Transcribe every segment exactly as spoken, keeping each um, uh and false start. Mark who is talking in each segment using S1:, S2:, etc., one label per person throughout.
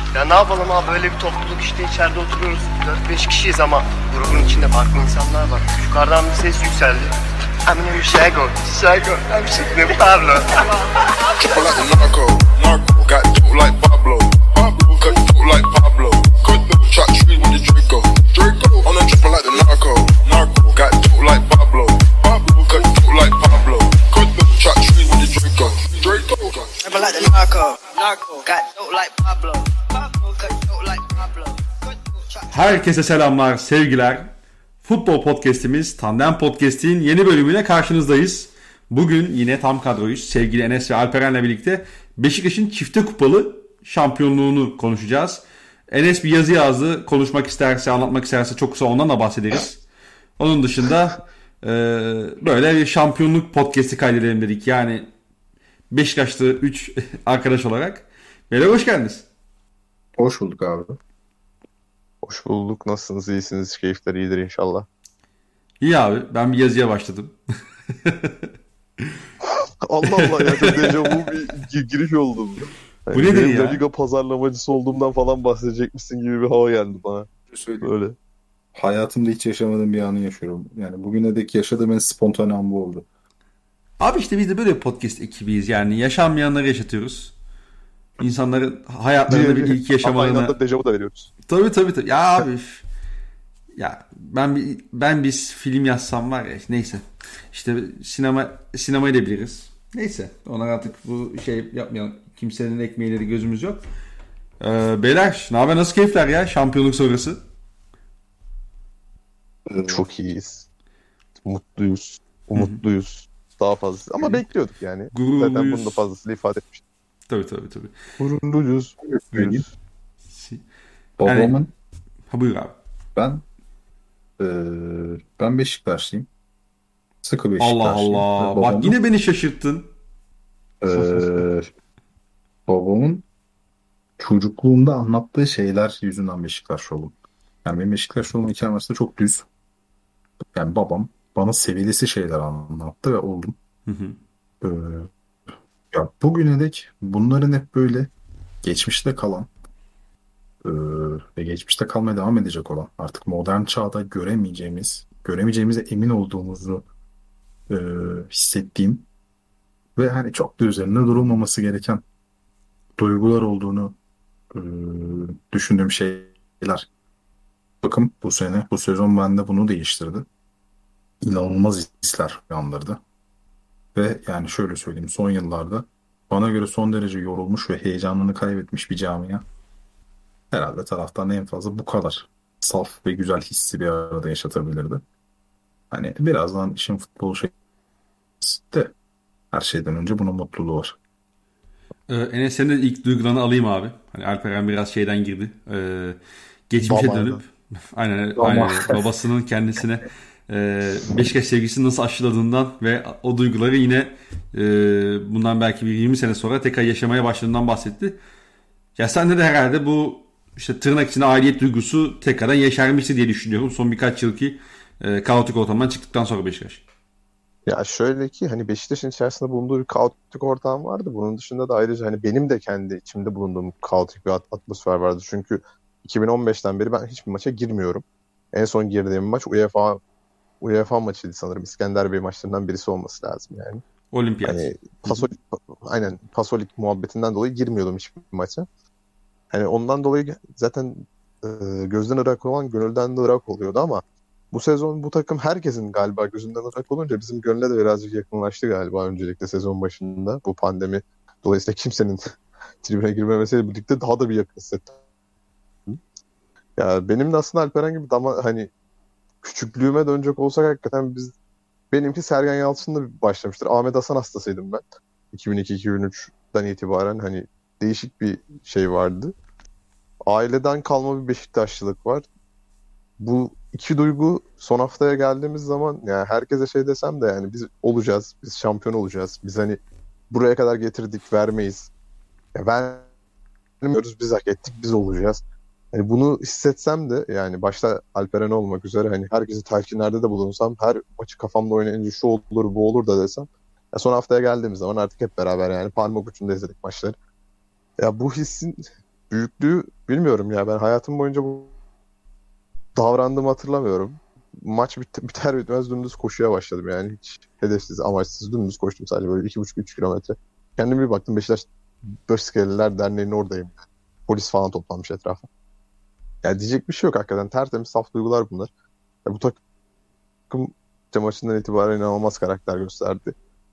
S1: Ya ne yapalım abi, böyle bir topluluk işte, içeride oturuyoruz. dört beş kişiyiz ama grubun içinde farklı insanlar var. Yukarıdan bir ses yükseldi. I'm Shago, Shago, I'm Shago, Pablo.
S2: Triple like the narco, narco, got dope like Pablo, Pablo, cut dope like Pablo, cut dope, shot tree with the Draco, Draco, on the triple like the narco, narco, got dope like Pablo, Pablo, cut dope like Pablo, cut dope, shot tree with the Draco, Draco.
S1: Triple like the narco, narco, got dope like Pablo, Pablo, cut dope like Pablo, cut dope, shot.
S3: Herkese selamlar, sevgiler. Futbol Podcast'imiz Tandem Podcast'in yeni bölümüyle karşınızdayız. Bugün yine tam kadroyuz. Sevgili Enes ve Alperen'le birlikte Beşiktaş'ın çifte kupalı şampiyonluğunu konuşacağız. Enes bir yazı yazdı. Konuşmak isterse, anlatmak isterse çok kısa ondan da bahsederiz. Onun dışında e, böyle bir şampiyonluk podcast'i kaydedelim dedik. Yani Beşiktaş'ta üç arkadaş olarak. Beyler hoş geldiniz.
S4: Hoş bulduk abi.
S5: Hoş bulduk. Nasılsınız? İyisiniz? Keyifler iyidir inşallah.
S3: İyi abi. Ben bir yazıya başladım.
S5: Allah Allah ya. Çok dejavu bir giriş oldu bu. Yani
S3: bu nedir ya?
S5: La Liga pazarlamacısı olduğumdan falan bahsedecekmişsin gibi bir hava geldi bana. Böyle.
S4: Hayatımda hiç yaşamadığım bir anı yaşıyorum. Yani bugüne dek yaşadığım en spontane an bu oldu.
S3: Abi işte biz de böyle bir podcast ekibiyiz. Yani yaşanmayanları yaşatıyoruz. İnsanların hayatlarında bir ilk yaşamalarına...
S5: Aynı anda dejavu da veriyoruz.
S3: Tabii tabii tabii. Ya abi... ya ben bir, ben bir film yazsam var ya, neyse. İşte sinema sinemayı da biliriz. Neyse. Ona artık bu şey yapmayalım. Kimsenin ekmeğiyle de gözümüz yok. Ee, beyler ne haber, nasıl keyifler ya şampiyonluk sonrası?
S5: Çok iyiyiz. Mutluyuz. Umutluyuz. Daha fazlası. Ama bekliyorduk yani.
S3: Gururluyuz.
S5: Zaten bunu da fazlasıyla ifade etmiştim.
S3: Tabii tabii tabii.
S5: Gururluyuz.
S4: Söyleyeyim.
S3: Si-
S4: Babamın
S3: Yani- Ha buyur abi.
S4: ben e, ben Beşiktaşlıyım. Sıkı
S3: Allah
S4: Beşiktaşlıyım.
S3: Allah.
S4: Ve
S3: Bak
S4: babamın-
S3: yine beni şaşırttın.
S4: e, babamın çocukluğumda anlattığı şeyler yüzünden Beşiktaşlı oldum. Yani benim Beşiktaşlı olma hikayem aslında çok düz. Yani babam bana sevilesi şeyler anlattı ve oldum.
S3: Hı hı.
S4: Ee, ya bugüne dek bunların hep böyle geçmişte kalan e, ve geçmişte kalmaya devam edecek olan, artık modern çağda göremeyeceğimiz, göremeyeceğimize emin olduğumuzu e, hissettiğim ve hani çok da üzerinde durulmaması gereken duygular olduğunu e, düşündüğüm şeyler. Bakın bu sene, bu sezon bende bunu değiştirdi. İnanılmaz hisler uyandırdı. Ve yani şöyle söyleyeyim, son yıllarda bana göre son derece yorulmuş ve heyecanını kaybetmiş bir camia. Herhalde taraftan en fazla bu kadar saf ve güzel hissi bir arada yaşatabilirdi. Hani birazdan işin futbol şey de her şeyden önce bunun mutluluğu var.
S3: Ee, Enes senin de ilk duygularını alayım abi. Hani Alperen biraz şeyden girdi. Ee, geçmişe
S5: Babaydı.
S3: dönüp aynen,
S4: Baba.
S3: aynen babasının kendisine e, Beşiktaş sevgisini nasıl aşıladığından ve o duyguları yine e, bundan belki bir yirmi sene sonra tekrar yaşamaya başladığından bahsetti. Ya sende de herhalde bu işte tırnak içinde aidiyet duygusu tekrardan yeşermişti diye düşünüyorum. Son birkaç yılki e, kaotik ortamdan çıktıktan sonra Beşiktaş.
S5: Ya şöyle ki hani Beşiktaş'ın içerisinde bulunduğu bir kaotik ortam vardı. Bunun dışında da ayrıca hani benim de kendi içimde bulunduğum kaotik bir at- atmosfer vardı. Çünkü iki bin on beşten beri ben hiçbir maça girmiyorum. En son girdiğim maç UEFA UEFA maçıydı sanırım. İskender Bey maçlarından birisi olması lazım yani.
S3: Olimpiyat.
S5: Hani Pasolik, aynen Pasolik muhabbetinden dolayı girmiyordum hiçbir maça. Hani ondan dolayı zaten e, gözden ırak olan gönülden de ırak oluyordu ama bu sezon bu takım herkesin galiba gözünden ırak olunca bizim gönüle de birazcık yakınlaştı galiba öncelikle sezon başında. Bu pandemi dolayısıyla kimsenin tribüne girmemesiyle birlikte daha da bir yakın hissettim. Ya benim de aslında Alperen gibi dama hani küçüklüğüme dönecek olsak hakikaten biz benimki Sergen Yalçın'la başlamıştır. Ahmet Hasan hastasıydım ben. iki bin iki iki bin üçten itibaren hani değişik bir şey vardı. Aileden kalma bir Beşiktaşlılık var. Bu iki duygu son haftaya geldiğimiz zaman yani herkese şey desem de yani biz olacağız, biz şampiyon olacağız. Biz hani buraya kadar getirdik, vermeyiz. Ya vermiyoruz, biz hak ettik, biz olacağız. Yani bunu hissetsem de yani başta Alperen olmak üzere hani herkesi telkinlerde de bulunsam, her maçı kafamda oynayınca şu olur, bu olur da desem. Ya son haftaya geldiğimiz zaman artık hep beraber yani parmak ucunda izledik maçları. Ya bu hissin büyüklüğü bilmiyorum ya. Ben hayatım boyunca bu davrandığımı hatırlamıyorum. Maç bit- biter bitmez dümdüz koşuya başladım yani. Hiç hedefsiz, amaçsız dümdüz koştum sadece böyle iki buçuk üç kilometre. Kendime bir baktım Beşiktaş Böşskeliler Derneği'nin oradayım. Polis falan toplanmış etrafa. Ya diyecek bir şey yok hakikaten. Tertemiz saf duygular bunlar. Ya bu takım maçından itibaren inanılmaz karakter gösterdi.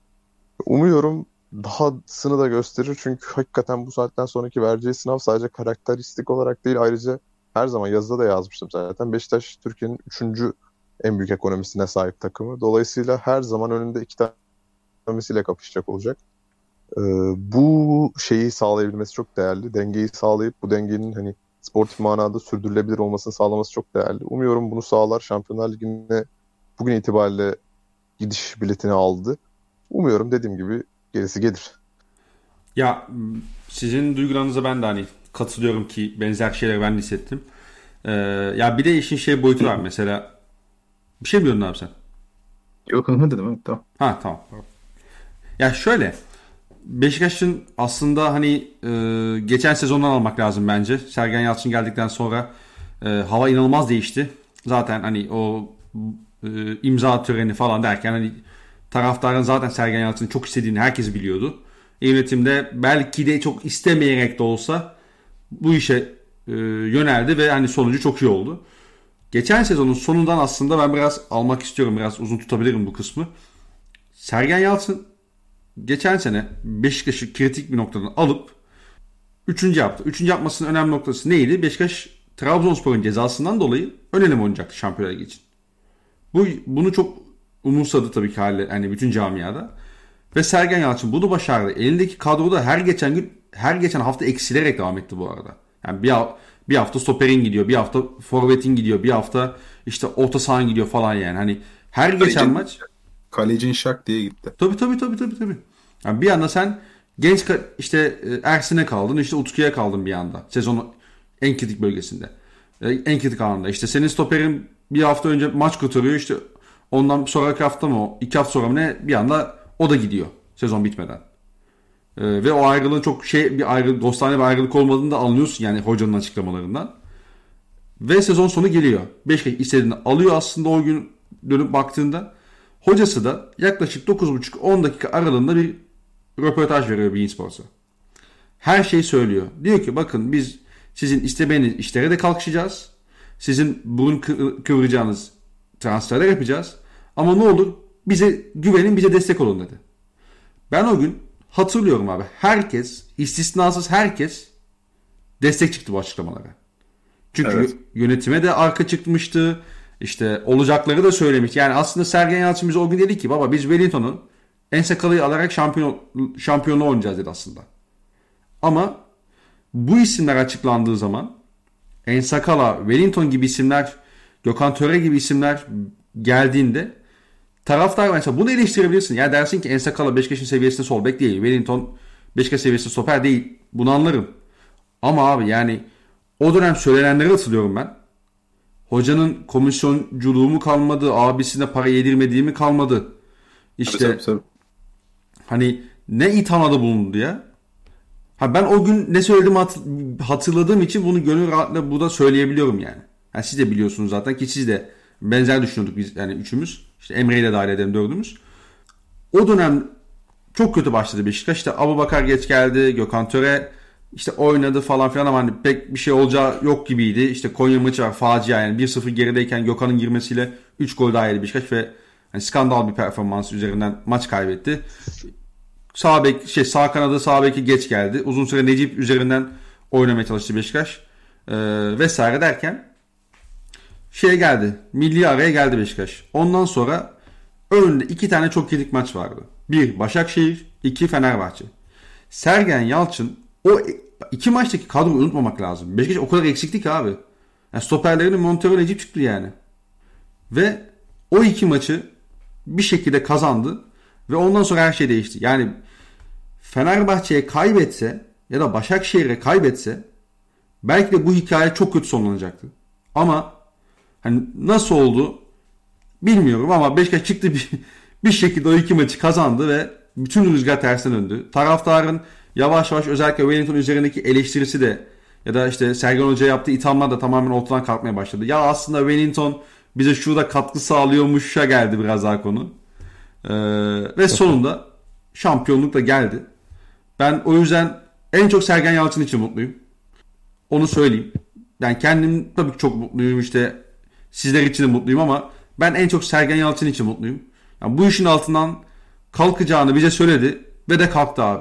S5: Umuyorum dahasını da gösterir çünkü hakikaten bu saatten sonraki vereceği sınav sadece karakteristik olarak değil ayrıca her zaman yazıda da yazmıştım zaten. Beşiktaş Türkiye'nin üçüncü en büyük ekonomisine sahip takımı. Dolayısıyla her zaman önünde iki tane ekonomisiyle kapışacak olacak. Ee, bu şeyi sağlayabilmesi çok değerli. Dengeyi sağlayıp bu dengenin hani sportif manada sürdürülebilir olmasını sağlaması çok değerli. Umuyorum bunu sağlar. Şampiyonlar Ligi'ne bugün itibariyle gidiş biletini aldı. Umuyorum dediğim gibi gerisi gelir.
S3: Ya sizin duygularınıza ben de hani katılıyorum ki benzer şeyleri ben de hissettim. Ee, ya bir de işin şey boyutu var mesela. Bir şey mi diyordun abi sen?
S4: Yok hı dedim evet tamam.
S3: Ha tamam. Ya şöyle Beşiktaş'ın aslında hani e, geçen sezondan almak lazım bence. Sergen Yalçın geldikten sonra e, hava inanılmaz değişti. Zaten hani o e, imza töreni falan derken hani taraftarın zaten Sergen Yalçın'ı çok istediğini herkes biliyordu. Yönetimde belki de çok istemeyerek de olsa bu işe e, yöneldi ve hani sonucu çok iyi oldu. Geçen sezonun sonundan aslında ben biraz almak istiyorum. Biraz uzun tutabilirim bu kısmı. Sergen Yalçın geçen sene Beşiktaş'ı kritik bir noktadan alıp üçüncü yaptı. Üçüncü yapmasının önemli noktası neydi? Beşiktaş Trabzonspor'un cezasından dolayı ön eleme oynayacaktı Şampiyonlar Ligi için. Bu, bunu çok umursadı tabii ki hali, hani bütün camiada. Ve Sergen Yalçın bunu başardı. Elindeki kadroda her geçen gün, her geçen hafta eksilerek devam etti bu arada. Yani bir, bir hafta stoperin gidiyor, bir hafta forvetin gidiyor, bir hafta işte orta sahan gidiyor falan yani. Hani her geçen
S4: Kalecin,
S3: maç.
S4: Kalecin şak diye gitti.
S3: Tabii tabii tabii tabii tabii. Yani bir anda sen genç işte Ersin'e kaldın, işte Utku'ya kaldın bir anda. Sezonun en kritik bölgesinde. En kritik anında. İşte senin stoperin bir hafta önce maç kurtarıyor, işte ondan sonraki hafta mı, iki hafta sonra mı ne bir anda o da gidiyor sezon bitmeden. Ee, ve o ayrılığın çok şey bir ayrılık, dostane bir ayrılık olmadığını da anlıyorsun yani hocanın açıklamalarından. Ve sezon sonu geliyor. Beşiktaş istediğini alıyor aslında o gün dönüp baktığında. Hocası da yaklaşık dokuz buçuk on dakika aralığında bir röportaj veriyor beIN Sports'a. Her şeyi söylüyor. Diyor ki bakın biz sizin istemediğiniz işlere de kalkışacağız. Sizin burun kıvıracağınız transferler yapacağız. Ama ne olur bize güvenin, bize destek olun dedi. Ben o gün hatırlıyorum abi. Herkes, istisnasız herkes destek çıktı bu açıklamalara. Çünkü evet. Yönetime de arka çıkmıştı. İşte olacakları da söylemiş. Yani aslında Sergen Yalçın bize o gün dedi ki baba biz Wellington'u Ensakala'yı alarak şampiyon, şampiyonluğu oynayacağız dedi aslında. Ama bu isimler açıklandığı zaman Ensakala, Wellington gibi isimler, Gökhan Töre gibi isimler geldiğinde taraftar mesela bunu eleştirebilirsin. Yani dersin ki Ensakala Beşiktaş'ın seviyesinde sol bek değil. Wellington Beşiktaş seviyesinde stoper değil. Bunu anlarım. Ama abi yani o dönem söylenenleri hatırlıyorum ben. Hocanın komisyonculuğu mu kalmadı, abisine para yedirmediği mi kalmadı. İşte tabii, tabii, tabii. Hani ne ithamada bulundu ya. Ha ben o gün ne söylediğimi hatırladığım için bunu gönül rahatlığıyla burada söyleyebiliyorum yani. yani. Siz de biliyorsunuz zaten ki siz de benzer düşünüyorduk biz yani üçümüz. İşte Emre ile dahil edelim dördümüz. O dönem çok kötü başladı Beşiktaş. İşte Abubakar geç geldi, Gökhan Töre işte oynadı falan filan ama hani pek bir şey olacağı yok gibiydi. İşte Konya maçı var facia yani bir sıfır gerideyken Gökhan'ın girmesiyle üç gol daha yedi Beşiktaş ve yani skandal bir performans üzerinden maç kaybetti. Sağ bek şey sağ kanadı sağ beki geç geldi. Uzun süre Necip üzerinden oynamaya çalıştı Beşiktaş. Ee, vesaire derken şeye geldi. Milli araya geldi Beşiktaş. Ondan sonra önünde iki tane çok kritik maç vardı. Bir Başakşehir, iki Fenerbahçe. Sergen Yalçın o iki maçtaki kadroyu unutmamak lazım. Beşiktaş o kadar eksikti ki abi. Yani stoperlerinin Montero Necip çıktı yani. Ve o iki maçı bir şekilde kazandı. Ve ondan sonra her şey değişti. Yani Fenerbahçe'ye kaybetse ya da Başakşehir'e kaybetse belki de bu hikaye çok kötü sonlanacaktı. Ama hani nasıl oldu bilmiyorum ama Beşiktaş çıktı bir, bir şekilde o iki maçı kazandı ve bütün rüzgar tersine döndü. Taraftarın yavaş yavaş özellikle Wellington üzerindeki eleştirisi de Ya da işte Sergen Hoca'ya yaptığı ithamlar da tamamen ortadan kalkmaya başladı. Ya aslında Wellington bize şurada katkı sağlıyormuş'a geldi biraz daha konu. Ee, ve sonunda şampiyonluk da geldi. Ben o yüzden en çok Sergen Yalçın için mutluyum. Onu söyleyeyim. Yani kendim tabii ki çok mutluyum, işte sizler için de mutluyum ama ben en çok Sergen Yalçın için mutluyum. Yani bu işin altından kalkacağını bize söyledi ve de kalktı abi.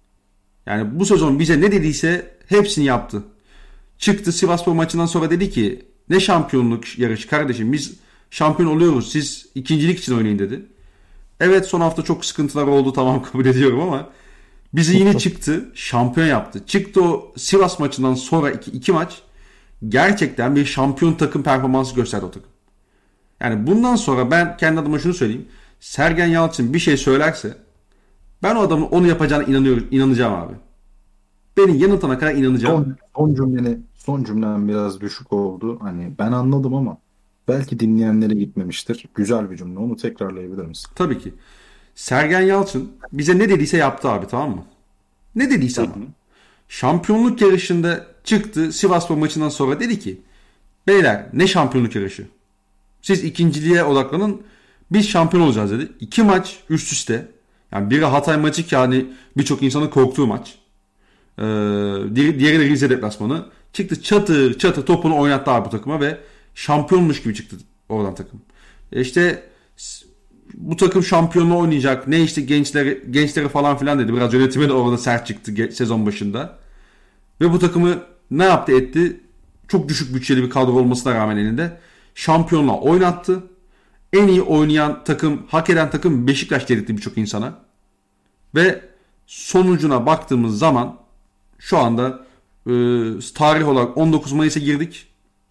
S3: Yani bu sezon bize ne dediyse hepsini yaptı. Çıktı Sivasspor maçından sonra dedi ki ne şampiyonluk yarışı kardeşim, biz şampiyon oluyoruz, siz ikincilik için oynayın dedi. Evet, son hafta çok sıkıntılar oldu, tamam, kabul ediyorum ama bizi yine çıktı şampiyon yaptı. Çıktı o Sivas maçından sonra iki, iki maç gerçekten bir şampiyon takım performansı gösterdi o takım. Yani bundan sonra ben kendi adıma şunu söyleyeyim. Sergen Yalçın bir şey söylerse ben o adamın onu yapacağına inanıyorum, inanacağım abi. Beni yanıltana kadar inanacağım.
S4: Son, son cümleni, son cümlem biraz düşük oldu. Hani ben anladım ama belki dinleyenlere gitmemiştir. Güzel bir cümle. Onu tekrarlayabilir misin?
S3: Tabii ki. Sergen Yalçın bize ne dediyse yaptı abi, tamam mı? Ne dediyse ama. Şampiyonluk yarışında çıktı Sivasspor maçından sonra dedi ki beyler ne şampiyonluk yarışı? Siz ikinciliğe odaklanın, biz şampiyon olacağız dedi. İki maç üst üste. Yani biri Hatay maçı ki hani birçok insanın korktuğu maç. Ee, diğeri, diğeri de Rize deplasmanı. Çıktı çatır çatır topunu oynattı abi bu takıma ve şampiyonmuş gibi çıktı oradan takım. E işte bu takım şampiyonluğu oynayacak. Ne işte gençleri gençleri falan filan dedi. Biraz yönetime de orada sert çıktı sezon başında. Ve bu takımı ne yaptı etti? Çok düşük bütçeli bir kadro olmasına rağmen elinde şampiyonluğa oynattı. En iyi oynayan takım, hak eden takım Beşiktaş dedirtti birçok insana. Ve sonucuna baktığımız zaman şu anda e, tarih olarak on dokuz Mayıs'a girdik.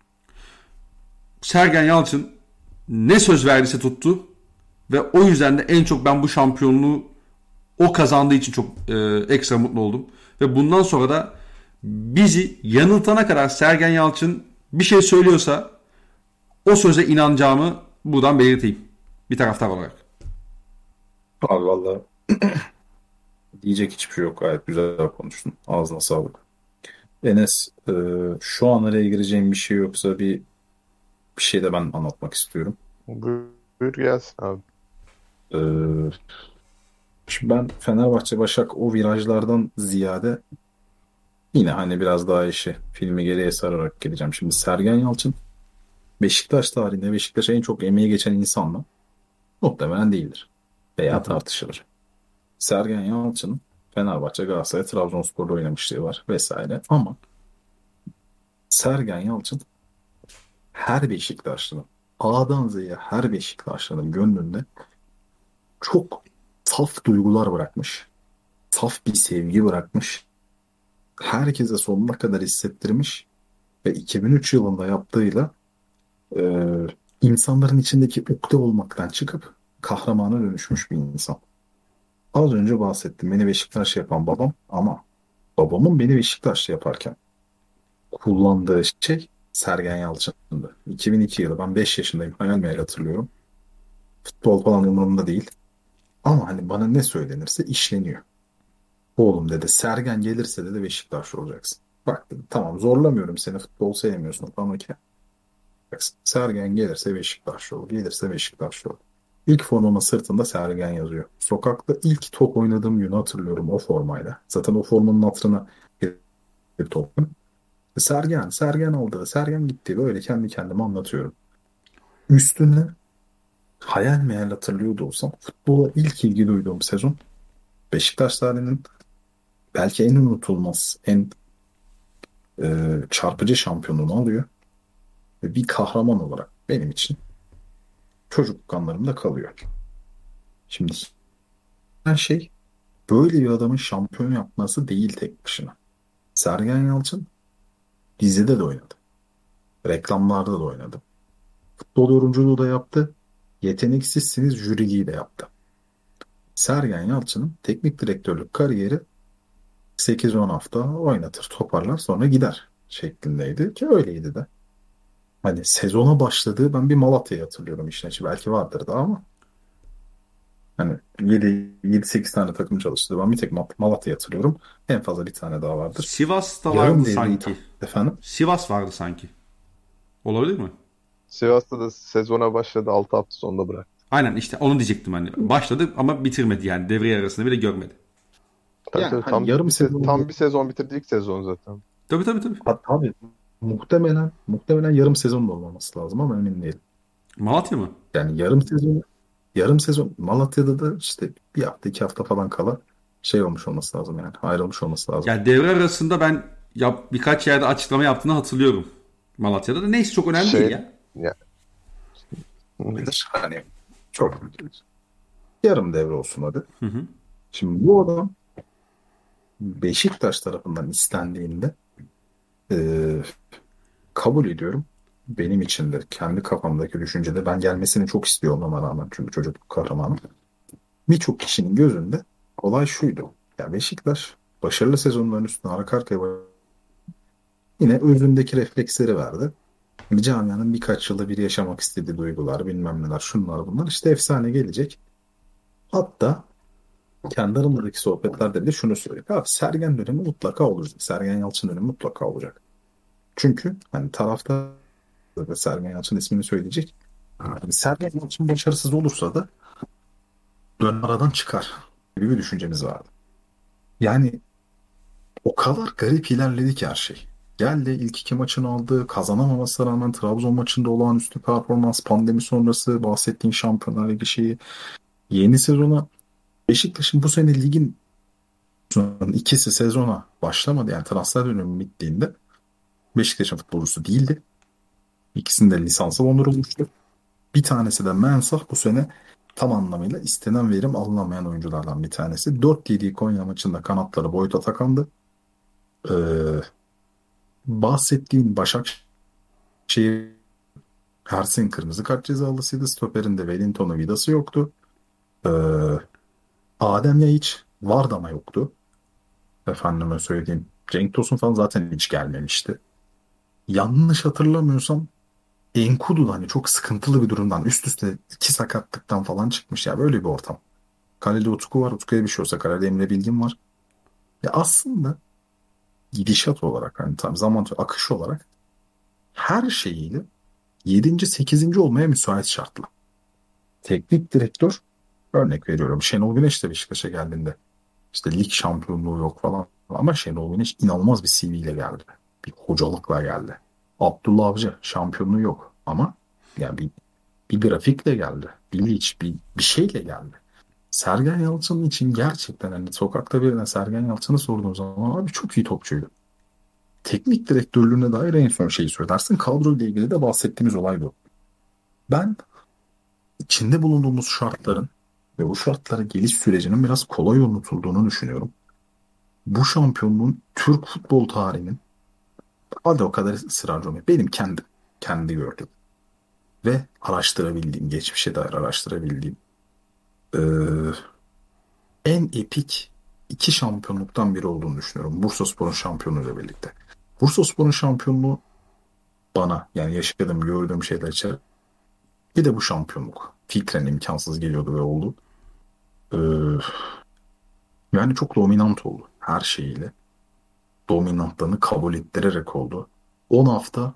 S3: Sergen Yalçın ne söz verdiyse tuttu. Ve o yüzden de en çok ben bu şampiyonluğu o kazandığı için çok e, ekstra mutlu oldum. Ve bundan sonra da bizi yanıltana kadar Sergen Yalçın bir şey söylüyorsa o söze inanacağımı buradan belirteyim. Bir taraftar olarak.
S4: Abi valla diyecek hiçbir şey yok. Gayet güzel konuştun. Ağzına sağlık. Enes, e, şu an araya gireceğim bir şey yoksa bir bir şey de ben anlatmak istiyorum.
S5: Buyur, buyur gelsin abi.
S4: E, Şimdi ben Fenerbahçe Başak o virajlardan ziyade yine hani biraz daha işi filmi geriye sararak geleceğim. Şimdi Sergen Yalçın Beşiktaş tarihinde Beşiktaş'a en çok emeği geçen insan mı? Muhtemelen değildir. Veya tartışılır. Sergen Yalçın'ın Fenerbahçe, Galatasaray, Trabzonspor'da oynamışlığı var vesaire. Ama Sergen Yalçın her Beşiktaşlı'nın, A'dan Z'ye her Beşiktaşlı'nın gönlünde çok saf duygular bırakmış. Saf bir sevgi bırakmış. Herkese sonuna kadar hissettirmiş. Ve iki bin üç yılında yaptığıyla e, insanların içindeki ukde olmaktan çıkıp kahramana dönüşmüş bir insan. Az önce bahsettim. Beni Beşiktaş yapan babam ama babamın beni Beşiktaşlı yaparken kullandığı şey Sergen Yalçın'dı. iki bin iki yılı, ben beş yaşındayım. Hayal meyal hatırlıyorum. Futbol falan umurumda değil. Ama hani bana ne söylenirse işleniyor. Oğlum dedi, Sergen gelirse dedi Beşiktaşlı olacaksın. Bak dedi, tamam zorlamıyorum seni, futbol sevmiyorsun ama ki Sergen gelirse Beşiktaşlı olur. Gelirse Beşiktaşlı olur. İlk formanın sırtında Sergen yazıyor. Sokakta ilk top oynadığım günü hatırlıyorum o formayla. Zaten o formanın hatırına bir top. Sergen, Sergen oldu, Sergen gitti. Böyle kendi kendime anlatıyorum. Üstüne hayal meyal hatırlıyordu olsam futbola ilk ilgi duyduğum sezon Beşiktaş tarihinin belki en unutulmaz, en e, çarpıcı şampiyonluğunu alıyor. Ve bir kahraman olarak benim için çocukluk anlarımda kalıyor. Şimdi her şey böyle bir adamın şampiyon yapması değil tek başına. Sergen Yalçın dizide de oynadı. Reklamlarda da oynadı. Futbol yorumculuğu da yaptı. Yeteneksizsiniz jüriliği de yaptı. Sergen Yalçın'ın teknik direktörlük kariyeri sekiz on hafta oynatır, toparlar sonra gider şeklindeydi ki öyleydi de. Hani sezona başladığı ben bir Malatya'yı hatırlıyorum işin açı. Belki vardır da ama Hani yedi sekiz tane takım çalıştı. Ben bir tek Mal- Malatya'yı hatırlıyorum. En fazla bir tane daha vardır.
S3: Sivas'ta
S4: Yarım
S3: vardı
S4: devreyi
S3: sanki.
S4: efendim.
S3: Sivas vardı sanki. Olabilir mi?
S5: Sivas'ta da sezona başladı, altı hafta sonunda bıraktı.
S3: Aynen işte onu diyecektim hani. Başladı ama bitirmedi yani. Devre arasında bile görmedi.
S5: Tabii
S4: Yani
S5: tabii,
S4: hani
S5: tam
S4: yarım
S5: bir, se-
S4: sezon
S5: tam bir sezon bitirdi, ilk sezon zaten.
S3: Tabii tabii tabii.
S4: hatta abi muhtemelen muhtemelen yarım sezon da olmaması lazım ama emin değilim.
S3: Malatya mı?
S4: Yani yarım sezon yarım sezon Malatya'da da işte bir hafta iki hafta falan kala şey olmuş olması lazım yani ayrılmış olması lazım.
S3: Yani devre arasında ben yap, birkaç yerde açıklama yaptığını hatırlıyorum. Malatya'da da. Neyse çok önemli değil
S5: Şey
S3: ya.
S5: ya,
S4: Nedir? Hani çok yarım devre olsun hadi.
S3: Hı hı.
S4: Şimdi bu adam Beşiktaş tarafından istendiğinde eee, kabul ediyorum. Benim için de kendi kafamdaki düşüncede ben gelmesini çok istiyor olmama rağmen çünkü çocuk kahramanım. Birçok kişinin gözünde olay şuydu. Ya Beşiktaş başarılı sezonların üstüne arka arkaya yine özündeki refleksleri verdi. Bir camianın birkaç yılda bir yaşamak istediği duygular, bilmem neler, şunlar bunlar işte efsane gelecek. Hatta kendi aramızdaki sohbetlerde bile şunu söylüyor. Abi Sergen dönemi mutlaka olacak. Sergen Yalçın dönemi mutlaka olacak. Çünkü hani tarafta da Sergen Yalçın ismini söyleyecek. Yani Sergen Yalçın başarısız olursa da dönem aradan çıkar gibi bir düşüncemiz vardı. Yani o kadar garip ilerledi ki her şey. Geldi ilk iki maçını aldı. Kazanamamasına rağmen Trabzon maçında olağanüstü performans. Pandemi sonrası bahsettiğin Şampiyonlar Ligi şeyi. Yeni sezona Beşiktaş'ın bu sene ligin son ikisi sezona başlamadı. Yani transfer dönemi bittiğinde Beşiktaş'ın futbolcusu değildi. İkisinde lisansı dondurulmuştu. Bir tanesi de Mensah bu sene tam anlamıyla istenen verim alınamayan oyunculardan bir tanesi. dört yediği Konya maçında kanatları Boyut Atakan'dı. Ee, bahsettiğin Başakşehir Ersin kırmızı kart cezalısıydı. Stoperinde Wellington'un vidası yoktu. Ee, Adem Yaiç vardı ama yoktu. Efendime söyleyeyim. Cenk Tosun falan zaten hiç gelmemişti. Yanlış hatırlamıyorsam Enkudu da hani çok sıkıntılı bir durumdan üst üste iki sakatlıktan falan çıkmış ya böyle bir ortam. Kalede Utku var. Utku'ya bir şey olsa kalede Emre Bilgin var. Ya aslında gidişat olarak hani tam zaman akış olarak her şeyiyle yedinci sekizinci olmaya müsait şartla. Teknik direktör örnek veriyorum. Şenol Güneş de Beşiktaş'a geldiğinde işte lig şampiyonluğu yok falan ama Şenol Güneş inanılmaz bir C V ile geldi. Bir hocalıkla geldi. Abdullah Avcı şampiyonluğu yok ama yani bir, bir grafikle geldi. Bir liç, bir, bir şeyle geldi. Sergen Yalçın için gerçekten hani sokakta birine Sergen Yalçın'ı sorduğun zaman abi çok iyi topçuydu. Teknik direktörlüğüne dair en son şeyi söylersin. Kadro ile ilgili de bahsettiğimiz olay bu. Ben içinde bulunduğumuz şartların ve bu şartlara geliş sürecinin biraz kolay unutulduğunu düşünüyorum. Bu şampiyonluğun Türk futbol tarihinin hadi o kadar ısrarcı olmayayım. Benim kendi kendi gördüğüm ve araştırabildiğim, geçmişe dair araştırabildiğim eee, en epik iki şampiyonluktan biri olduğunu düşünüyorum. Bursaspor'un şampiyonluğuyla birlikte. Bursaspor'un şampiyonluğu bana yani yaşadığım, gördüğüm şeyler içer. Bir de bu şampiyonluk. Fikren imkansız geliyordu ve oldu. Ee, yani çok dominant oldu her şeyiyle. Dominantlığını kabul ettirerek oldu. on hafta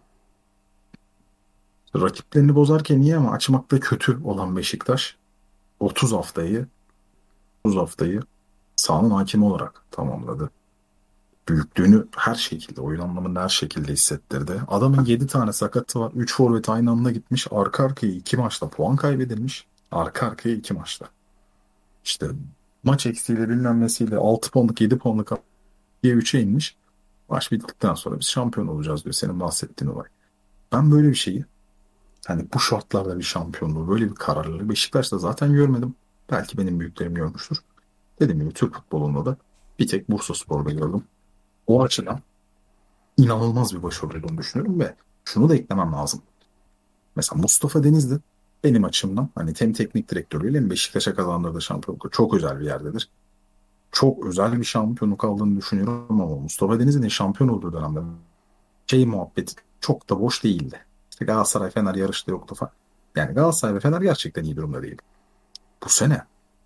S4: rakiplerini bozarken iyi ama açmakta kötü olan Beşiktaş otuz haftayı otuz haftayı sahanın hakimi olarak tamamladı. Büyüklüğünü her şekilde, oyun anlamında her şekilde hissettirdi. Adamın yedi tane sakatı var. üç forvet aynı anda gitmiş. Arka arkaya iki maçta puan kaybedilmiş. Arka arkaya iki maçta. İşte maç eksiğiyle bilmem nesiyle altı puanlık yedi puanlık üçe inmiş. Maç bittikten sonra biz şampiyon olacağız diyor senin bahsettiğin olay. Ben böyle bir şeyi hani bu şartlarda bir şampiyonluğu böyle bir kararlılığı Beşiktaş'ta zaten görmedim. Belki benim büyüklerim görmüştür. Dediğim gibi Türk futbolunda da bir tek Bursaspor'da gördüm. O açıdan inanılmaz bir başarı olduğunu düşünüyorum ve şunu da eklemem lazım. Mesela Mustafa Denizli benim açımdan hani hem teknik direktörüyle hem Beşiktaş'a kazandırdığı şampiyonluk çok özel bir yerdedir. Çok özel bir şampiyonluk aldığını düşünüyorum ama Mustafa Denizli'nin şampiyon olduğu dönemde şey muhabbeti çok da boş değildi. İşte Galatasaray Fener yarışta yoktu falan. Yani Galatasaray ve Fener gerçekten iyi durumda değil. Bu sene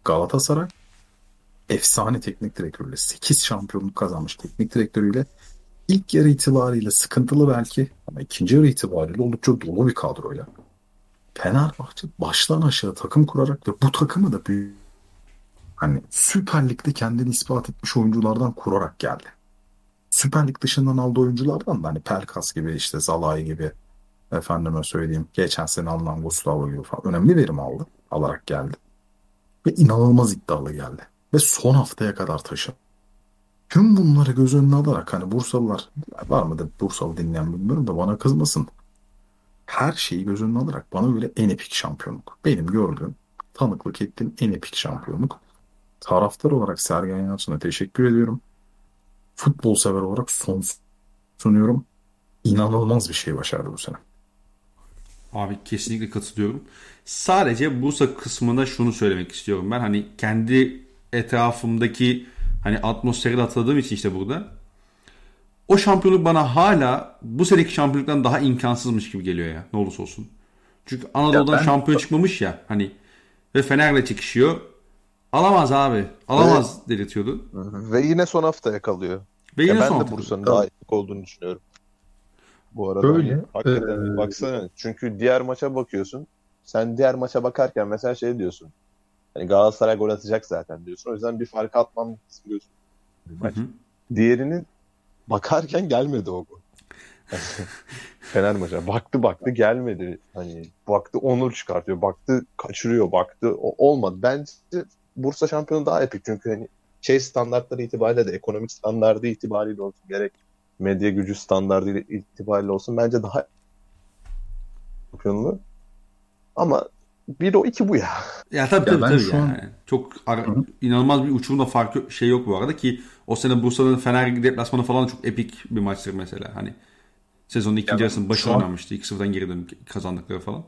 S4: Galatasaray efsane teknik direktörüyle sekiz şampiyonluk kazanmış teknik direktörüyle ilk yarı itibariyle sıkıntılı belki ama ikinci yarı itibariyle oldukça dolu bir kadroyla Fenerbahçe baştan aşağı takım kurarak ve bu takımı da büyük hani Süper Lig'de kendini ispat etmiş oyunculardan kurarak geldi. Süper Lig dışından aldığı oyunculardan da hani Pelkas gibi işte Zalai gibi efendime söyleyeyim geçen sene alınan Gustavo gibi falan önemli verim aldı. Alarak geldi. Ve inanılmaz iddialı geldi. Ve son haftaya kadar taşıdı. Tüm bunları göz önüne alarak hani Bursalılar var mıdır Bursalı dinleyen bilmiyorum da bana kızmasın. Her şeyi göz önüne alarak bana göre en epik şampiyonluk. Benim gördüğüm, tanıklık ettiğim en epik şampiyonluk. Taraftar olarak Sergen Yalçın'a teşekkür ediyorum. Futbol sever olarak son sunuyorum. İnanılmaz bir şey başardı bu sene.
S3: Abi kesinlikle katılıyorum. Sadece Bursa kısmında şunu söylemek istiyorum ben. Hani kendi etrafımdaki hani atmosferi de hatırladığım için işte burada. O şampiyonluk bana hala bu seneki şampiyonluktan daha imkansızmış gibi geliyor ya. Ne olursa olsun. Çünkü Anadolu'dan
S4: Ya ben-
S3: şampiyon çıkmamış ya. Hani ve Fener'le çekişiyor. Alamaz abi. Alamaz delirtiyordu.
S5: Ve yine son haftaya kalıyor.
S3: Ve yine
S5: Ya ben
S3: son
S5: de
S3: hafta.
S5: Bursa'nın daha iyi olduğunu düşünüyorum. Bu arada
S4: Böyle,
S5: hani hakikaten
S4: eee,
S5: baksana. Çünkü diğer maça bakıyorsun. Sen diğer maça bakarken mesela şey diyorsun. Hani Galatasaray gol atacak zaten diyorsun. O yüzden bir fark atmam istiyorsun. Maç.
S3: Hı hı.
S5: Diğerinin bakarken gelmedi o gol. Fener maça. Baktı baktı gelmedi. Hani baktı onur çıkartıyor. Baktı kaçırıyor. Baktı o, olmadı. Bence Bursa şampiyonu daha epik. Çünkü hani şey standartları itibariyle de ekonomik standardı itibariyle olsun. Gerek medya gücü standardı itibariyle olsun. Bence daha şampiyonluğu. Ama bir o iki bu ya.
S3: Ya tabii
S4: Ya
S3: tabii
S4: ben
S3: tabii
S4: şu
S3: yani.
S4: an-
S3: Çok ar-
S4: Hı hı.
S3: inanılmaz bir uçurumda fark yok- şey yok bu arada ki o sene Bursa'nın Fener deplasmanı falan çok epik bir maçtır mesela. Hani sezonun ikinci
S4: ben
S3: yarısının başı
S4: şu an-
S3: oynanmıştı. iki sıfırdan geri dönüp kazandıkları falan.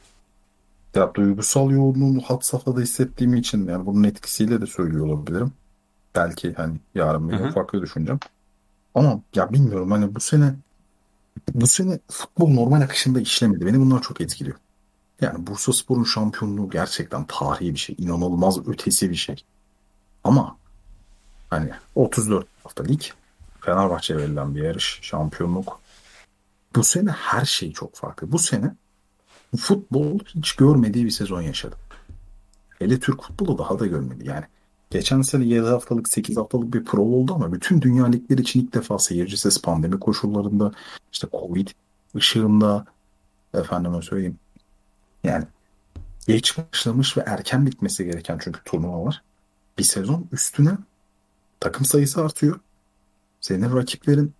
S4: Ya duygusal yoğunluğunu had safhada hissettiğim için yani bunun etkisiyle de söylüyor olabilirim. Belki hani yarın bir
S3: Hı
S4: gün
S3: hı.
S4: farklı düşüneceğim. Ama ya bilmiyorum hani bu sene bu sene futbol normal akışında işlemedi. Beni bunlar çok etkiliyor. Yani Bursaspor'un şampiyonluğu gerçekten tarihi bir şey. İnanılmaz ötesi bir şey. Ama hani otuz dört hafta lig Fenerbahçe'ye verilen bir yarış, şampiyonluk. Bu sene her şey çok farklı. Bu sene futbol hiç görmediği bir sezon yaşadı. Hele Türk futbolu daha da görmedi. Yani geçen sene yedi haftalık sekiz haftalık bir prova oldu ama bütün dünya ligleri için ilk defa seyircisiz pandemi koşullarında işte Covid ışığında efendime söyleyeyim. Yani geç başlamış ve erken bitmesi gereken çünkü turnuva var. Bir sezon üstüne takım sayısı artıyor. Senin rakiplerin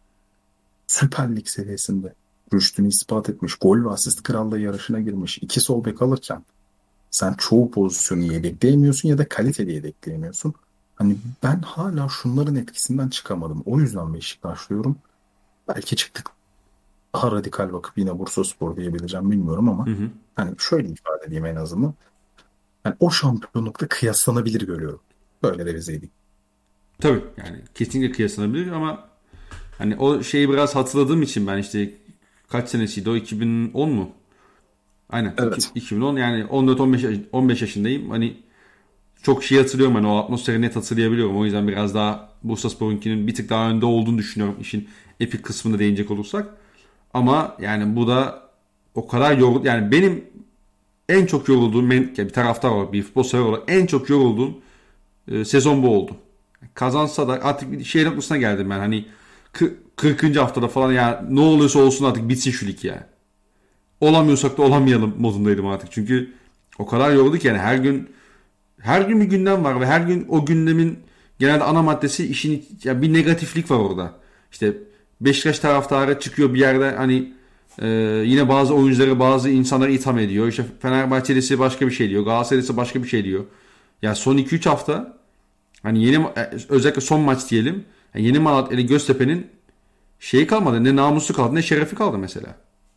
S4: Süper Lig seviyesinde rüştünü ispat etmiş, gol ve asist krallığı yarışına girmiş iki sol bek alırken sen çoğu pozisyonu yedekleyemiyorsun ya da kaliteli yedekleyemiyorsun. Hani ben hala şunların etkisinden çıkamadım. O yüzden Beşiktaşlıyorum. Belki çıktık daha radikal bakıp yine Bursaspor diyebileceğim bilmiyorum ama
S3: Hı hı.
S4: hani şöyle ifade edeyim en azından. Yani o şampiyonlukla kıyaslanabilir görüyorum. Böyle revize edeyim.
S3: Tabii yani kesinlikle kıyaslanabilir ama hani o şeyi biraz hatırladığım için ben işte kaç senesiydi o iki bin on mu? Aynen
S4: Evet.
S3: iki- 2010 yani on dört on beş yaş- on beş yaşındayım. Hani çok şey hatırlıyorum hani o atmosferi net hatırlayabiliyorum. O yüzden biraz daha Bursaspor'unkinin bir tık daha önde olduğunu düşünüyorum işin epik kısmına değinecek olursak. Ama yani bu da o kadar yorul yani benim en çok yorulduğum ben, yani bir taraftar olarak bir futbol sever olarak en çok yorulduğum e, sezon bu oldu. Kazansa da artık bir şey noktasına geldim ben hani kı- kırkıncı haftada falan ya ne oluyorsa olsun artık bitsin şu lig ya. Olamıyorsak da olamayalım modundaydım artık. Çünkü o kadar yoruldu ki yani her gün her gün bir gündem var ve her gün o gündemin genelde ana maddesi işin ya bir negatiflik var orada. İşte Beşiktaş taraftarı çıkıyor bir yerde hani e, yine bazı oyuncuları bazı insanları itham ediyor. İşte Fenerbahçelisi başka bir şey diyor. Galatasaraylısı başka bir şey diyor. Ya son iki üç hafta hani yeni özellikle son maç diyelim. Yani Yeni Malatya ile Göztepe'nin şeyi kalmadı. Ne namusu kaldı ne şerefi kaldı mesela.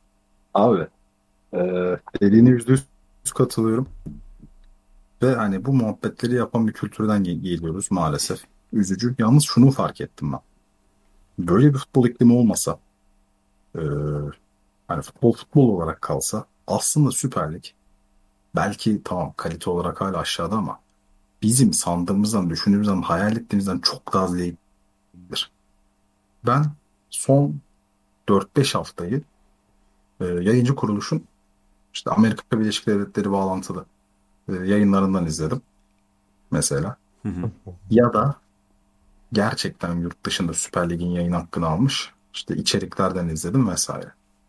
S4: Abi e, dediğine yüzde yüz katılıyorum. Ve hani bu muhabbetleri yapan bir kültürden ge- geliyoruz maalesef. Üzücü. Yalnız şunu fark ettim ben. Böyle bir futbol iklimi olmasa e, hani futbol futbol olarak kalsa aslında Süper Lig belki tamam kalite olarak hala aşağıda ama bizim sandığımızdan, düşündüğümüzden, hayal ettiğimizden çok daha zevklidir. Ben son dört beş haftayı e, yayıncı kuruluşun işte Amerika Birleşik Devletleri bağlantılı e, yayınlarından izledim mesela.
S3: Hı hı.
S4: Ya da gerçekten yurt dışında Süper Lig'in yayın hakkını almış işte içeriklerden izledim vesaire.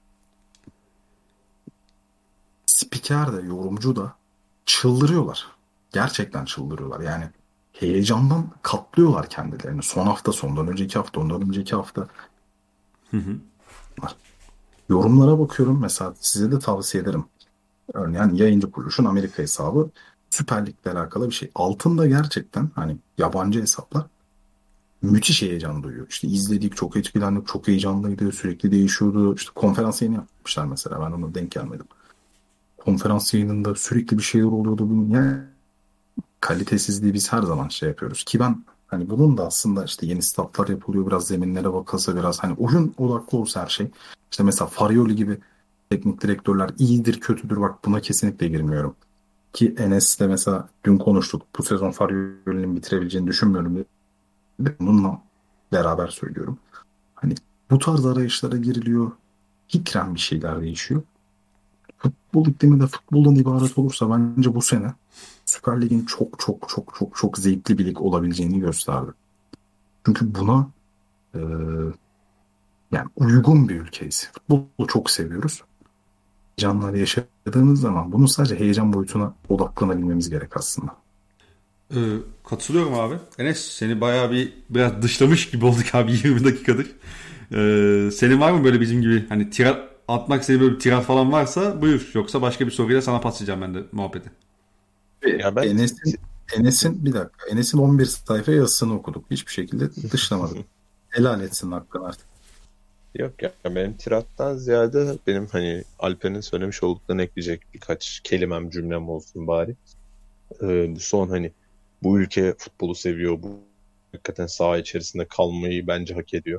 S4: Spiker de yorumcu da çıldırıyorlar. Gerçekten çıldırıyorlar. Yani heyecandan katlıyorlar kendilerini. Son hafta, sondan önceki hafta, ondan önceki hafta.
S3: Hı hı.
S4: Yorumlara bakıyorum. Mesela size de tavsiye ederim. Örneğin yayıncı kuruluşun Amerika hesabı Süper Lig'le alakalı bir şey. Altında gerçekten hani yabancı hesaplar müthiş heyecan duyuyor. İşte izledik, çok etkilendik, çok heyecanlıydı, sürekli değişiyordu. İşte konferans yayını yapmışlar mesela. Ben ona denk gelmedim. Konferans yayınında sürekli bir şeyler oluyordu. Yani kalitesizliği biz her zaman şey yapıyoruz. Ki ben hani bunun da aslında işte yeni statlar yapılıyor. Biraz zeminlere bakılsa, biraz hani oyun odaklı olsa her şey. İşte mesela Farioli gibi teknik direktörler iyidir, kötüdür. Bak buna kesinlikle girmiyorum. Ki Enes'le mesela dün konuştuk. Bu sezon Farioli'nin bitirebileceğini düşünmüyorum diye. Bununla beraber söylüyorum. Hani bu tarz arayışlara giriliyor. Fikren bir şeyler değişiyor. Futbol iklimi de futboldan ibaret olursa bence bu sene Süper Lig'in çok çok çok çok çok zevkli bir lig olabileceğini gösterdi. Çünkü buna e, yani uygun bir ülkeyiz. Futbolu çok seviyoruz. Heyecanları yaşadığımız zaman bunun sadece heyecan boyutuna odaklanabilmemiz gerek aslında.
S3: Ee, katılıyorum abi. Enes seni bayağı bir biraz dışlamış gibi olduk abi yirmi dakikadır. Ee, senin var mı böyle bizim gibi hani tirat atmak istediğin böyle bir tirat falan varsa buyur. Yoksa başka bir soruyla sana paslayacağım ben de muhabbeti.
S5: Ya ben
S4: Enes'in Enes'in bir dakika. Enes'in on bir sayfa yazısını okuduk. Hiçbir şekilde dışlamadık. Helal etsin hakkını artık.
S5: yok ya benim tirattan ziyade benim hani Alper'in söylemiş olduklarını ekleyecek birkaç kelimem cümlem olsun bari. Ee, bu son hani bu ülke futbolu seviyor. Bu hakikaten saha içerisinde kalmayı bence hak ediyor.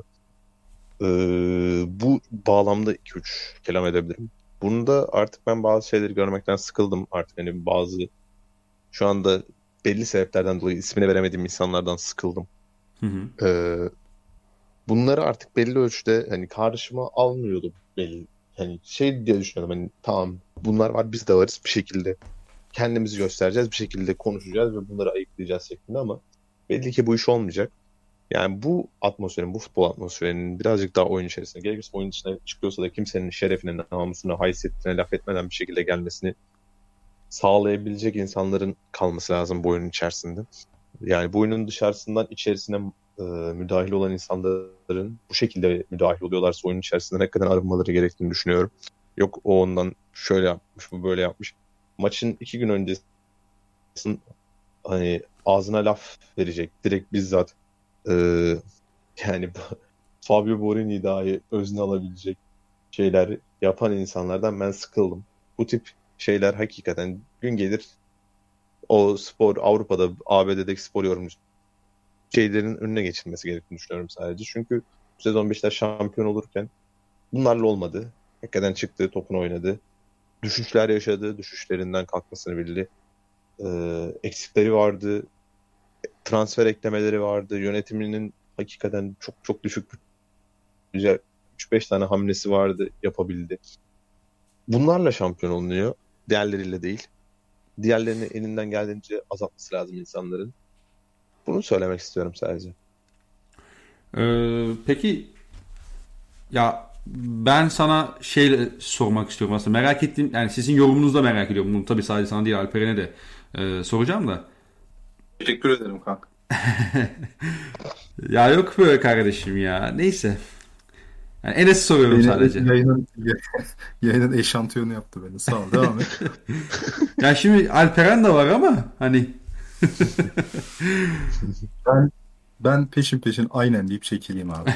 S5: Ee, bu bağlamda iki üç kelam edebilirim. Bunda artık ben bazı şeyleri görmekten sıkıldım. Artık hani bazı şu anda belli sebeplerden dolayı ismini veremediğim insanlardan sıkıldım.
S3: Hı hı.
S5: Ee, bunları artık belli ölçüde hani karşıma almıyordum belli. Hani şey diye düşünüyordum hani tamam bunlar var biz de varız bir şekilde kendimizi göstereceğiz bir şekilde konuşacağız ve bunları ayıklayacağız şeklinde ama belli ki bu iş olmayacak. Yani bu atmosferin, bu futbol atmosferinin birazcık daha oyun içerisinde gerekirse oyun dışına çıkıyorsa da kimsenin şerefine, namusuna, haysiyetine laf etmeden bir şekilde gelmesini sağlayabilecek insanların kalması lazım bu oyunun içerisinde. Yani bu oyunun dışarısından içerisine e, müdahil olan insanların bu şekilde müdahil oluyorlarsa oyunun içerisinde hakikaten arınmaları gerektiğini düşünüyorum. Yok o ondan şöyle yapmış, bu böyle yapmış. Maçın iki gün öncesinde hani ağzına laf verecek, direkt bizzat e, yani Fabio Borini dahi özne alabilecek şeyler yapan insanlardan ben sıkıldım. Bu tip şeyler hakikaten gün gelir o spor Avrupa'da A B D'deki spor yorumcusu şeylerin önüne geçilmesi gerektiğini düşünüyorum sadece. Çünkü bu sezon Beşiktaş şampiyon olurken bunlarla olmadı. Hakikaten çıktı, topunu oynadı. Düşüşler yaşadı, düşüşlerinden kalkmasını bildi. Ee, eksikleri vardı. Transfer eklemeleri vardı. Yönetiminin hakikaten çok çok düşük güzel üç beş tane hamlesi vardı, yapabildi. Bunlarla şampiyon olunuyor. Diğerleriyle değil. Diğerlerini elinden geldiğince azaltması lazım insanların. Bunu söylemek istiyorum sadece.
S3: Ee, peki ya ben sana şey sormak istiyorum aslında. Merak ettiğim yani sizin yorumunuzu da merak ediyorum. Bunu tabii sadece sana değil Alperen'e de e, soracağım da.
S4: Teşekkür ederim kanka.
S3: Ya yok böyle kardeşim ya. Neyse. Yani Enes'i soruyorum
S4: Beni
S3: sadece.
S4: Yayının, yayının eşantiyonu yaptı beni. Sağ ol. Devam et.
S3: Ya şimdi Alperen de var ama hani
S4: ben ben peşin peşin aynen deyip çekileyim abi.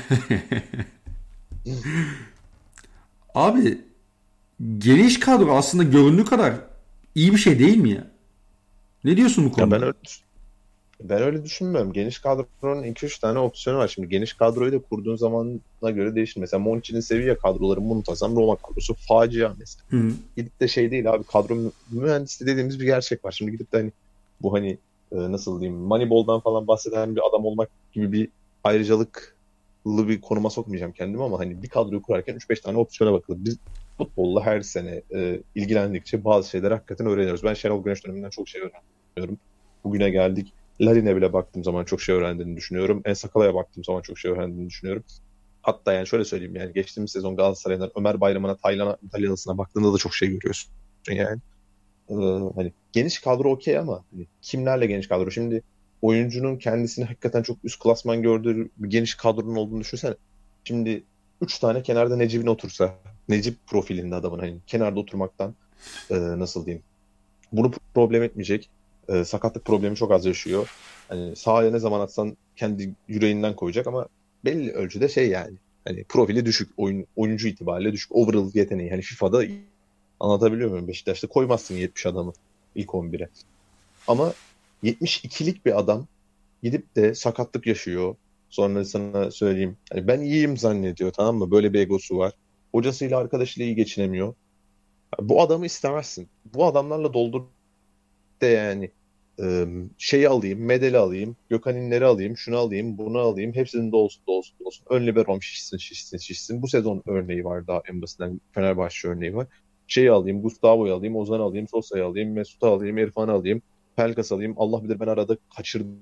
S3: abi geniş kadro aslında göründüğü kadar iyi bir şey değil mi ya? Ne diyorsun bu
S5: Ya
S3: konuda?
S5: ben öyle, ben öyle düşünmüyorum. Geniş kadronun iki üç tane opsiyonu var. Şimdi geniş kadroyu da kurduğun zamana göre değişir. Mesela Monchi'nin Sevilla kadroları muntazam. Roma kadrosu facia mesela.
S3: Hı.
S5: Gidip de şey değil abi kadro mü- mühendisliği dediğimiz bir gerçek var. Şimdi gidip de hani bu hani
S6: e, nasıl diyeyim, Moneyball'dan falan bahseden bir adam olmak gibi bir ayrıcalıklı bir konuma sokmayacağım kendimi ama hani bir kadroyu kurarken üç beş tane opsiyona bakılır. Biz futbolla her sene e, ilgilendikçe bazı şeyleri hakikaten öğreniyoruz. Ben Şenol Güneş döneminden çok şey öğreniyorum. Bugüne geldik. Larin'e bile baktığım zaman çok şey öğrendiğini düşünüyorum. En Sakala'ya baktığım zaman çok şey öğrendiğini düşünüyorum. Hatta yani şöyle söyleyeyim, yani geçtiğimiz sezon Galatasaray'dan Ömer Bayram'ına, Taylan'a, İtalyalısına baktığında da çok şey görüyorsun. Yani Ee, hani geniş kadro okey ama hani kimlerle geniş kadro? Şimdi oyuncunun kendisini hakikaten çok üst klasman gördüğü bir geniş kadronun olduğunu düşünsene. Şimdi üç tane kenarda Necip'in otursa, Necip profilinde adamın hani kenarda oturmaktan e, nasıl diyeyim, bunu problem etmeyecek. E, sakatlık problemi çok az yaşıyor. Hani sahaya ne zaman atsan kendi yüreğinden koyacak ama belli ölçüde şey yani. Hani profili düşük, oyun, oyuncu itibariyle düşük. Overall yeteneği. Hani FIFA'da anlatabiliyor muyum? Beşiktaş'ta koymazsın yetmiş adamı ilk on bire. Ama yetmiş ikilik bir adam gidip de sakatlık yaşıyor. Sonra sana söyleyeyim. Hani ben iyiyim zannediyor, tamam mı? Böyle bir egosu var. Hocasıyla arkadaşıyla iyi geçinemiyor. Bu adamı istemezsin. Bu adamlarla doldur de yani e, şeyi alayım, Medeli alayım, Gökhan İnler'i alayım, şunu alayım, bunu alayım. Hepsinin de olsun, da olsun, da olsun. Ön liberom şişsin, şişsin, şişsin. Bu sezon örneği var, daha en basitinden Fenerbahçe örneği var. Şeyi alayım, Gustavo'yu alayım, Ozan'ı alayım, Sosa'yı alayım, Mesut'u alayım, İrfan'ı alayım, Pelkas alayım. Allah bilir ben arada kaçırdım.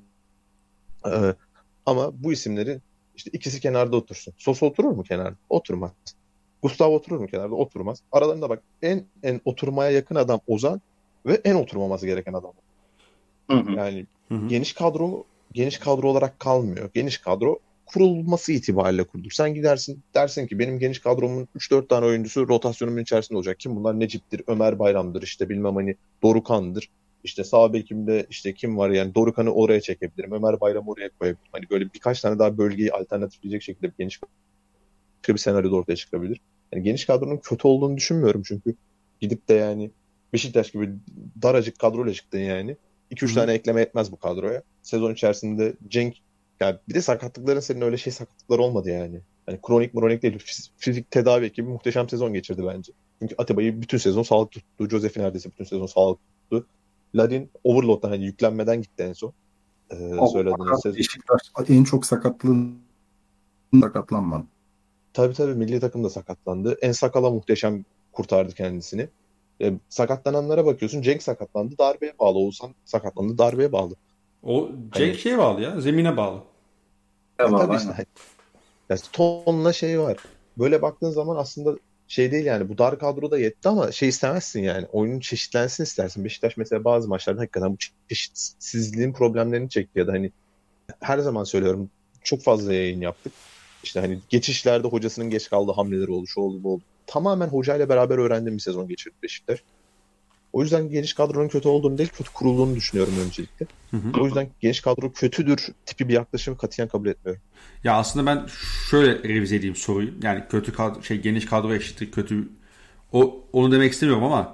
S6: Ee, ama bu isimlerin işte ikisi kenarda otursun. Sosa oturur mu kenarda? Oturmaz. Gustavo oturur mu kenarda? Oturmaz. Aralarında bak en en oturmaya yakın adam Ozan ve en oturmaması gereken adam.
S4: Hı hı.
S6: Yani
S3: Hı hı.
S6: geniş kadro geniş kadro olarak kalmıyor. Geniş kadro kurulması itibariyle kurulur. Sen gidersin dersin ki benim geniş kadromun üç dört tane oyuncusu rotasyonumun içerisinde olacak. Kim bunlar? Necip'tir, Ömer Bayram'dır, işte bilmem hani Dorukhan'dır. İşte sağ bekimde işte kim var yani, Dorukhan'ı oraya çekebilirim. Ömer Bayram'ı oraya koyabilirim. Hani böyle birkaç tane daha bölgeyi alternatifleyecek şekilde bir geniş bir senaryo da ortaya çıkabilir. Yani geniş kadronun kötü olduğunu düşünmüyorum çünkü gidip de yani Beşiktaş gibi daracık kadroyla çıktın yani. iki üç tane ekleme etmez bu kadroya. Sezon içerisinde Cenk, yani bir de sakatlıkların senin öyle şey sakatlıklar olmadı yani. Hani kronik kronik değil. Fizik, fizik tedavi ekibi muhteşem sezon geçirdi bence. Çünkü Atiba'yı bütün sezon sağlık tuttu. Josef'i neredeyse bütün sezon sağlık tuttu. Larin overload'dan hani yüklenmeden gitti en son. Ee, söylediğiniz sezon.
S4: Beşiktaş en çok sakatlığın sakatlanmadı.
S6: Tabii tabii milli takım da sakatlandı. En Sakala muhteşem kurtardı kendisini. E, sakatlananlara bakıyorsun. Cenk sakatlandı, darbeye bağlı. Oğuzhan sakatlandı, darbeye bağlı.
S3: O Cenk
S6: Hani-
S3: şeye bağlı ya. Zemine bağlı.
S6: Ya
S4: Eyvallah,
S6: tabii işte. Ya tonla şey var. Böyle baktığın zaman aslında şey değil yani, bu dar kadroda yetti ama şey istemezsin yani. Oyunun çeşitlensin istersin. Beşiktaş mesela bazı maçlarda hakikaten bu çeşitsizliğin problemlerini çekti ya da hani her zaman söylüyorum, çok fazla yayın yaptık. İşte hani geçişlerde hocasının geç kaldığı hamleleri oldu, şu oldu, bu oldu. Tamamen hocayla beraber öğrendiğim bir sezon geçirdi Beşiktaş. O yüzden geniş kadronun kötü olduğunu değil, kötü kurulduğunu düşünüyorum öncelikle.
S3: Hı hı.
S6: O yüzden geniş kadro kötüdür tipi bir yaklaşımı katiyen kabul etmiyorum.
S3: Ya aslında ben şöyle revize edeyim soruyu. Yani kötü kadro, şey geniş kadro eşittir kötü. O onu demek istemiyorum ama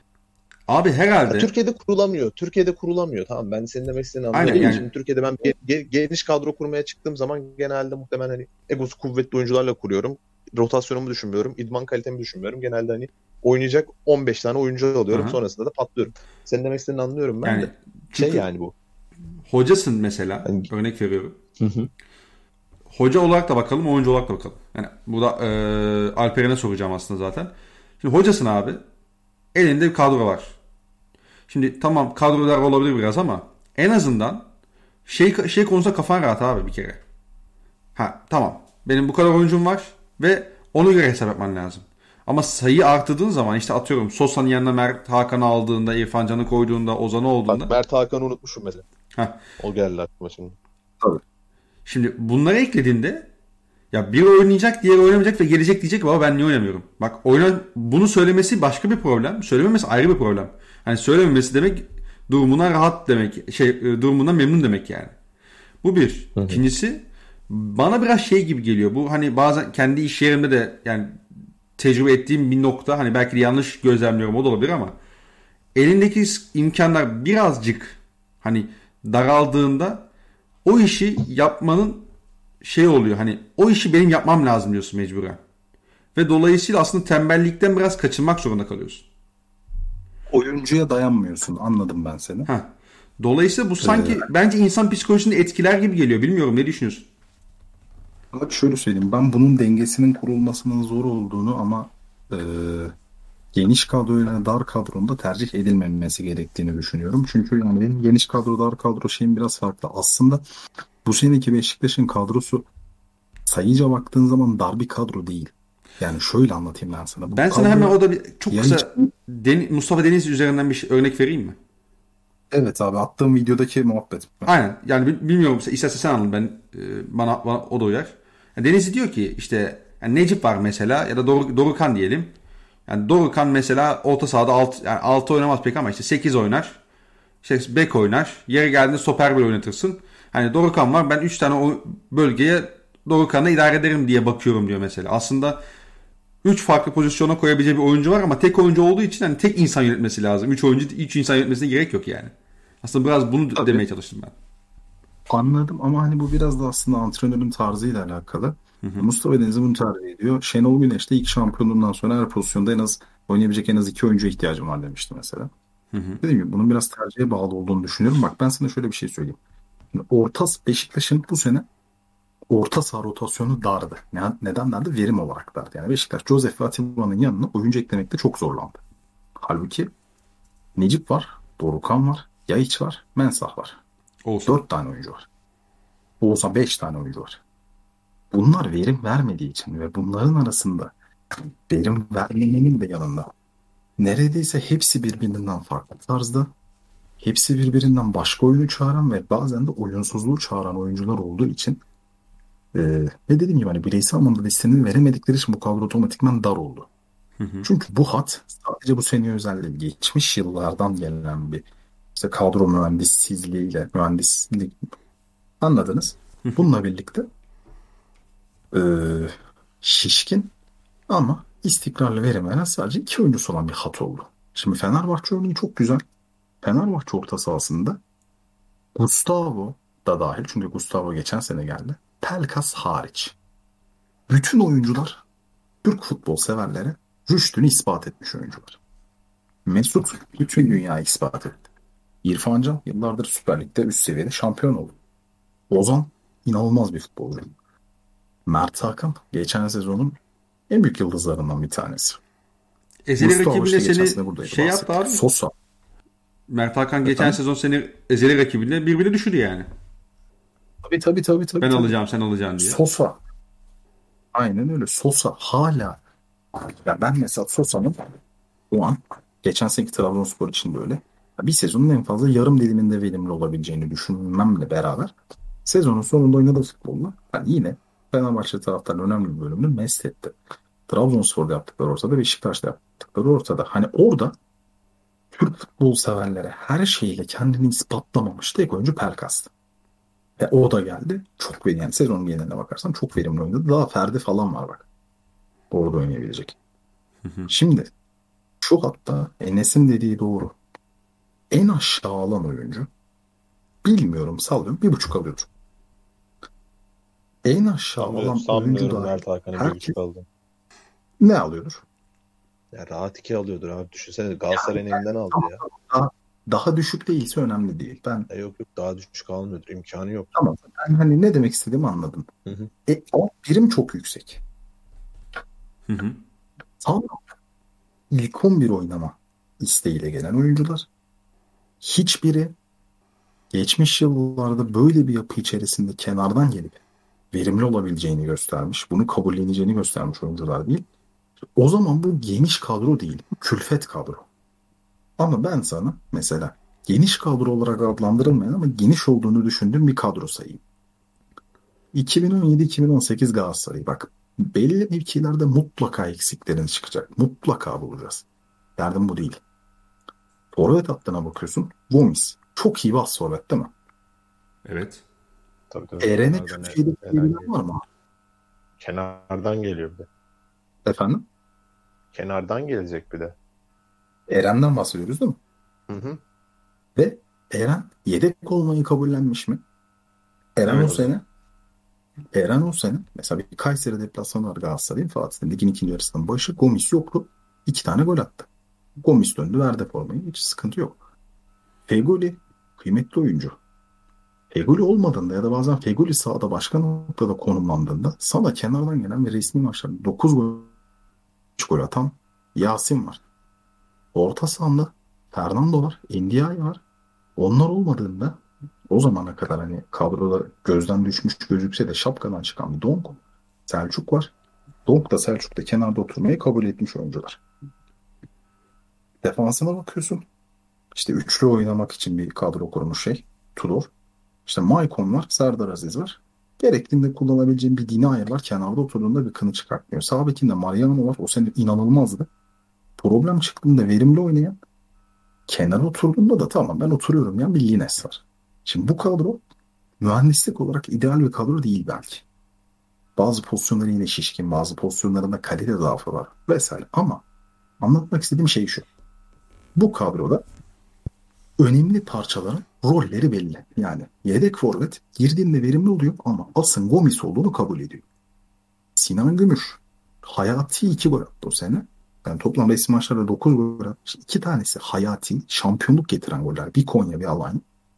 S3: abi herhalde
S6: Ya Türkiye'de kurulamıyor. Türkiye'de kurulamıyor. Tamam, ben senin demek istediğini anlıyorum.
S3: Aynen, yani-
S6: Şimdi Türkiye'de ben ge- ge- geniş kadro kurmaya çıktığım zaman genelde muhtemelen hani egosu kuvvetli oyuncularla kuruyorum. Rotasyonumu düşünmüyorum. İdman kalitemi düşünmüyorum. Genelde hani oynayacak on beş tane oyuncu alıyorum.
S3: Hı hı.
S6: Sonrasında da patlıyorum. Senin demek istediğini anlıyorum ben
S3: yani
S6: de. Şey
S3: çünkü
S6: yani bu.
S3: hocasın mesela,
S6: Yani-
S3: örnek veriyorum.
S6: Hı hı.
S3: Hoca olarak da bakalım, oyuncu olarak da bakalım. Yani bu da e, Alperen'e soracağım aslında zaten. Şimdi hocasın abi. Elinde bir kadro var. Şimdi tamam kadrolar olabilir biraz ama en azından şey şey konusunda kafan rahat abi bir kere. Ha tamam. Benim bu kadar oyuncum var ve ona göre hesap yapman lazım. Ama sayıyı arttırdığın zaman işte atıyorum Sosa'nın yanına Mert Hakan'ı aldığında, İrfan Can'ı koyduğunda, Ozan'ı olduğunda.
S6: Bak Mert Hakan'ı unutmuşum mesela.
S3: Heh.
S6: O geldi aklıma şimdi.
S3: Şimdi bunları eklediğinde ya biri oynayacak, diğeri oynamayacak ve gelecek diyecek ki baba ben niye oynamıyorum? Bak oyna, bunu söylemesi başka bir problem. Söylememesi ayrı bir problem. Hani söylememesi demek durumuna rahat demek. Şey durumuna memnun demek yani. Bu bir.
S6: Hı hı.
S3: İkincisi bana biraz şey gibi geliyor. Bu hani bazen kendi iş yerimde de yani tecrübe ettiğim bir nokta. Hani belki de yanlış gözlemliyorum, o da olabilir ama elindeki imkanlar birazcık hani daraldığında o işi yapmanın şey oluyor, hani o işi benim yapmam lazım diyorsun mecburen. Ve dolayısıyla aslında tembellikten biraz kaçınmak zorunda kalıyorsun.
S4: Oyuncuya dayanmıyorsun. Anladım ben seni.
S3: Heh. Dolayısıyla bu sanki bence insan psikolojisini etkiler gibi geliyor. Bilmiyorum, ne düşünüyorsun?
S4: Bak şöyle söyleyeyim. Ben bunun dengesinin kurulmasının zor olduğunu ama e, geniş kadroyla dar kadronun tercih edilmemesi gerektiğini düşünüyorum. Çünkü yani benim geniş kadro dar kadro şeyim biraz farklı. Aslında bu seneki Beşiktaş'ın kadrosu sayıca baktığın zaman dar bir kadro değil. Yani şöyle anlatayım ben sana. Bu
S3: Ben sana
S4: kadro-
S3: hemen orada bir çok
S4: Ya
S3: kısa
S4: hiç-
S3: Den- Mustafa Deniz üzerinden bir şey- örnek vereyim mi?
S4: Evet abi, attığım videodaki muhabbet.
S3: Aynen. Yani bil- bilmiyorum, istersen sen anlat, ben e, bana, bana o da uyar. Yani Denizli diyor ki işte, yani Necip var mesela ya da Dor- Dorukhan diyelim. Yani Dorukhan mesela orta sahada alt yani altı oynamaz pek ama işte sekiz oynar. İşte bek oynar. Yeri geldiğinde stoper bile oynatırsın. Hani Dorukhan var, ben üç tane o bölgeye Dorukhan'la idare ederim diye bakıyorum diyor mesela. Aslında üç farklı pozisyona koyabileceği bir oyuncu var ama tek oyuncu olduğu için hani tek insan yönetmesi lazım. üç oyuncu üç insan yönetmesine gerek yok yani. Aslında biraz bunu
S4: Tabii.
S3: demeye çalıştım ben.
S4: Anladım ama hani bu biraz da aslında antrenörün tarzıyla alakalı. Mustafa Denizli bunu tercih ediyor. Şenol Güneş de ilk şampiyonluğundan sonra her pozisyonda en az oynayabilecek en az iki oyuncuya ihtiyacım var demişti mesela. Dediğim gibi bunun biraz tercihe bağlı olduğunu düşünüyorum. Bak ben sana şöyle bir şey söyleyeyim. Şimdi orta Beşiktaş'ın bu sene orta saha rotasyonu dardı. Ne- Neden dardı? Verim olarak dardı. Yani Beşiktaş Josef ve Atiba'nın yanına oyuncu eklemekte çok zorlandı. Halbuki Necip var, Dorukhan var, Yaiç var, Mensah var.
S3: Olsun.
S4: Dört tane oyuncu var. Olsa beş tane oyuncu var. Bunlar verim vermediği için ve bunların arasında verim vermemenin de yanında neredeyse hepsi birbirinden farklı tarzda, hepsi birbirinden başka oyunu çağıran ve bazen de oyunsuzluğu çağıran oyuncular olduğu için e, ve dediğim gibi hani bireysel anlamda desteğini veremedikleri için bu kadro otomatikman dar oldu. Çünkü bu hat sadece bu sene özel değil, geçmiş yıllardan gelen bir işte kadro mühendissizliğiyle mühendislik, anladınız. Bununla birlikte e, şişkin ama istikrarlı verim veren sadece iki oyuncusu olan bir hat oldu. Şimdi Fenerbahçe örneği çok güzel. Fenerbahçe orta sahasında Gustavo da dahil, çünkü Gustavo geçen sene geldi. Pelkas hariç. Bütün oyuncular Türk futbol severlere rüştünü ispat etmiş oyuncular. Mesut bütün dünyayı ispat etti. İrfan Can yıllardır Süper Lig'de üst seviyede şampiyon oldu. Ozan inanılmaz bir futbolcu. Mert Hakan geçen sezonun en büyük yıldızlarından bir tanesi.
S3: Ezeli
S4: Mustafa
S3: rakibinde
S4: işte geçen sene
S3: seni
S4: buradaydı,
S3: şey
S4: bahsettik.
S3: yaptı abi.
S4: Sosa.
S3: Mert Hakan geçen
S4: Efendim?
S3: sezon seni ezeli rakibinde birbirine düşürdü yani.
S4: Tabii tabii tabii. tabii
S3: Ben
S4: tabii.
S3: alacağım, sen alacaksın diye.
S4: Sosa. Aynen öyle. Sosa hala. Ya ben mesela Sosa'nın o an geçen seneki Trabzonspor için de öyle. Bir sezonun en fazla yarım diliminde verimli olabileceğini düşünmemle beraber sezonun sonunda oynadığı futbolla yani yine Fenerbahçe taraftarının önemli bir bölümünü mest etti. Trabzonspor'da yaptıkları ortada, Beşiktaş'ta yaptıkları ortada. Hani orada Türk futbol severlere her şeyle kendini ispatlamamış tek oyuncu Pelkas'tı. Ve o da geldi. Çok verimli. Yani sezonun geneline bakarsan çok verimli oynadı. Daha Ferdi falan var bak. Orada oynayabilecek. Şimdi şu hatta Enes'in dediği doğru. En aşağı alan oyuncu bilmiyorum sallıyorum bir buçuk alıyordur. En aşağı alan
S6: Sanmıyorum,
S4: oyuncu
S6: sanmıyorum
S4: da
S6: Mert Hakan'ın bir
S4: herkes
S6: buçuk aldı.
S4: ne alıyordur?
S6: Ya rahat iki alıyordur abi. Düşünsene Galatasaray'ın elinden aldı ya.
S4: Daha, daha düşük değilse önemli değil. Ben
S6: Ya yok yok daha düşük almıyordur. İmkanı yok.
S4: tamam. Ben hani ne demek istediğimi anladım.
S6: Hı hı.
S4: E, ama birim çok yüksek.
S3: Hı hı.
S4: Tam ilk on bir oynama isteğiyle gelen oyuncular. Hiçbiri geçmiş yıllarda böyle bir yapı içerisinde kenardan gelip verimli olabileceğini göstermiş, bunu kabulleneceğini göstermiş oyuncular değil. O zaman bu geniş kadro değil, bu külfet kadro. Ama ben sana mesela geniş kadro olarak adlandırılmayan ama geniş olduğunu düşündüğüm bir kadro sayayım. iki bin on yedi iki bin on sekiz Galatasaray. Bak belli mevkilerde mutlaka eksiklerin çıkacak. Mutlaka bulacağız. Derdim bu değil. Forvet hattına bakıyorsun. Gomis. Çok iyi bir as forvet değil mi?
S3: Evet.
S6: Tabii tabii.
S4: Eren'e
S6: Kenardan-
S4: Türkiye'de
S6: Kenardan
S4: bilen var mı?
S6: Kenardan geliyor bir de.
S4: Efendim?
S6: Kenardan gelecek bir de.
S4: Eren'den bahsediyoruz değil mi?
S6: Hı hı.
S4: Ve Eren yedek olmayı kabullenmiş mi? Eren
S6: Evet.
S4: o sene Eren o sene mesela bir Kayseri deplasmanı var Galatasaray'ın, Fatih'in ligin ikinci yarısının başı Gomis yoktu. İki tane gol attı. Gomis döndü verdi formayı. Hiç sıkıntı yok. Fegoli kıymetli oyuncu. Fegoli olmadığında ya da bazen Fegoli sahada başka noktada konumlandığında sana kenardan gelen ve resmi maçlarda dokuz gol, üç gol atan Yasin var. Orta sahanda Fernando var, Ndiaye var. Onlar olmadığında o zamana kadar hani kadroda gözden düşmüş gözükse de şapkadan çıkan bir Donk, Selçuk var. Donk da Selçuk da kenarda oturmayı kabul etmiş oyuncular. Defansına bakıyorsun. İşte üçlü oynamak için bir kadro kurmuş şey. Tudor. İşte Maicon var, Serdar Aziz var. Gerektiğinde kullanabileceğin bir Dinaye var. Kenarda oturduğunda bir kını çıkartmıyor. Sağ bekinde Mariano var. O sene inanılmazdı. Problem çıktığında verimli oynayan, kenara oturduğunda da tamam ben oturuyorum ya bir Lines var. Şimdi bu kadro mühendislik olarak ideal bir kadro değil belki. Bazı pozisyonları yine şişkin, bazı pozisyonlarında kalite zaafı var vesaire. Ama anlatmak istediğim şey şu. Bu kadroda önemli parçaların rolleri belli. Yani yedek forvet girdiğinde verimli oluyor ama asıl Gomis olduğunu kabul ediyor. Sinan Gümüş hayati iki gol attı o sene. Yani toplam resmi maçlarda dokuz gol atmış. İki tanesi hayati şampiyonluk getiren goller. Bir Konya bir Alanya.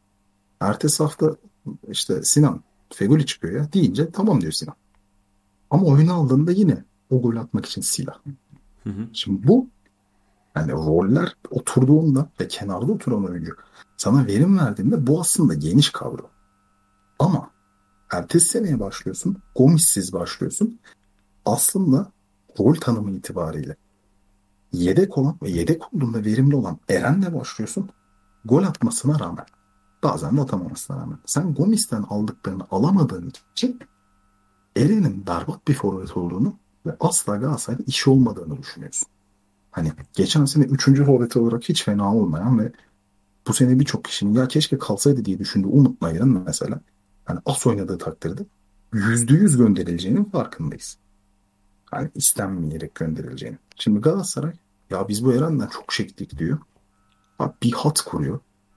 S4: Ertesi hafta işte Sinan Fegoli çıkıyor ya deyince tamam diyor Sinan. Ama oyunu aldığında yine o gol atmak için silah.
S3: Hı hı.
S4: Şimdi bu yani roller oturduğunda ve kenarda oturan oyuncu sana verim verdiğinde bu aslında geniş kadro. Ama ertesi seneye başlıyorsun. Gomis'siz başlıyorsun. Aslında rol tanımı itibariyle yedek olan ve yedek olduğunda verimli olan Eren'le başlıyorsun. Gol atmasına rağmen bazen de atamamasına rağmen sen Gomis'ten aldıklarını alamadığın için Eren'in berbat bir forvet olduğunu ve asla Galatasaray'da işi olmadığını düşünüyorsun. Hani geçen sene üçüncü forvet olarak hiç fena olmayan ve bu sene birçok kişinin ya keşke kalsaydı diye düşündüğü Umut Nayır'ın mesela hani az oynadığı takdirde yüzde yüz gönderileceğinin farkındayız. Hani istenmeyerek gönderileceğini. Şimdi Galatasaray ya biz bu Eren'den çok çektik diyor. Bak bir hat kuruyor.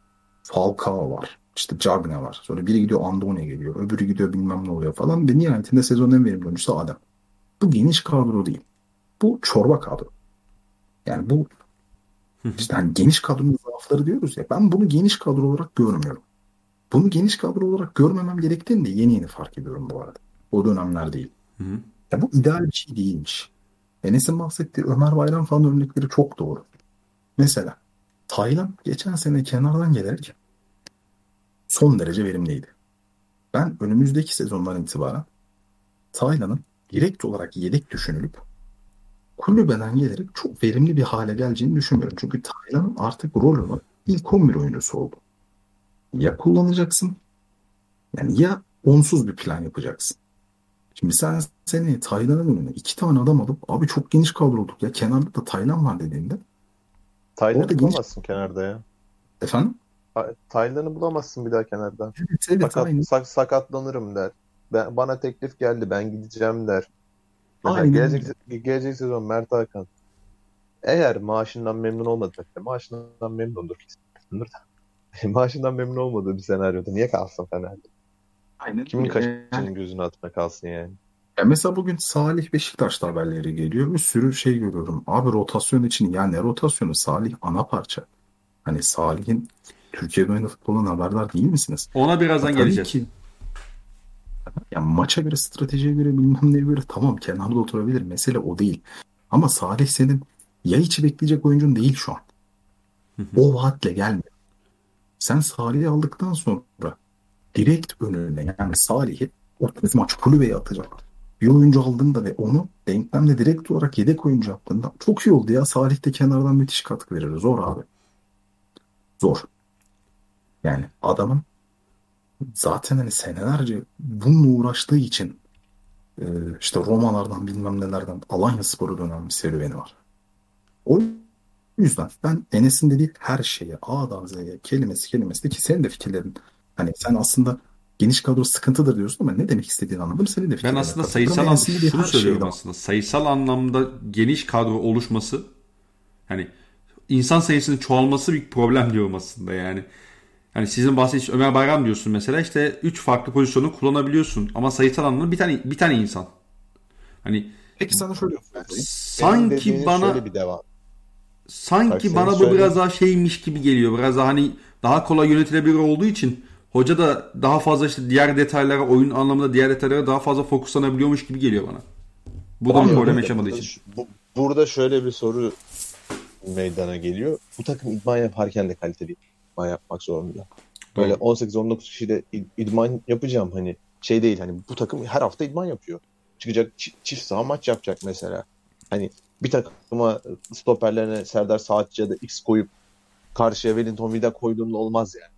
S4: Falcao var. İşte Cagne var. Sonra biri gidiyor Andone geliyor. Öbürü gidiyor bilmem ne oluyor falan. Ve nihayetinde sezonun en verimli oyuncusu Adem. Bu geniş kadro değil. Bu çorba kadro. Yani bu işte hani geniş kadronun zaafları diyoruz ya. Ben bunu geniş kadro olarak görmüyorum. Bunu geniş kadro olarak görmemem gerektiğini de yeni yeni fark ediyorum bu arada. O dönemler değil.
S3: Hı hı.
S4: Ya bu ideal bir şey değilmiş. Enes'in bahsettiği Ömer Bayram falan örnekleri çok doğru. Mesela Taylan geçen sene kenardan gelerek son derece verimliydi. Ben önümüzdeki sezondan itibaren Taylan'ın direkt olarak yedek düşünülüp kulübeden gelerek çok verimli bir hale geleceğini düşünmüyorum. Çünkü Taylan'ın artık rol olarak ilk on bir oyuncusu oldu. Ya kullanacaksın yani ya onsuz bir plan yapacaksın. Şimdi sen seneye Taylan'ın önüne iki tane adam alıp abi çok geniş kadro olduk ya kenarda da Taylan var dediğinde
S6: Taylan'ı
S4: orada
S6: bulamazsın kenarda ya.
S4: efendim?
S6: Ta- Taylan'ı bulamazsın bir daha kenarda.
S4: Evet evet
S6: Sakat,
S4: aynı.
S6: sak- sakatlanırım der. Ben, bana teklif geldi ben gideceğim der. Mesela
S4: Aynen
S6: gelecek, gelecek sezon Mert Hakan. Eğer maaşından memnun olmadı takdirde maaşından memnundur. Memnundur da. Maaşından memnun olmadığı bir senaryoda niye kalsın Fener'de?
S4: Aynen.
S6: Kimin
S4: öyle.
S6: kaşının
S4: Yani,
S6: gözünün altına kalsın yani?
S4: ya mesela bugün Salih Beşiktaş'ta haberleri geliyor. Bir sürü şey görüyorum. Abi rotasyon için ya ne rotasyonu? Salih ana parça. Hani Salih'in Türkiye'de oynadığı futbolun haberdar değil misiniz?
S3: Ona birazdan
S4: Ya tabii
S3: geleceğiz.
S4: ki. Ya maça göre, stratejiye göre, bilmem neye göre tamam kenarda oturabilir. Mesele o değil. Ama Salih senin ya içi bekleyecek oyuncun değil şu an. O vaatle gelmiyor. Sen Salih'i aldıktan sonra direkt önüne yani Salih'i otuz maç kulübeye atacak bir oyuncu aldığında ve onu denklemle direkt olarak yedek oyuncu yaptığında çok iyi oldu ya. Salih de kenardan müthiş katkı verir. Zor abi. Zor. Yani adamın zaten hani senelerce bununla uğraştığı için e, işte Romalardan bilmem nelerden Alanyaspor'a dönen bir serüveni var. O yüzden ben Enes'in dediği her şeye A'dan Z'ye kelimesi kelimesi ki senin de fikirlerin hani sen aslında geniş kadro sıkıntıdır diyorsun ama ne demek istediğini anladım. Senin de
S3: Ben
S4: fikirlerine
S3: aslında
S4: katılıyorum.
S3: sayısal
S4: Enes'in
S3: an-
S4: dediği
S3: şunu
S4: her şeye
S3: söylüyorum
S4: de-
S3: aslında. Sayısal anlamda geniş kadro oluşması hani insan sayısının çoğalması bir problem diyorum aslında yani. Hani sizin bahsettiğiniz Ömer Bayram diyorsun mesela işte üç farklı pozisyonu kullanabiliyorsun ama sayısal anlamda bir tane bir tane insan. Hani
S4: Peki sana şöyle söyleyeyim.
S6: Benim
S3: sanki
S6: dediğinin
S3: bana
S6: şöyle bir devam.
S3: sanki
S6: Bak, senin
S3: bana bu
S6: söylediğin-
S3: biraz daha şeymiş gibi geliyor. Biraz daha hani daha kolay yönetilebilir olduğu için hoca da daha fazla işte diğer detaylara, oyun anlamında diğer detaylara daha fazla fokuslanabiliyormuş gibi geliyor bana. Bu da bir
S6: Ama
S3: problem
S6: burada-
S3: yaşamadığı
S6: burada-
S3: için.
S6: bu- burada şöyle bir soru meydana geliyor. Bu takım idman yaparken de kaliteli idman yapmak zorunda. Böyle
S3: Doğru.
S6: on sekiz on dokuz kişiyle id- idman yapacağım hani şey değil hani bu takım her hafta idman yapıyor. Çıkacak çi- çift saha maç yapacak mesela. Hani bir takıma stoperlerine Serdar Saatçi ya da X koyup karşıya Wellington Vida koyduğunda olmaz yani.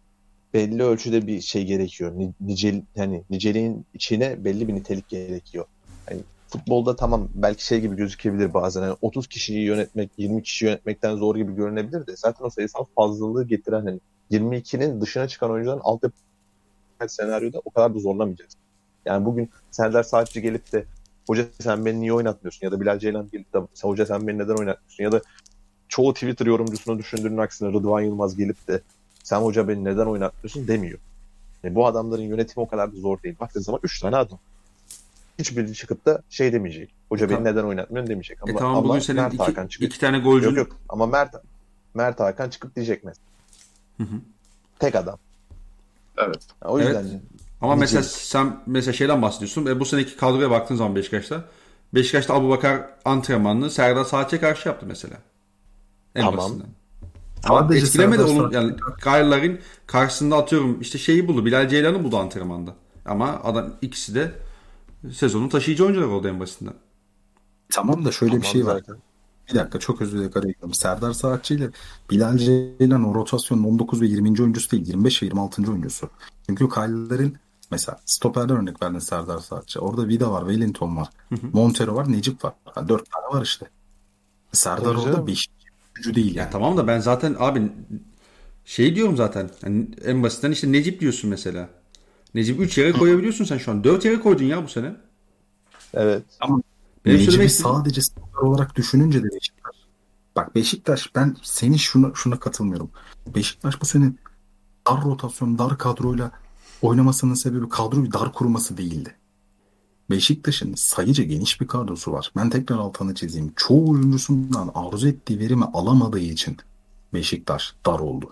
S6: Belli ölçüde bir şey gerekiyor. Ni- Nicel, hani niceliğin içine belli bir nitelik gerekiyor. Hani futbolda tamam belki şey gibi gözükebilir bazen. Yani otuz kişiyi yönetmek, yirmi kişi yönetmekten zor gibi görünebilir de zaten o sayısal fazlalığı getiren hani yirmi ikinin dışına çıkan oyuncuların altyapı senaryoda o kadar da zorlamayacağız. Yani bugün Serdar Saatçi gelip de hoca sen beni niye oynatmıyorsun ya da Bilal Ceylan gelip de hoca sen beni neden oynatmıyorsun ya da çoğu Twitter yorumcusuna düşündüğünün aksine Rıdvan Yılmaz gelip de sen hoca beni neden oynatmıyorsun demiyor. Yani bu adamların yönetimi o kadar da zor değil. Baktığın zaman üç tane adam. Hiçbiri çıkıp da şey demeyecek. Hoca
S3: E,
S6: beni
S3: tamam.
S6: neden oynatmıyorsun demeyecek. Ama,
S3: E tamam
S6: ama
S3: bugün senin
S6: Mert
S3: iki,
S6: Hakan çıkıp
S3: iki tane golcün.
S6: Yok yok ama Mert Mert Hakan çıkıp diyecek mesela.
S3: Hı hı.
S6: Tek adam.
S4: Evet.
S6: Yani o yüzden
S3: Evet. Ama mesela
S6: nicelik.
S3: sen mesela şeyden bahsediyorsun. E, bu seneki kadroya baktığın zaman Beşiktaş'ta Beşiktaş'ta Abubakar antrenmanını Serdar Saatçi'ye karşı yaptı mesela. En
S6: Tamam.
S3: basitinden. Ama
S4: Sadece
S3: etkilemedi
S4: Serdar
S3: onun yani Gayrıların karşısında atıyorum işte şeyi buldu. Bilal Ceylan'ı buldu antrenmanda. Ama adam ikisi de sezonun taşıyıcı oyuncuları oldu en basitinden.
S4: Tamam da şöyle bir
S6: Tamam
S4: şey var.
S6: zaten.
S4: Bir dakika çok özür dilerim. araya giriyorum. Serdar Saatçi ile Bilal Ceylan o rotasyonun on dokuz ve yirminci oyuncusu değil. yirmi beş ve yirmi altıncı oyuncusu. Çünkü Kaylıların mesela stoperden örnek verdin Serdar Saatçi. Orada Vida var, Wellington var. Montero var, Necip var. Yani dört tane var işte. Serdar
S6: Tabii
S4: orada
S6: canım.
S4: beşinci oyuncu değil
S3: Ya
S4: yani.
S3: tamam da ben zaten abi şey diyorum zaten. Yani en basitinden işte Necip diyorsun mesela. Necip üç yere koyabiliyorsun sen şu an. dört yere koydun ya bu sene.
S6: Evet.
S4: Ama
S3: Benim
S4: Necip'i
S3: söylemek istediğim-
S4: sadece stoper olarak düşününce de Beşiktaş. Bak Beşiktaş ben senin şuna, şuna katılmıyorum. Beşiktaş bu sene dar rotasyon, dar kadroyla oynamasının sebebi kadroyu dar kurması değildi. Beşiktaş'ın sayıca geniş bir kadrosu var. Ben tekrar altını çizeyim. Çoğu oyuncusundan arzu ettiği verimi alamadığı için Beşiktaş dar oldu.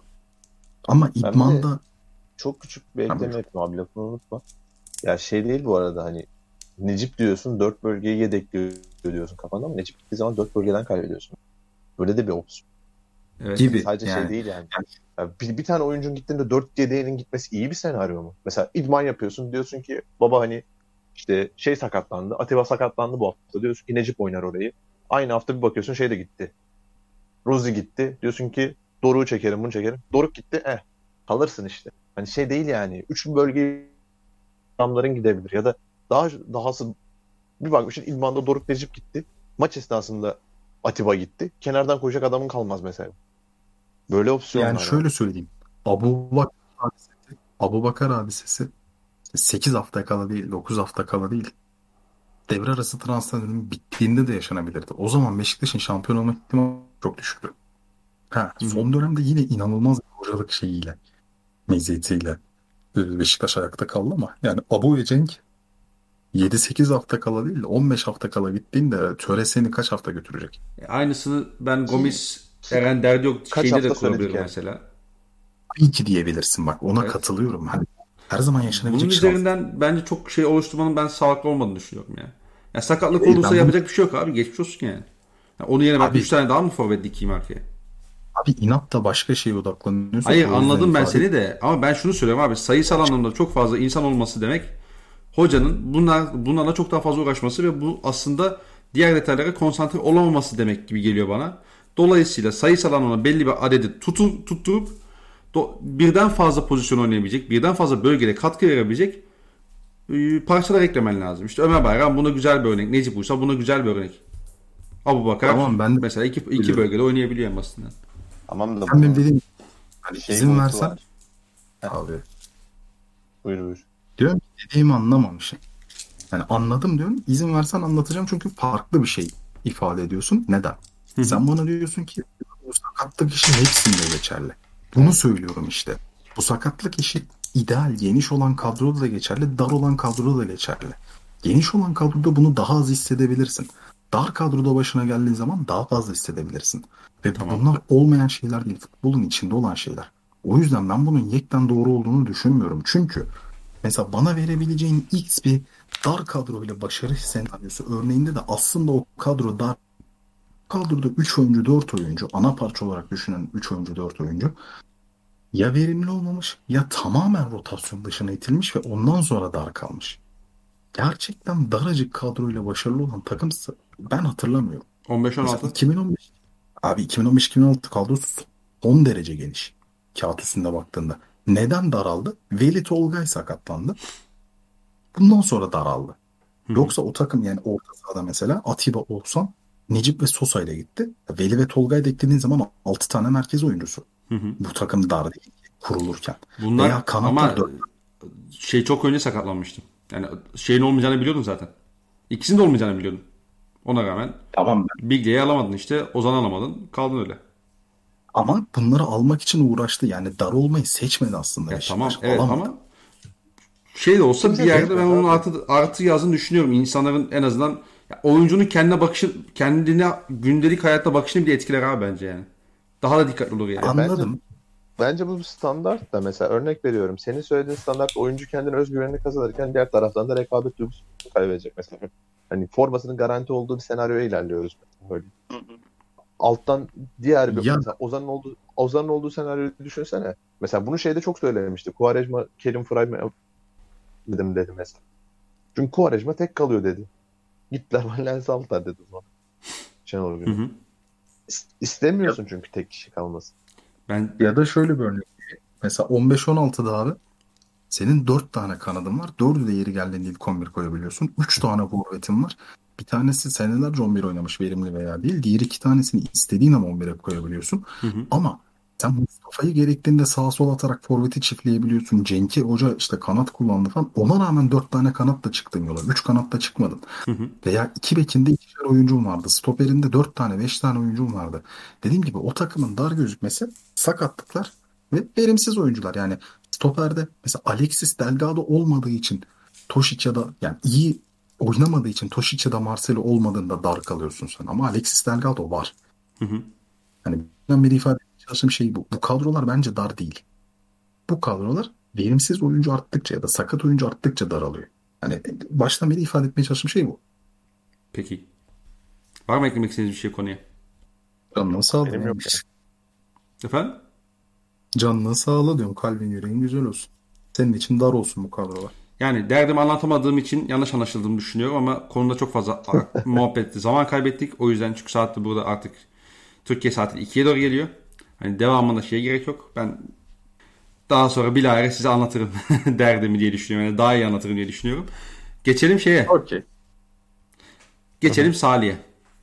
S4: Ama
S6: Ben
S4: idmanda
S6: Çok küçük bir
S4: Tamam.
S6: ekleme ettim abi lafını unutma. Ya şey değil bu arada hani Necip diyorsun dört bölgeyi yedekliyor diyorsun kafanda ama Necip gittiği zaman dört bölgeden kaybediyorsun. Böyle de bir opsiyon.
S3: Evet.
S4: gibi
S6: Sadece
S4: yani.
S6: şey değil yani. Ya bir, bir tane oyuncunun gittiğinde dört yedeğinin gitmesi iyi bir senaryo mu? Mesela idman yapıyorsun diyorsun ki baba hani işte şey sakatlandı. Atiba sakatlandı bu hafta. Diyorsun ki Necip oynar orayı. Aynı hafta bir bakıyorsun şey de gitti. Rozi gitti. Diyorsun ki Doruk'u çekerim bunu çekerim. Doruk gitti. Eh kalırsın işte. Hani şey değil yani. Üç bölge adamların gidebilir. Ya da daha dahası bir bakmışsın idmanda Doruk Necip gitti. Maç esnasında Atiba gitti. Kenardan koyacak adamın kalmaz mesela. Böyle opsiyonlar
S4: Yani
S6: var.
S4: şöyle söyleyeyim. Abubakar hadisesi, Abubakar hadisesi sekiz hafta kala değil, dokuz hafta kala değil. Devre arası transfer dönemi bittiğinde de yaşanabilirdi. O zaman Beşiktaş'ın şampiyon olma ihtimali çok düşüktü. Ha, son dönemde yine inanılmaz bir hocalık şeyiyle, meziyetiyle e, Beşiktaş ayakta kaldı ama yani Abu ve Cenk yedi sekiz hafta kala değil de on beş hafta kala gittiğinde töre seni kaç hafta götürecek?
S3: E, Aynısını ben Gomis, Eren derdi yok
S6: Kaç
S3: şeyinde de
S6: hafta söyledik
S3: kurabilirim
S6: yani.
S3: mesela.
S4: İyi ki diyebilirsin bak ona
S3: Evet.
S4: katılıyorum. Hani her zaman yaşanabilecek
S3: Bunun
S4: şans.
S3: üzerinden bence çok şey oluşturmanın ben sağlıklı olmadığını düşünüyorum ya. Ya sakatlık
S4: Değil,
S3: olursa
S4: ben bu-
S3: yapacak bir şey yok abi. Geçmiş olsun yani. Ya onun yerine ben
S4: Abi-
S3: üç tane daha mı forvet dikeyim arkaya?
S4: Abi inatla başka şeye odaklanıyorsun.
S3: Hayır
S4: O yüzden
S3: anladım ben
S4: ifade-
S3: seni de. Ama ben şunu söylüyorum abi. Sayısal anlamda çok fazla insan olması demek hocanın bunlar, bunlarla çok daha fazla uğraşması ve bu aslında diğer detaylara konsantre olamaması demek gibi geliyor bana. Dolayısıyla sayısal anlamda belli bir adedi tutu, tutturup do, birden fazla pozisyon oynayabilecek, birden fazla bölgede katkı verebilecek e, parçalar eklemen lazım. İşte Ömer Bayram buna güzel bir örnek. Necip Uysal buna güzel bir örnek. Abubakar
S4: Tamam, ben de
S3: mesela iki, iki
S4: biliyorum.
S3: bölgede oynayabiliyor en basitinden.
S6: Tamam da
S4: Sen benim
S6: bunun
S4: dediğim hani
S6: şey
S4: izin
S6: boyutu
S4: versen
S6: var.
S4: abi
S6: Buyur buyur.
S4: diyorum ki dediğimi anlamamışsın. Yani anladım diyorum. İzin versen anlatacağım çünkü farklı bir şey ifade ediyorsun. Neden? Sen bana diyorsun ki bu sakatlık işi hepsinde geçerli. Bunu söylüyorum işte. Bu sakatlık işi ideal, geniş olan kadroda da geçerli, dar olan kadroda da geçerli. Geniş olan kadroda bunu daha az hissedebilirsin. Dar kadroda başına geldiği zaman daha fazla hissedebilirsin. Ve
S3: Tamam.
S4: bunlar olmayan şeyler değil. Futbolun içinde olan şeyler. O yüzden ben bunun yekten doğru olduğunu düşünmüyorum. Çünkü mesela bana verebileceğin X bir dar kadroyla başarı senaryosu örneğinde de aslında o kadro dar kadroda üç oyuncu dört oyuncu ana parça olarak düşünen üç oyuncu dört oyuncu ya verimli olmamış ya tamamen rotasyon dışına itilmiş ve ondan sonra dar kalmış. Gerçekten daracık kadroyla başarılı olan takım ben hatırlamıyorum.
S3: on beş on
S4: Mesela
S3: altı.
S4: iki bin on beş abi iki bin on beş iki bin on altı kadrosu son derece geniş. Kağıt üstünde baktığında. Neden daraldı? Veli Tolgay sakatlandı. Bundan sonra daraldı. Yoksa o takım yani orta sahada mesela Atiba olsan Necip ve Sosa ile gitti. Veli ve Tolgay da eklediğin zaman altı tane merkez oyuncusu.
S3: Hı hı.
S4: Bu takım dar değil kurulurken.
S3: Bunlar
S4: Veya kanatlar
S3: ama
S4: dört.
S3: şey çok önce sakatlanmıştı. Yani şeyin olmayacağını biliyordun zaten. İkisinin de olmayacağını biliyordun. Ona rağmen
S4: Tamam
S3: Biglia'yı alamadın işte. Ozan alamadın. Kaldın öyle.
S4: ama bunları almak için uğraştı. Yani dar olmayı seçmedi aslında.
S3: Ya
S4: Beşiktaş.
S3: tamam evet
S4: Alamadı.
S3: ama şey de olsa
S5: Kimse
S3: bir yerde
S5: seçmedi
S3: ben onun
S5: abi.
S3: artı, artı yazdığını düşünüyorum. İnsanların en azından ya oyuncunun kendine bakışı, kendine gündelik hayatta bakışını bile etkiler abi bence yani. Daha da dikkatli olur yani.
S4: Anladım.
S5: Bence bu bir standart da mesela örnek veriyorum. Senin söylediğin standart oyuncu kendine özgüvenini kazanırken diğer taraftan da rekabet duygusunu kaybedecek mesela. Hani formasının garanti olduğu bir senaryoya ilerliyoruz. Böyle. Alttan diğer bir
S4: Ya-
S5: mesela Ozan'ın olduğu Ozan'ın olduğu senaryoyu düşünsene. Mesela bunu şeyde çok söylemişti. Quaresma, Kerim Frey dedim dedi mesela. Çünkü Quaresma tek kalıyor dedi. Gittiler Valencia aldılar dedi o zaman. Şenol
S3: Hı
S5: Güneş.
S3: hı.
S5: İs- İstemiyorsun çünkü tek kişi kalmasın.
S3: Ben
S4: Ya da şöyle bir örnek. Mesela on beş on altıda abi senin dört tane kanadın var. dördü de yeri geldiğinde ilk on bir koyabiliyorsun. üç tane forvetin var. Bir tanesi senelerce on bir oynamış verimli veya değil. Diğer iki tanesini istediğin ama on bire koyabiliyorsun.
S3: hı hı.
S4: Ama sen Mustafa'yı gerektiğinde sağa sola atarak forveti çiftleyebiliyorsun. Cenk'i hoca işte kanat kullandı falan. Ona rağmen dört tane kanat da çıktın yola. üç kanat da çıkmadın.
S3: Hı hı.
S4: Veya iki bekinde ikişer oyuncum vardı. Stoperinde dört tane beş tane oyuncum vardı. Dediğim gibi o takımın dar gözükmesi sakatlıklar ve verimsiz oyuncular. Yani stoperde mesela Alexis Delgado olmadığı için Tošić ya da yani iyi oynamadığı için Tošić ya da Marcelo olmadığında dar kalıyorsun sen. Ama Alexis Delgado var.
S3: Hı hı.
S4: Hani ben beri ifade etmeye çalıştığım şey bu. Bu kadrolar bence dar değil. Bu kadrolar verimsiz oyuncu arttıkça ya da sakat oyuncu arttıkça daralıyor. Hani baştan beri ifade etmeye çalıştığım şey bu.
S3: Peki. Var mı eklemek istediğiniz bir şey konuya?
S4: Canını sağla.
S5: Benim
S4: yani.
S5: yok
S3: Efendim?
S4: Canını sağla diyorum. Kalbin yüreğin güzel olsun. Senin için dar olsun bu kadrolar.
S3: Yani derdimi anlatamadığım için yanlış anlaşıldığımı düşünüyorum ama konuda çok fazla muhabbet etti. Zaman kaybettik. O yüzden çünkü saatte burada artık Türkiye saati ikiye doğru geliyor. Hani devamında şeye gerek yok. Ben daha sonra bilahare size anlatırım derdimi diye düşünüyorum. Yani daha iyi anlatırım diye düşünüyorum. Geçelim şeye.
S4: Okey.
S3: Geçelim Salih'e.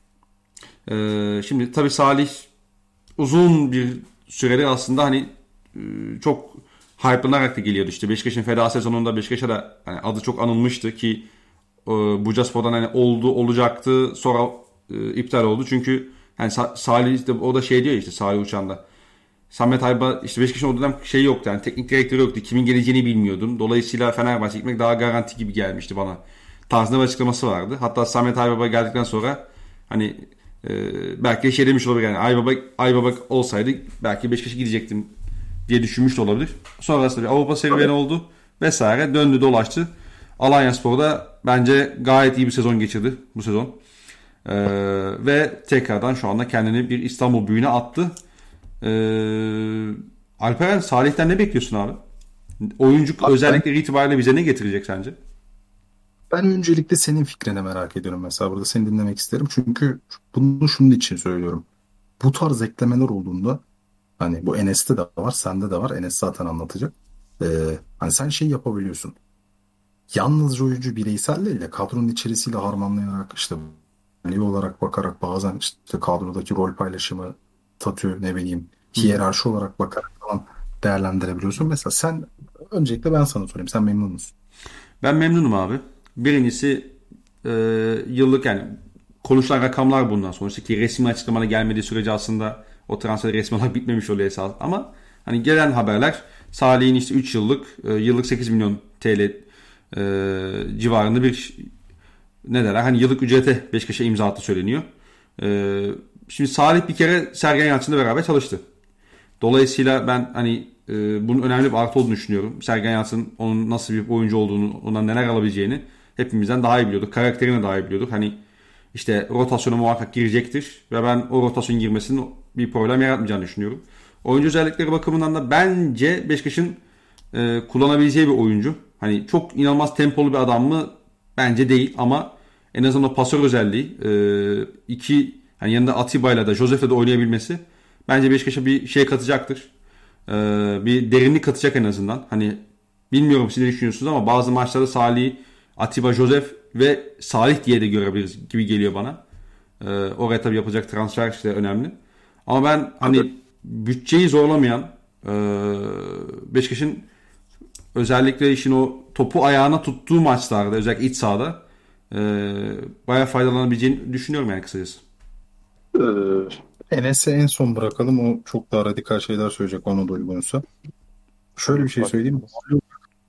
S3: Ee, şimdi tabii Salih uzun bir süredir aslında hani e, çok hype'lanarak da geliyordu. İşte Beşiktaş'ın feda sezonunda Beşiktaş'a da hani adı çok anılmıştı ki e, Bucaspor'dan hani oldu olacaktı sonra e, iptal oldu. Çünkü yani Sa- Salih işte o da şey diyor işte Salih Uçan'da. Samet Ayba işte Beşiktaş'ın o dönem şey yoktu yani teknik direktörü yoktu. Kimin geleceğini bilmiyordum. Dolayısıyla Fenerbahçe gitmek daha garanti gibi gelmişti bana. Tarzında bir açıklaması vardı. Hatta Samet Aybaba geldikten sonra hani e, belki şey demiş olabilir yani Aybaba, Aybaba olsaydı belki Beşiktaş'a gidecektim diye düşünmüş de olabilir. Sonrasında bir Avrupa serüveni oldu vesaire döndü dolaştı. Alanyaspor'da bence gayet iyi bir sezon geçirdi bu sezon. E, ve tekrardan şu anda kendini bir İstanbul büyüğüne attı. Ee, Alperen Salih'ten ne bekliyorsun abi? Oyuncu
S4: Abi
S3: özellikleri itibariyle bize ne getirecek sence?
S4: Ben öncelikle senin fikrini merak ediyorum mesela burada seni dinlemek isterim. Çünkü bunu şunun için söylüyorum. Bu tarz eklemeler olduğunda hani bu Enes'te de var, sende de var. Enes zaten anlatacak. Ee, hani sen şey yapabiliyorsun. Yalnızca oyuncu bireyselleriyle kadronun içerisiyle harmanlayarak işte iyi olarak bakarak bazen işte kadrodaki rol paylaşımı, statü ne bileyim hiyerarşi olarak bakarak falan değerlendirebiliyorsun. Mesela sen öncelikle ben sana sorayım. Sen memnun musun?
S3: Ben memnunum abi. Birincisi e, yıllık yani konuşulan rakamlar bundan sonra. İşte ki resmi açıklamana gelmediği sürece aslında o transfer resmi olarak bitmemiş oluyor esas. Ama hani gelen haberler Salih'in işte üç yıllık e, yıllık sekiz milyon T L e, civarında bir ne derler hani yıllık ücrete Beşiktaş'a imza attı söyleniyor. Ee, şimdi Salih bir kere Sergen Yalçın'la beraber çalıştı. Dolayısıyla ben hani e, bunun önemli bir artı olduğunu düşünüyorum. Sergen Yalçın onun nasıl bir oyuncu olduğunu, ondan neler alabileceğini hepimizden daha iyi biliyorduk. Karakterini daha iyi biliyorduk. Hani işte rotasyona muhakkak girecektir ve ben o rotasyon girmesinin bir problem yaratmayacağını düşünüyorum. Oyuncu özellikleri bakımından da bence Beşiktaş'ın e, kullanabileceği bir oyuncu. Hani çok inanılmaz tempolu bir adam mı? Bence değil ama en azından o pasör özelliği e, iki hani yanında Atiba'yla da Josef'le de oynayabilmesi bence Beşiktaş'a bir şey katacaktır. E, bir derinlik katacak en azından. Hani bilmiyorum siz ne düşünüyorsunuz ama bazı maçlarda Salih, Atiba, Josef ve Salih diye de görebiliriz gibi geliyor bana. E, oraya tabii yapacak transfer işte önemli. Ama ben hani bütçeyi zorlamayan e, Beşiktaş'ın özellikle işin o topu ayağına tuttuğu maçlarda özellikle iç sahada e, bayağı faydalanabileceğini düşünüyorum yani kısacası.
S4: Ee, Enes'e en son bırakalım. O çok daha radikal şeyler söyleyecek ona da uygunsa. Şöyle bir şey söyleyeyim. Mali,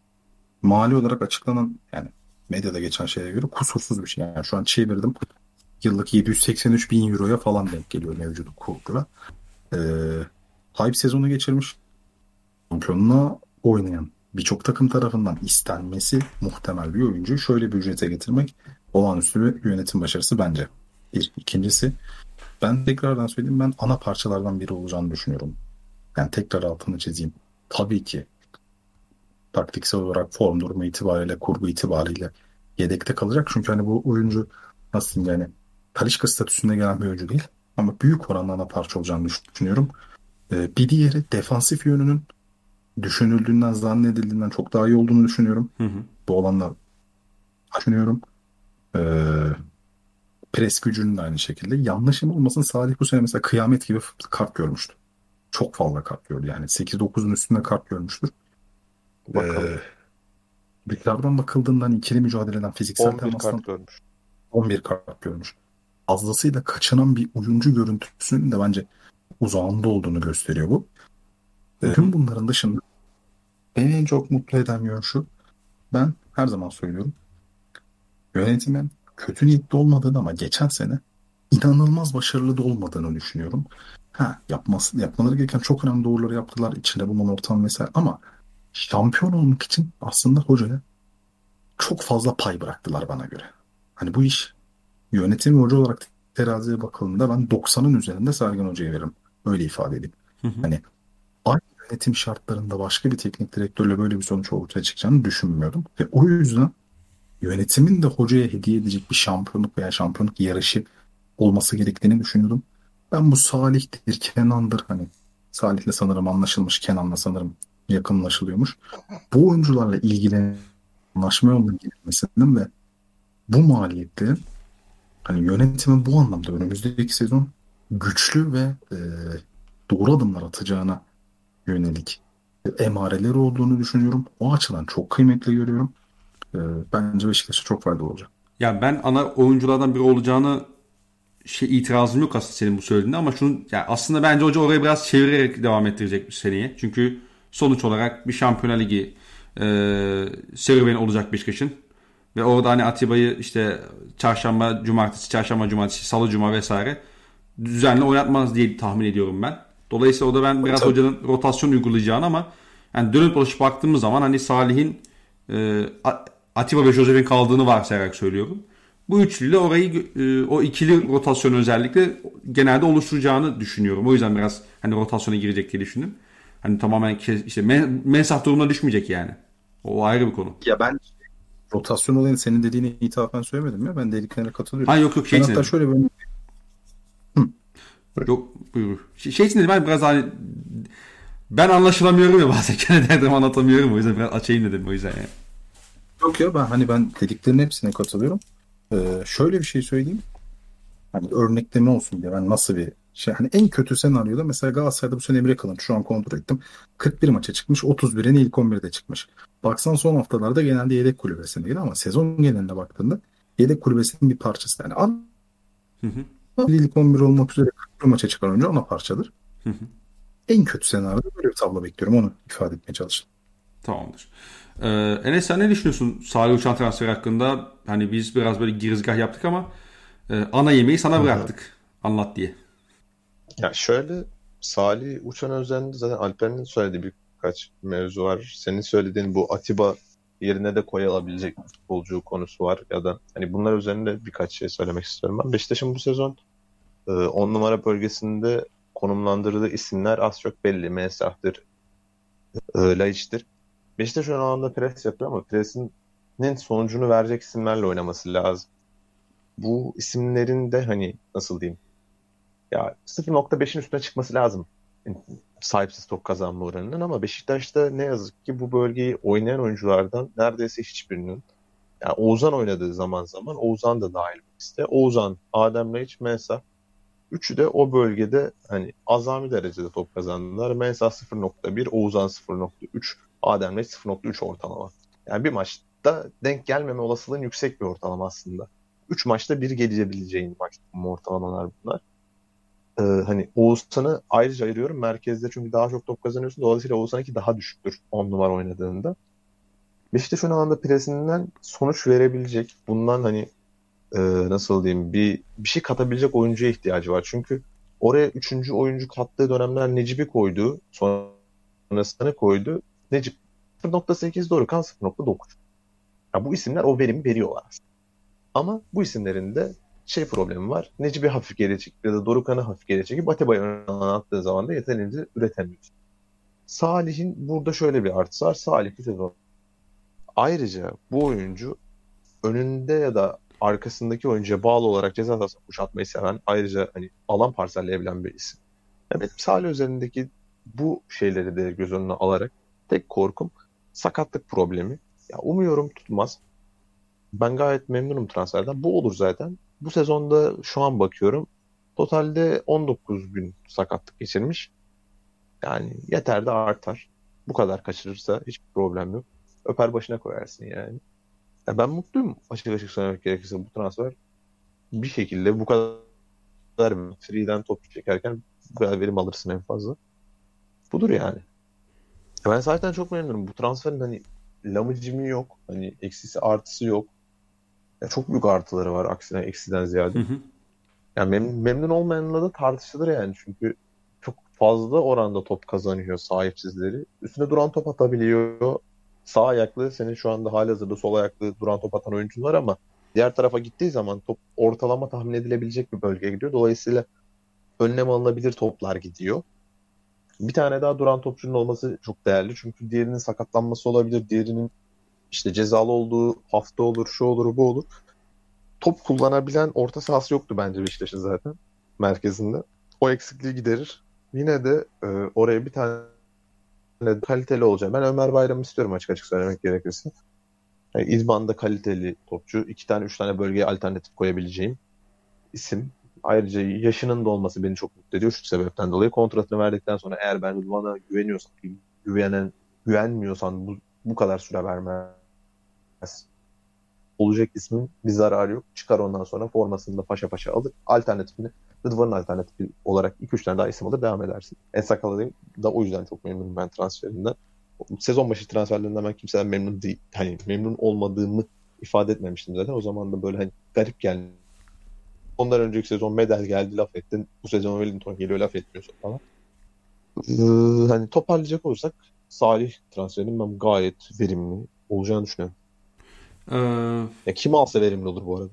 S4: mali olarak açıklanan yani medyada geçen şeye göre kusursuz bir şey. Yani şu an çevirdim. Yıllık yedi yüz seksen üç bin euroya falan denk geliyor mevcut kurla. Ee, hype sezonu geçirmiş. Şampiyonluğa oynayan birçok takım tarafından istenmesi muhtemel bir oyuncuyu şöyle bir ücrete getirmek olağanüstü bir yönetim başarısı bence. Bir. İkincisi ben tekrardan söyleyeyim ben ana parçalardan biri olacağını düşünüyorum. Yani tekrar altını çizeyim. Tabii ki taktiksel olarak form durumu itibariyle, kurgu itibariyle yedekte kalacak. Çünkü hani bu oyuncu nasıl diyeyim yani Talisca statüsünde gelen bir oyuncu değil. Ama büyük oranda ana parça olacağını düşünüyorum. Ee, bir diğeri defansif yönünün düşünüldüğünden, zannedildiğinden çok daha iyi olduğunu düşünüyorum.
S3: Hı hı.
S4: Bu olanla düşünüyorum. Ee, pres gücünün de aynı şekilde. Yanlışım olmasın Salih bu sene mesela kıyamet gibi kart görmüştü. Çok fazla kart gördü yani. sekiz dokuzun üstünde kart görmüştür.
S5: Bakalım.
S4: Ee, dışarıdan bakıldığından hani ikili mücadeleden fiziksel
S5: on bir
S4: temastan
S5: kart görmüş.
S4: on bir kart görmüş. Fazlasıyla kaçınan bir oyuncu görüntüsünün de bence uzağında olduğunu gösteriyor bu. Ee, tüm bunların dışında beni en çok mutlu eden yön şu. Ben her zaman söylüyorum. Yönetimin kötü niyetli olmadığını ama geçen sene inanılmaz başarılı da olmadığını düşünüyorum. Ha, yapması, yapmaları gereken çok önemli doğruları yaptılar. İçinde bulunan ortam vesaire ama şampiyon olmak için aslında hocaya çok fazla pay bıraktılar bana göre. Hani bu iş yönetim ve hoca olarak teraziye bakıldığında ben doksanın üzerinde Sergen Hoca'ya veririm. Öyle ifade edeyim.
S3: Hı hı.
S4: Hani aynı yönetim şartlarında başka bir teknik direktörle böyle bir sonuç ortaya çıkacağını düşünmüyordum. Ve o yüzden yönetimin de hocaya hediye edecek bir şampiyonluk veya şampiyonluk yarışı olması gerektiğini düşünüyordum. Ben bu Salih'tir, Kenan'dır hani Salih'le sanırım anlaşılmış, Kenan'la sanırım yakınlaşılıyormuş. Bu oyuncularla ilgili anlaşma yoluna girilmesinin ve bu maliyetlerin hani yönetimin bu anlamda önümüzdeki sezon güçlü ve e, doğru adımlar atacağına yönelik emareleri olduğunu düşünüyorum. O açıdan çok kıymetli görüyorum. E, bence Beşiktaş'a çok faydalı olacak.
S3: Ya ben ana oyunculardan biri olacağını şey itirazım yok aslında senin bu söylediğinde ama şunu ya aslında bence hoca orayı biraz çevirerek devam ettirecek bir seneye. Çünkü sonuç olarak bir Şampiyonlar Ligi e, serüveni olacak Beşiktaş'ın. Ve orada hani Atiba'yı işte çarşamba, cumartesi, çarşamba, cumartesi, salı, cuma vesaire düzenli oynatmaz diye tahmin ediyorum ben. Dolayısıyla orada ben biraz
S4: Tabii.
S3: hocanın rotasyon uygulayacağını ama yani dönüp dolaşıp baktığımız zaman hani Salih'in e, Atiba ve Josef'in kaldığını varsayarak söylüyorum. Bu üçlüyle orayı e, o ikili rotasyon özellikle genelde oluşturacağını düşünüyorum. O yüzden biraz hani rotasyona girecek diye düşündüm. Hani tamamen işte men, mensah durumuna düşmeyecek yani. O ayrı bir konu.
S4: Ya ben rotasyon olayını senin dediğine ithafen söylemedim ya. Ben dediklerine katılıyorum.
S3: Ha yok yok şey
S4: Ben
S3: için
S4: hatta
S3: dedim.
S4: şöyle bir
S3: Yok buyur. Şey, şey için dedim ben biraz hani ben anlaşılamıyorum ya bazen kendi derdimi anlatamıyorum o yüzden biraz açayım dedim o yüzden yani.
S4: yok ya ben hani ben dediklerinin hepsine katılıyorum. Ee, şöyle bir şey söyleyeyim. Hani örnekleme olsun diye ben nasıl bir şey hani en kötü senaryoda mesela Galatasaray'da bu sene Emre Kılınç şu an kontrol ettim. kırk bir maça çıkmış, otuz birine ilk on birde çıkmış. Baksan son haftalarda genelde yedek kulübesindeydi ama sezon geneline baktığında yedek kulübesinin bir parçası. Yani an
S3: Hı hı.
S4: ilk on bir olmak üzere kırk bir maça çıkan oyuncu ona parçadır.
S3: Hı hı.
S4: En kötü senaryoda böyle bir tablo bekliyorum. Onu ifade etmeye çalıştım.
S3: Tamamdır. Ee, Enes sen ne düşünüyorsun Salih Uçan transferi hakkında? Hani biz biraz böyle girizgah yaptık ama e, ana yemeği sana bıraktık. Anlat diye.
S6: Ya şöyle, Salih Uçan özelinde zaten Alper'in söylediği birkaç mevzu var. Senin söylediğin bu Atiba yerine de koyulabilecek bir futbolcu konusu var ya da hani bunlar üzerinde birkaç şey söylemek istiyorum ben. Beşiktaş'ın bu sezon on numara bölgesinde konumlandırdığı isimler az çok belli. Mensah'tır, e, Laiç'tir. Beşiktaş şu anda pres yapıyor ama presinin sonucunu verecek isimlerle oynaması lazım. Bu isimlerin de hani nasıl diyeyim, ya sıfır nokta beşin üstüne çıkması lazım sahipsiz top kazanma oranının, ama Beşiktaş'ta ne yazık ki bu bölgeyi oynayan oyunculardan neredeyse hiçbirinin, yani Oğuzhan oynadığı zaman zaman Oğuzhan da dahil bu liste. Oğuzhan, Adem Laiç, Mensah, üçü de o bölgede hani azami derecede top kazandılar. Mensah sıfır nokta bir, Oğuzhan sıfır nokta üç, Adem Laiç sıfır nokta üç ortalama. Yani bir maçta denk gelmeme olasılığın yüksek bir ortalama aslında. üç maçta bir gelebileceğin maç ortalamalar bunlar. Ee, hani Oğuzhan'ı ayrıca ayırıyorum merkezde, çünkü daha çok top kazanıyorsun. Dolayısıyla Oğuzhan'ınki daha düşüktür on numara oynadığında. Beşiktaş şu anda presinden sonuç verebilecek, bundan hani e, nasıl diyeyim, bir bir şey katabilecek oyuncuya ihtiyacı var. Çünkü oraya üçüncü oyuncu kattığı dönemler Necip'i koydu. Sonrasını koydu. Necip sıfır nokta sekiz, Dorukhan sıfır nokta dokuz. Ya bu isimler o verimi veriyorlar. Ama bu isimlerin de şey problemi var. Necip'i hafif geri çekip ya da Dorukhan'ı hafif geri çekip Atiba'yı ön alana attığı zaman da yeterince üretemiyor. Salih'in burada şöyle bir artısı var. Salih bir sezon. Ayrıca bu oyuncu önünde ya da arkasındaki oyuncuya bağlı olarak ceza sahasına kuşatmayı seven, ayrıca hani alan parselleyebilen bir isim. Evet, Salih üzerindeki bu şeyleri de göz önüne alarak tek korkum sakatlık problemi. Ya umuyorum tutmaz. Ben gayet memnunum transferden. Bu olur zaten. Bu sezonda şu an bakıyorum, totalde on dokuz gün sakatlık geçirmiş. Yani yeter de artar. Bu kadar kaçırırsa hiçbir problem yok. Öper başına koyarsın yani. Ya ben mutluyum, açık açık söylemek gerekirse. Bu transfer bir şekilde bu kadar free'den top çekerken bu kadar verim alırsın en fazla. Budur yani. Ben zaten çok memnunum. Bu transferin hani lamıcımı yok. Hani eksisi artısı yok. Ya çok büyük artıları var aksine eksiden ziyade.
S3: Hı hı.
S6: Yani mem- memnun olmayanla da tartışılır yani. Çünkü çok fazla oranda top kazanıyor sahipsizleri. Üstüne duran top atabiliyor. Sağ ayaklı, senin şu anda halihazırda sol ayaklı duran top atan oyuncular, ama diğer tarafa gittiği zaman top ortalama tahmin edilebilecek bir bölgeye gidiyor. Dolayısıyla önlem alınabilir toplar gidiyor. Bir tane daha duran topçunun olması çok değerli. Çünkü diğerinin sakatlanması olabilir. Diğerinin işte cezalı olduğu hafta olur, şu olur, bu olur. Top kullanabilen orta sahası yoktu bence Beşiktaş'ın zaten merkezinde. O eksikliği giderir. Yine de e, oraya bir tane kaliteli olacak. Ben Ömer Bayram'ı istiyorum, açık açık söylemek gerekirse. Yani İzban'da kaliteli topçu. iki tane, üç tane bölgeye alternatif koyabileceğim isim. Ayrıca yaşının da olması beni çok mutlu ediyor şu sebepten dolayı. Kontratını verdikten sonra eğer ben Rıdvan'a güveniyorsan, güvenen, güvenmiyorsan bu, bu kadar süre vermez. Olacak ismin bir zararı yok. Çıkar ondan sonra formasını da paşa paşa alır. Alternatifini, Rıdvan'ın alternatifi olarak iki üç tane daha isim alır, devam edersin. En Sakalı'dayım da o yüzden çok memnunum ben transferinden. Sezon başı transferlerinden ben kimseden memnun değil. Hani memnun olmadığımı ifade etmemiştim zaten. O zaman da böyle hani garip geldi. Ondan önceki sezon Medel geldi laf ettin. Bu sezon Wellington geliyor laf etmiyorsun falan. Ee, hani toparlayacak olursak Salih transferinin ben gayet verimli olacağını düşünüyorum.
S3: Ee,
S6: Ya kim alsa verimli olur bu arada.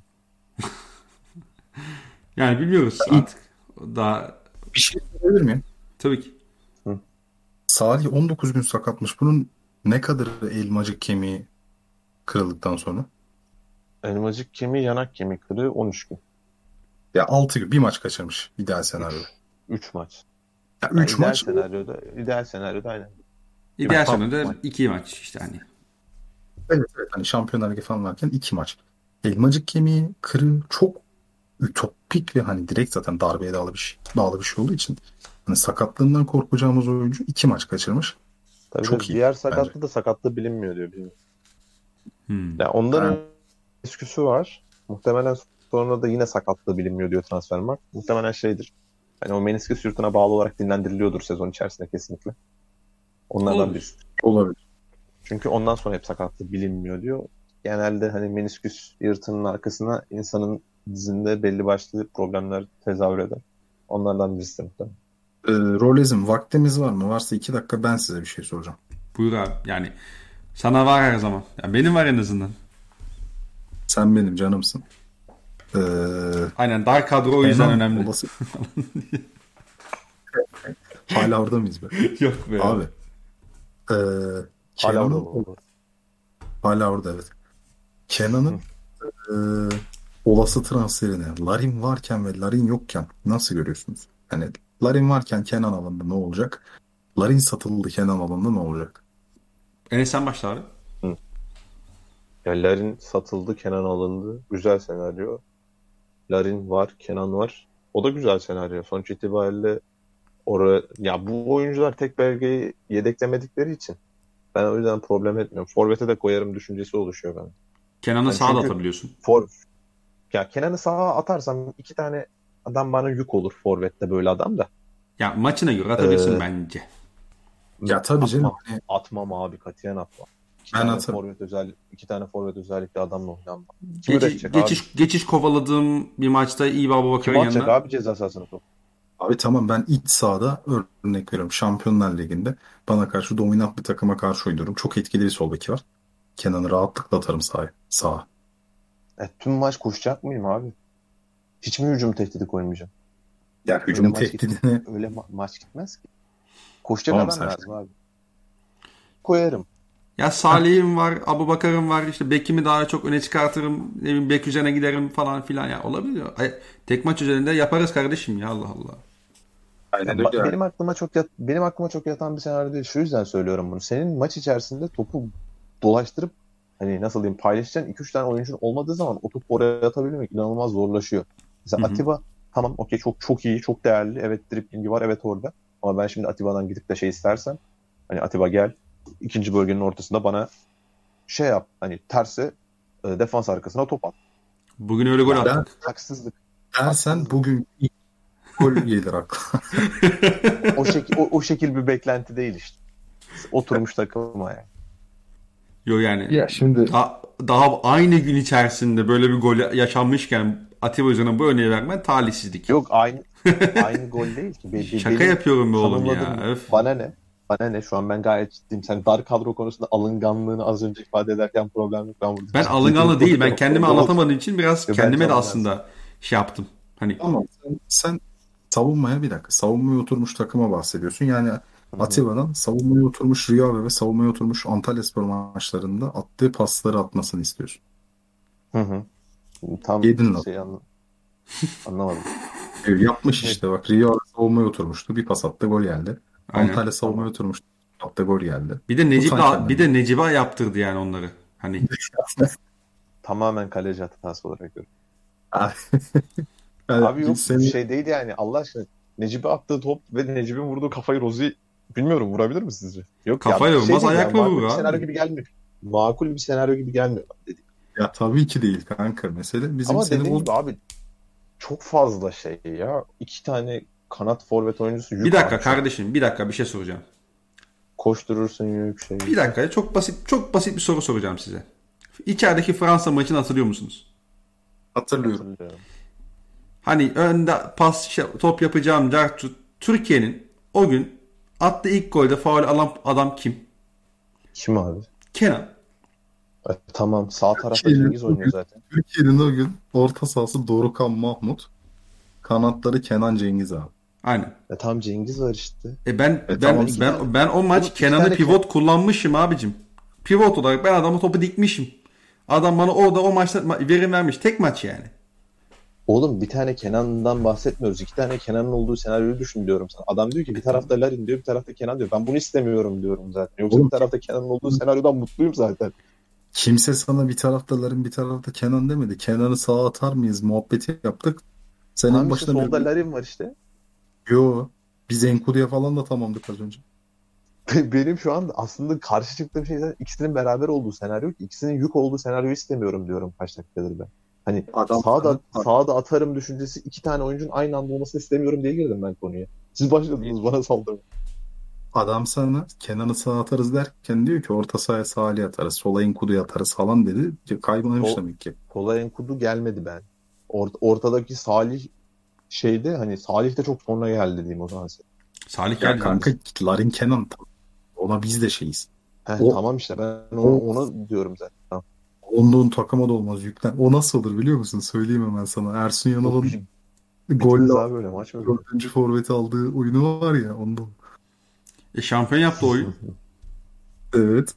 S3: yani bilmiyoruz artık. Daha
S4: Bir şey söyleyebilir miyim?
S3: tabii ki.
S4: Salih on dokuz gün sakatmış. Bunun ne kadarı elmacık kemiği kırıldıktan sonra?
S6: Elmacık kemiği, yanak kemiği kırığı on üç gün.
S4: Ya altı gün. Bir maç kaçırmış ideal senaryoda.
S6: üç maç.
S4: Ya
S6: Yani
S4: üç
S6: ideal
S4: maç.
S6: senaryoda, ideal senaryoda aynen.
S3: İdeal
S4: Tam-
S3: senaryoda iki maç işte hani.
S4: Evet, evet. Hani Şampiyonlar Ligi falan varken iki maç. Elmacık kemiği kırığı çok ütopik ve hani direkt zaten darbeye bağlı bir şey, bağlı bir şey olduğu için hani sakatlığından korkacağımız oyuncu iki maç kaçırmış.
S6: Tabii
S4: Çok
S6: tabii.
S4: iyi
S6: Diğer sakatlığı
S4: bence.
S6: da sakatlığı bilinmiyor diyor. Bilmiyorum.
S3: Hmm.
S6: Ya ondan
S4: Evet.
S6: esküsü var. Muhtemelen sonra da yine sakatlığı bilinmiyor diyor Transfermarkt. Muhtemelen şeydir. Hani o menisküs yurtuna bağlı olarak dinlendiriliyordur sezon içerisinde kesinlikle. Onlardan
S3: Olabilir.
S6: birisi.
S4: Olabilir.
S6: Çünkü ondan sonra hep sakatlığı bilinmiyor diyor. Genelde hani menisküs yırtının arkasına insanın dizinde belli başlı problemler tezahür eder. Onlardan birisi muhtemelen.
S4: Ee, Rolez'im vaktimiz var mı? Varsa iki dakika ben size bir şey soracağım.
S3: Buyur abi. Yani sana var her zaman. Yani benim var en azından.
S4: Sen benim canımsın. Ee,
S3: Aynen, dar kadro o yüzden
S4: Kenan
S3: önemli.
S4: olası- Hala orada mıyız be?
S3: Yok be.
S4: Abi. Ee,
S6: Hala
S4: Kenan'ın
S6: orada oldu.
S4: hala orada evet. Kenan'ın e, olası transferini Larin varken ve Larin yokken nasıl görüyorsunuz? Yani Larin varken Kenan alındı ne olacak? Larin satıldı Kenan alındı ne olacak?
S3: Enes sen başla abi.
S6: Ya Larin satıldı, Kenan alındı. Güzel senaryo. Larin var, Kenan var. O da güzel senaryo. Sonuç itibariyle oraya, ya bu oyuncular tek belgeyi yedeklemedikleri için ben o yüzden problem etmiyorum. Forvet'e de koyarım düşüncesi oluşuyor bende.
S3: Kenan'ı
S6: Yani
S3: sağa da
S6: çünkü-
S3: atabiliyorsun.
S6: For ya Kenan'ı sağa atarsam iki tane adam bana yük olur Forvet'te böyle adam da.
S3: Ya maçına göre atabilirsin
S6: Ee,
S3: bence.
S4: Ya tabii canım.
S6: Atmam,
S4: hani
S6: atmam abi katiyen atmam. İki
S4: Ben
S6: tane
S4: atarım.
S6: forvet özel iki tane forvet özellikle adamla oynanmam. Kim
S3: Geçiş,
S6: üretecek
S3: geçiş,
S6: abi?
S3: geçiş kovaladığım bir maçta iyi Abu
S6: Kim
S3: Bakar'ın
S6: atacak
S3: yanına.
S6: abi ceza sahasına top?
S4: Abi tamam ben iç sahada örnek veriyorum. Şampiyonlar Ligi'nde bana karşı dominant bir takıma karşı oynuyorum. Çok etkili bir sol beki var. Kenan'ı rahatlıkla atarım sağa. Sağa.
S6: E, tüm maç koşacak mıyım abi? Hiç mi hücum tehdidi koymayacağım?
S4: Ya hücum
S6: Öyle maç
S4: tehdidini
S6: Öyle ma- maç gitmez ki. Koşacak
S4: Tamam,
S6: adam
S4: sen-
S6: lazım abi. Koyarım.
S3: Ya Salih'im var, Abu Bakar'ım var, işte bekimi daha çok öne çıkartırım, ne bileyim bek üzerine giderim falan filan ya olabiliyor. Ay, tek maç üzerinde yaparız kardeşim ya, Allah Allah.
S4: aynen
S6: Ba-
S4: öyle.
S6: benim aklıma çok yat- benim aklıma çok yatan bir senaryo değil. Şu yüzden söylüyorum bunu. Senin maç içerisinde topu dolaştırıp hani nasıl diyeyim paylaşacağın iki üç tane oyuncun olmadığı zaman o topu oraya atabilmek inanılmaz zorlaşıyor. Mesela
S3: Hı hı.
S6: Atiba tamam okey çok çok iyi, çok değerli. Evet driblingi var, evet orada. Ama ben şimdi Atiba'dan gidip de şey istersem hani Atiba gel ikinci bölgenin ortasında bana şey yap hani terse e, defans arkasına top at.
S3: Bugün öyle gol
S4: Ben-
S3: attık.
S6: Haksızlık.
S4: Dersen bugün ilk gol gelir akla.
S6: O şekil o, o şekil bir beklenti değil işte. Oturmuş takıma yani.
S3: Yo yani
S4: Ya şimdi
S3: daha, daha aynı gün içerisinde böyle bir gol yaşanmışken Atiba üzerine bu örneği vermen talihsizlik.
S6: Yok aynı aynı gol değil ki. Be- be-
S3: Şaka
S6: benim
S3: yapıyorum be oğlum ya.
S6: tanımladığım-
S3: Öf.
S6: Bana ne? Bana ne? Şu an ben gayet ciddiyim. Sen dar kadro konusunda alınganlığını az önce ifade ederken problem yok. Ben, burada
S3: Ben
S6: ciddi
S3: alınganlı
S6: bir
S3: değil. Ben
S6: konuşuyorum.
S3: kendime
S6: Doğru.
S3: anlatamadığım için biraz
S6: Ben
S3: kendime de
S6: tamam,
S3: aslında şey yaptım. Hani
S4: Ama sen, sen savunmaya bir dakika. Savunmaya oturmuş takıma bahsediyorsun. Yani Atiba'dan savunmaya oturmuş Rio Ave ve savunmaya oturmuş Antalyaspor maçlarında attığı pasları atmasını istiyorsun.
S6: Hı hı. Tam
S4: Yedin lan.
S6: şey anla- anlamadım.
S4: E, yapmış işte bak. Rio Ave savunmaya oturmuştu. Bir pas attı gol geldi.
S3: Aynen.
S4: Antalya savunmaya oturmuştu. Attı gol geldi.
S3: bir de Necip'le
S4: Utanç
S3: bir de Necip'e yaptırdı yani onları. Hani
S6: Tamamen kaleci hatası olarak görüyorum.
S4: Abi, yani
S6: Abi yok
S4: seni-
S6: şey değil yani Allah aşkına. Necip'e attığı top ve Necip'in vurduğu kafayı Rozi bilmiyorum vurabilir mi sizce? Yok
S3: Kafayla
S6: ya, şey
S3: vurmaz,
S6: değil ya,
S3: ayakla
S6: makul
S3: vurur
S6: bir
S3: abi.
S6: senaryo gibi gelmiyor. Makul bir senaryo gibi gelmiyor. Dedi.
S4: Ya tabii ki değil kanka. Mesele bizim
S6: Ama
S4: seni
S6: dediğim
S4: o
S6: gibi abi çok fazla şey ya. İki tane kanat forvet oyuncusu yük
S3: bir dakika
S6: abi.
S3: kardeşim, bir dakika bir şey soracağım.
S6: Koşturursun yük şey.
S3: Bir dakika, çok basit çok basit bir soru soracağım size. İçerideki Fransa maçını hatırlıyor musunuz?
S4: hatırlıyorum.
S6: Hatırlıyorum.
S3: Hani önde pas şey, top yapacağım der. Türkiye'nin o gün attığı ilk golde faul alan adam kim?
S6: Kim abi?
S3: Kenan.
S6: E, tamam sağ tarafta
S4: Kim?
S6: Cengiz oynuyor zaten.
S4: Türkiye'nin o gün orta sahası Dorukhan Mahmut. Kanatları Kenan Cengiz abi.
S3: Aynen.
S6: E, tam Cengiz var işte.
S3: E ben
S4: E
S3: ben
S4: tamam,
S3: ben ben o maç
S6: Oğlum, iki
S3: Kenan'ı
S6: tane
S3: pivot kullanmışım abicim. Pivot olarak ben adamı topu dikmişim. Adam bana orada o maçta ma- verim vermiş. Tek maç yani.
S6: Oğlum bir tane Kenan'dan bahsetmiyoruz. İki tane Kenan'ın olduğu senaryoyu düşün diyorum sana. Adam diyor ki bir tarafta Larin diyor, bir tarafta Kenan diyor. Ben bunu istemiyorum diyorum zaten. Yoksa
S4: Oğlum,
S6: bir tarafta Kenan'ın olduğu senaryodan mutluyum zaten.
S4: Kimse sana bir taraftaların bir tarafta Kenan demedi. Kenan'ı sağa atar mıyız muhabbeti yaptık. Senin
S6: Tam işte
S4: başına
S6: solda
S4: bir...
S6: Larin var işte.
S4: Yo. Biz Enkudu'ya falan da tamamdık az önce.
S6: Benim şu an aslında karşı çıktığım şey zaten ikisinin beraber olduğu senaryo. İkisinin yük olduğu senaryoyu istemiyorum diyorum kaç dakikadır ben. Hani
S4: Adam
S6: sağda,
S4: sana-
S6: sağda atarım düşüncesi iki tane oyuncunun aynı anda olmasını istemiyorum diye girdim ben konuya. Siz başladınız bana saldırın.
S4: Adam sana Kenan'ı sağa atarız derken diyor ki orta sahaya Salih atarız, sola Enkudu'yu atarız falan dedi. Kaybolmuş
S6: O-
S4: demek ki.
S6: Kola Enkudu gelmedi ben. Or- ortadaki Salih şeyde hani Salih de çok sonra geldi diyeyim o zaman size.
S3: Salih
S4: Ya
S3: geldi.
S4: kanka
S3: yalnız.
S4: Larin Kenan ona biz de şeyiz.
S6: Heh,
S4: O-
S6: tamam işte ben onu,
S4: o-
S6: onu diyorum zaten. Tamam.
S4: Onluğun takıma da olmaz yüklen. O nasıl olur biliyor musun? Söyleyeyim hemen sana. Ersun Yanal'ın
S6: Bitmez
S4: golle
S6: abi böyle maç mı?
S4: dördüncü forveti aldığı oyunu var ya ondan.
S3: E, şampiyon yaptı oyun.
S4: Evet.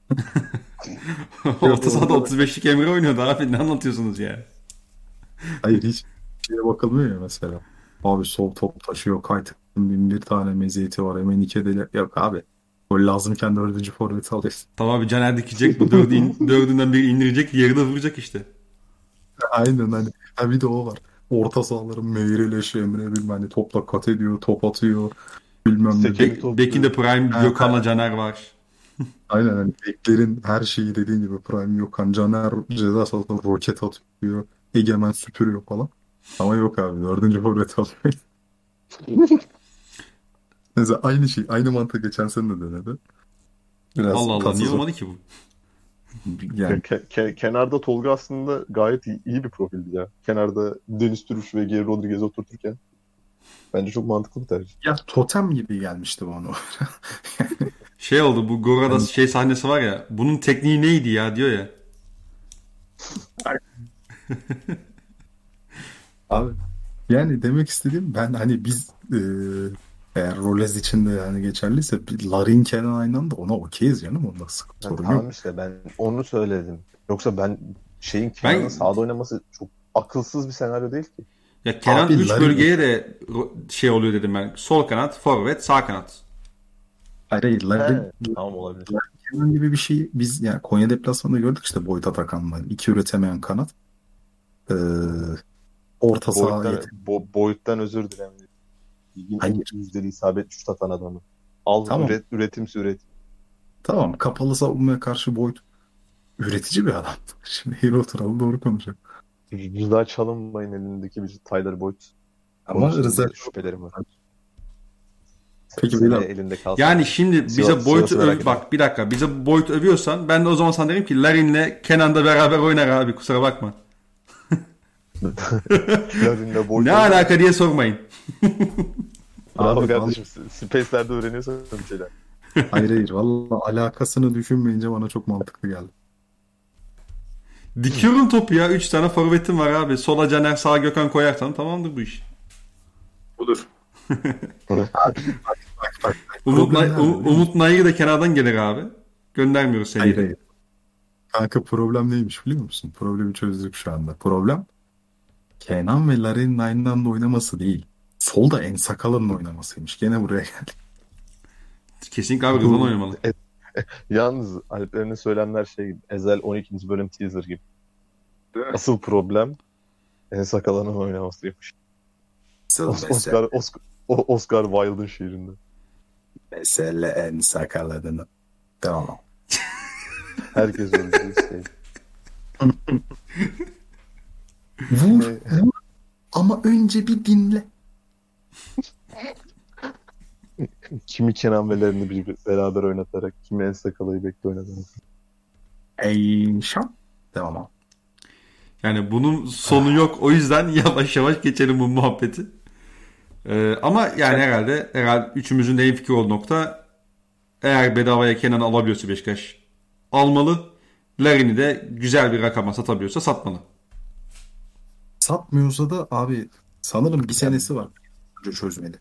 S3: Orta sahada otuz beşlik Emre oynuyordu abi. Ne anlatıyorsunuz ya?
S4: Hayır hiç şeye bakılmıyor ya mesela. Abi sol top taşıyor. Kaytık'ın bin bir tane meziyeti var. Hemen iki deli. Yok abi. Gol lazımken dördüncü forveti alıyorsun.
S3: Tamam abi Caner dikecek. Bu dördü in- dördünden biri indirecek. Diğeri de vuracak işte.
S4: Aynen hani. Ha bir de o var. Orta sahaların Meyrileş, Emre bilmem hani topla kat ediyor, top atıyor. Bilmem ne.
S6: Sekeni
S3: Be-
S6: top-
S3: Bekinde Prime
S4: Ha,
S3: Gökhan'la Caner var.
S4: Aynen hani beklerin her şeyi dediğin gibi Prime Yokan, Caner ceza sahasına roket atıyor. Egemen süpürüyor falan. Ama yok abi dördüncü forvet alıyor. Mesela aynı şey, aynı mantık geçen sene de denedi. Biraz
S3: Allah Allah
S4: tatsız
S3: niye
S4: o-
S3: olmadı ki bu?
S4: Yani
S6: Ke- ke- kenarda Tolga aslında gayet iyi, iyi bir profildi ya. Kenarda Deniz Türüç ve Geri Rodriguez oturturken bence çok mantıklı bir tercih.
S4: ya totem gibi gelmişti bana.
S3: Şey oldu bu Gora'da şey sahnesi var ya. Bunun tekniği neydi ya diyor ya.
S4: Abi yani demek istediğim ben hani biz e, eğer Rolez için de yani geçerliyse bir Larin Kenan aynı anda ona okeyiz canım onda sık
S6: Yani
S4: sorun
S6: tamam
S4: yok.
S6: işte ben onu söyledim. Yoksa ben şeyin Kenan'ın
S3: Ben-
S6: sahada oynaması çok akılsız bir senaryo değil ki.
S3: Ya Kenan
S4: Abi,
S3: üç
S4: Larin-
S3: bölgeye de ro- şey oluyor dedim ben. Sol kanat, forvet, sağ kanat.
S4: Hayır hayır Larin,
S6: He, tamam olabilir.
S4: Kenan gibi bir şey biz yani Konya deplasmanında gördük işte Boyd Atakan'la iki üretemeyen kanat. Ee, orta saha
S6: Boyuttan,
S4: yeter.
S6: bo- boyuttan özür dilerim. Ligin en
S4: Hayır.
S6: yüzdeli isabet şut atan adamı. Al
S4: Tamam.
S6: üret, üretimse üret.
S4: Tamam kapalı savunmaya karşı Boyd üretici bir adam. Şimdi eğri oturalım doğru konuşalım.
S6: Rıza Çalınbay'ın elindeki bir Tyler Boyd.
S4: Ama
S6: konusunda
S4: Rıza
S6: şüphelerim var.
S4: Peki
S6: Seneye
S4: beyler.
S6: elinde kalsın.
S3: Yani şimdi bize
S6: Sivas-
S3: Boyd'u
S6: Sivas'ı merak
S3: öv-
S6: etme.
S3: bak bir dakika bize Boyd övüyorsan ben de o zaman sana derim ki Larin'le Kenan da beraber oynar abi kusura bakma.
S6: Larin'le Boyd.
S3: Ne alaka diye sormayın.
S6: Bravo
S4: Abi,
S6: kardeşim. Space'lerde öğreniyorsan bir şeyler.
S4: Hayır hayır valla alakasını düşünmeyince bana çok mantıklı geldi.
S3: Dikiyorum topu ya. üç tane forvetim var abi. Sola Caner, sağa Gökhan koyarsan tamamdır bu iş.
S4: Budur. bak bak bak.
S3: Umut,
S4: Problem
S3: Nay-
S4: nerede
S3: Um-
S4: biliyor musun?
S3: Umut Nayır da kenardan gelir abi. Göndermiyoruz seni.
S4: Hayır hayır. Kanka problem neymiş biliyor musun? Problemi çözdük şu anda. Problem Kenan ve Larin'in aynı anda oynaması değil. Solda En Sakal'ın oynamasıymış. Gene buraya geldik.
S3: Kesinlikle abi Rıdvan oynamalı.
S6: Yalnız Alper'in söylemler şey gibi. Ezel on ikinci bölüm teaser gibi. Asıl problem En Sakala'nın oynamasıymış. Os- Oscar, Oscar, O- Oscar Wilde'ın şiirinde.
S4: Mesele En Sakal'ın. Tamam.
S6: Herkes öldüğü şey.
S4: Vur,
S6: Ne-
S4: vur. Ama önce bir dinle.
S6: Kimi Kenan ve Larin'i bir beraber oynatarak, kimi En Sakala'yı bekle oynatarak.
S4: Ey şam. Tamam.
S3: Yani bunun sonu yok. O yüzden yavaş yavaş geçelim bu muhabbeti. Ee, ama yani herhalde herhalde üçümüzün de en fikir olduğu nokta eğer bedavaya Kenan alabiliyorsa Beşiktaş almalı. Larin'i de güzel bir rakama satabiliyorsa satmalı.
S4: Satmıyorsa da abi sanırım bir senesi var. Önce çözmeli.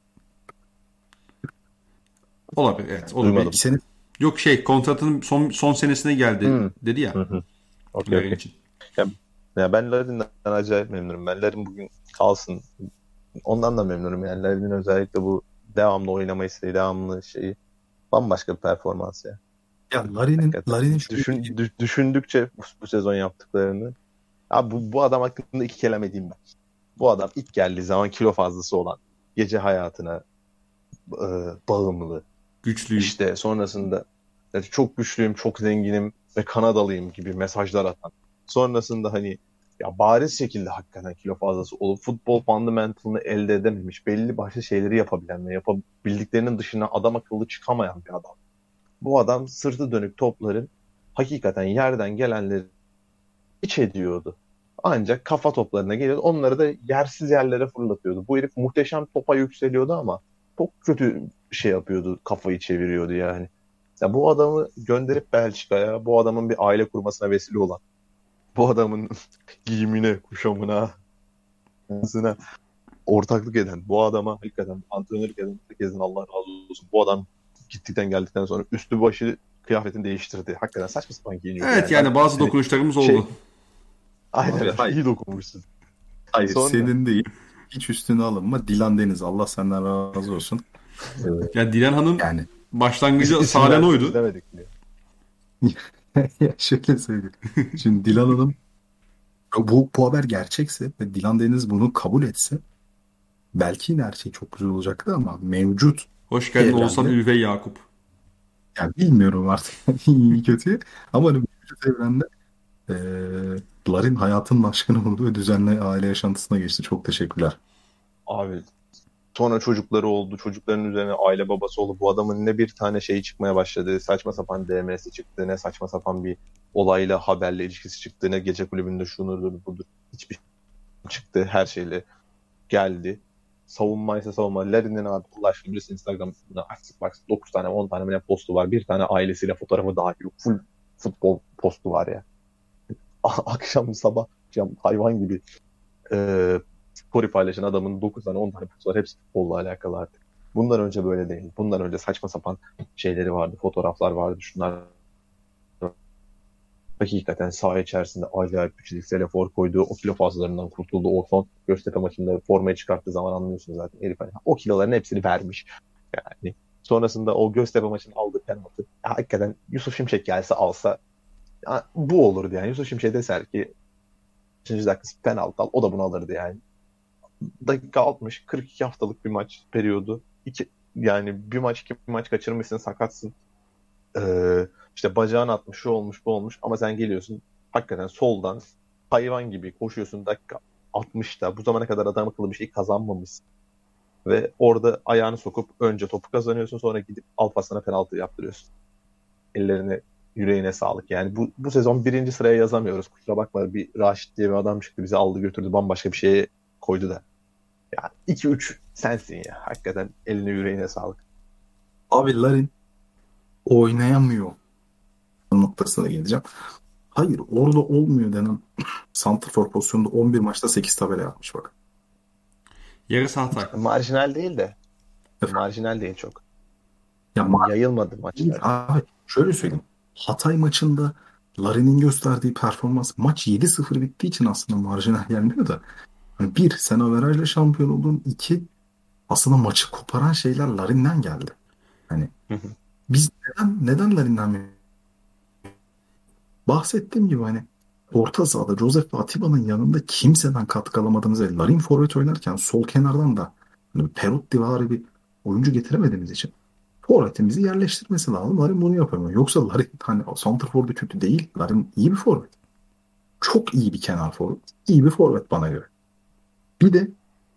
S3: Olabilir evet. Olur.
S6: Duymadım.
S4: Bir sene
S3: Yok şey kontratının son son senesine geldi
S6: Hı.
S3: dedi ya.
S6: Hı hı. Okey,
S3: Larin
S6: okey.
S3: için.
S6: Ya ben Larin'den acayip memnunum. Ben Larin bugün kalsın. Ondan da memnunum. Yani Larin'in özellikle bu devamlı oynama isteği, devamlı şeyi bambaşka bir performans ya.
S4: ya Larin'in
S6: Hakikaten.
S4: Larin'in şu
S6: Düşün, dü- düşündükçe bu, bu sezon yaptıklarını abi bu, bu adam hakkında iki kelam edeyim ben. Bu adam ilk geldiği zaman kilo fazlası olan, gece hayatına e, bağımlı,
S3: Güçlüyüm.
S6: işte sonrasında yani çok güçlüyüm, çok zenginim ve Kanadalıyım gibi mesajlar atan. Sonrasında hani ya bariz şekilde hakikaten kilo fazlası olup futbol fundamentalını elde edememiş, belli başlı şeyleri yapabilen ve yapabildiklerinin dışına adam akıllı çıkamayan bir adam. Bu adam sırtı dönük topların hakikaten yerden gelenleri iç ediyordu. Ancak kafa toplarına geliyordu. Onları da yersiz yerlere fırlatıyordu. Bu herif muhteşem topa yükseliyordu ama çok kötü şey yapıyordu. Kafayı çeviriyordu yani. Ya bu adamı gönderip Belçika'ya, bu adamın bir aile kurmasına vesile olan, bu adamın giyimine, kuşamına, sına ortaklık eden, bu adama hakikaten antrenörlük eden herkesin Allah razı olsun. Bu adam gittikten geldikten sonra üstü başı kıyafetini değiştirdi. Hakikaten saçma sapan giyiniyor.
S3: Evet yani, yani bazı
S6: hani,
S3: dokunuşlarımız
S6: şey,
S3: oldu.
S6: Aynen
S4: Abi, hayır.
S6: iyi dokunmuşsun.
S4: Hayır
S6: Sonra...
S4: senin değil. Hiç üstüne alınma. Dilan Deniz. Allah senden razı olsun.
S3: Ee, yani Dilan Hanım yani başlangıcı Salen oydu.
S6: Demedik diye.
S4: Ya şöyle söyleyeyim. Şimdi Dilan Hanım bu, bu haber gerçekse ve Dilan Deniz bunu kabul etse belki yine her şey çok güzel olacaktı ama mevcut
S3: hoş geldin evrende, Oğuzhan Ülve Yakup.
S4: Yani bilmiyorum artık iyi kötü ama mevcut evrende e, Larin hayatın aşkını buldu ve düzenli aile yaşantısına geçti. Çok teşekkürler.
S6: Abi sonra çocukları oldu. Çocukların üzerine aile babası oldu. Bu adamın ne bir tane şeyi çıkmaya başladı. Saçma sapan D M'si çıktı. Ne saçma sapan bir olayla, haberle ilişkisi çıktı. Ne gece kulübünde şunudur budur. Hiçbir şey çıktı. Her şeyle geldi. Savunmaysa savunma. Larin'in abi Allah aşkına birisi Instagram'da artık bak dokuz tane on tane ne postu var. Bir tane ailesiyle fotoğrafı dahil. Full futbol postu var ya. Akşam sabah hayvan gibi eee story paylaşan adamın dokuz tane on tane postu var. Hepsi futbolla alakalı artık. Bundan önce böyle değil. Bundan önce saçma sapan şeyleri vardı. Fotoğraflar vardı. Şunlar hakikaten saha içerisinde acayip bir çizgisel efor koyduğu, o kilo fazlalarından kurtuldu. O son Göztepe maçında formayı çıkarttığı zaman anlıyorsunuz zaten. Herif hani o kiloların hepsini vermiş. Yani sonrasında o Göztepe maçının aldığı penaltı. Ya, hakikaten Yusuf Şimşek gelse alsa ya, bu olurdu yani. Yusuf Şimşek deser ki üçüncü dakikası penaltı al. O da bunu alırdı yani. Dakika altmış, kırk iki haftalık bir maç periyodu. İki, yani bir maç iki bir maç kaçırmışsın, sakatsın. Ee, işte bacağın atmış, şu olmuş, bu olmuş. Ama sen geliyorsun hakikaten soldan hayvan gibi koşuyorsun dakika altmışta. Bu zamana kadar adam akıllı bir şey kazanmamışsın. Ve orada ayağını sokup önce topu kazanıyorsun, sonra gidip Alparslan'a penaltı yaptırıyorsun. Ellerine, yüreğine sağlık. Yani bu, bu sezon birinci sıraya yazamıyoruz. Kusura bakma, bir Raşit diye bir adam çıktı, bizi aldı götürdü, bambaşka bir şeye koydu da. Ya iki üç sensin ya. Hakikaten eline yüreğine sağlık.
S4: Abi Larin oynayamıyor noktasına geleceğim. Hayır orada olmuyor denen santrfor pozisyonunda on bir maçta sekiz tabela yapmış bak.
S3: Yarısı Hatay.
S6: Marjinal değil de. Marjinal değil çok.
S4: Ya ma-
S6: Yayılmadı maçlar.
S4: Abi şöyle söyleyeyim. Hatay maçında Larin'in gösterdiği performans maç yedi sıfır bittiği için aslında marjinal gelmiyor da. Yani bir, sen averajla şampiyon oldun. İki, aslında maçı koparan şeyler Larin'den geldi. Hani biz neden, neden Larin'den bahsettiğim gibi hani orta sahada Joseph ve Atiba'nın yanında kimseden katkı alamadığımız, Larin forvet oynarken sol kenardan da hani Perotti bir oyuncu getiremediğimiz için forvetimizi yerleştirmesi lazım. Larin bunu yapamıyor. Yoksa Larin hani santrforda kötü değil. Larin iyi bir forvet. Çok iyi bir kenar forvet. İyi bir forvet bana göre. Bir de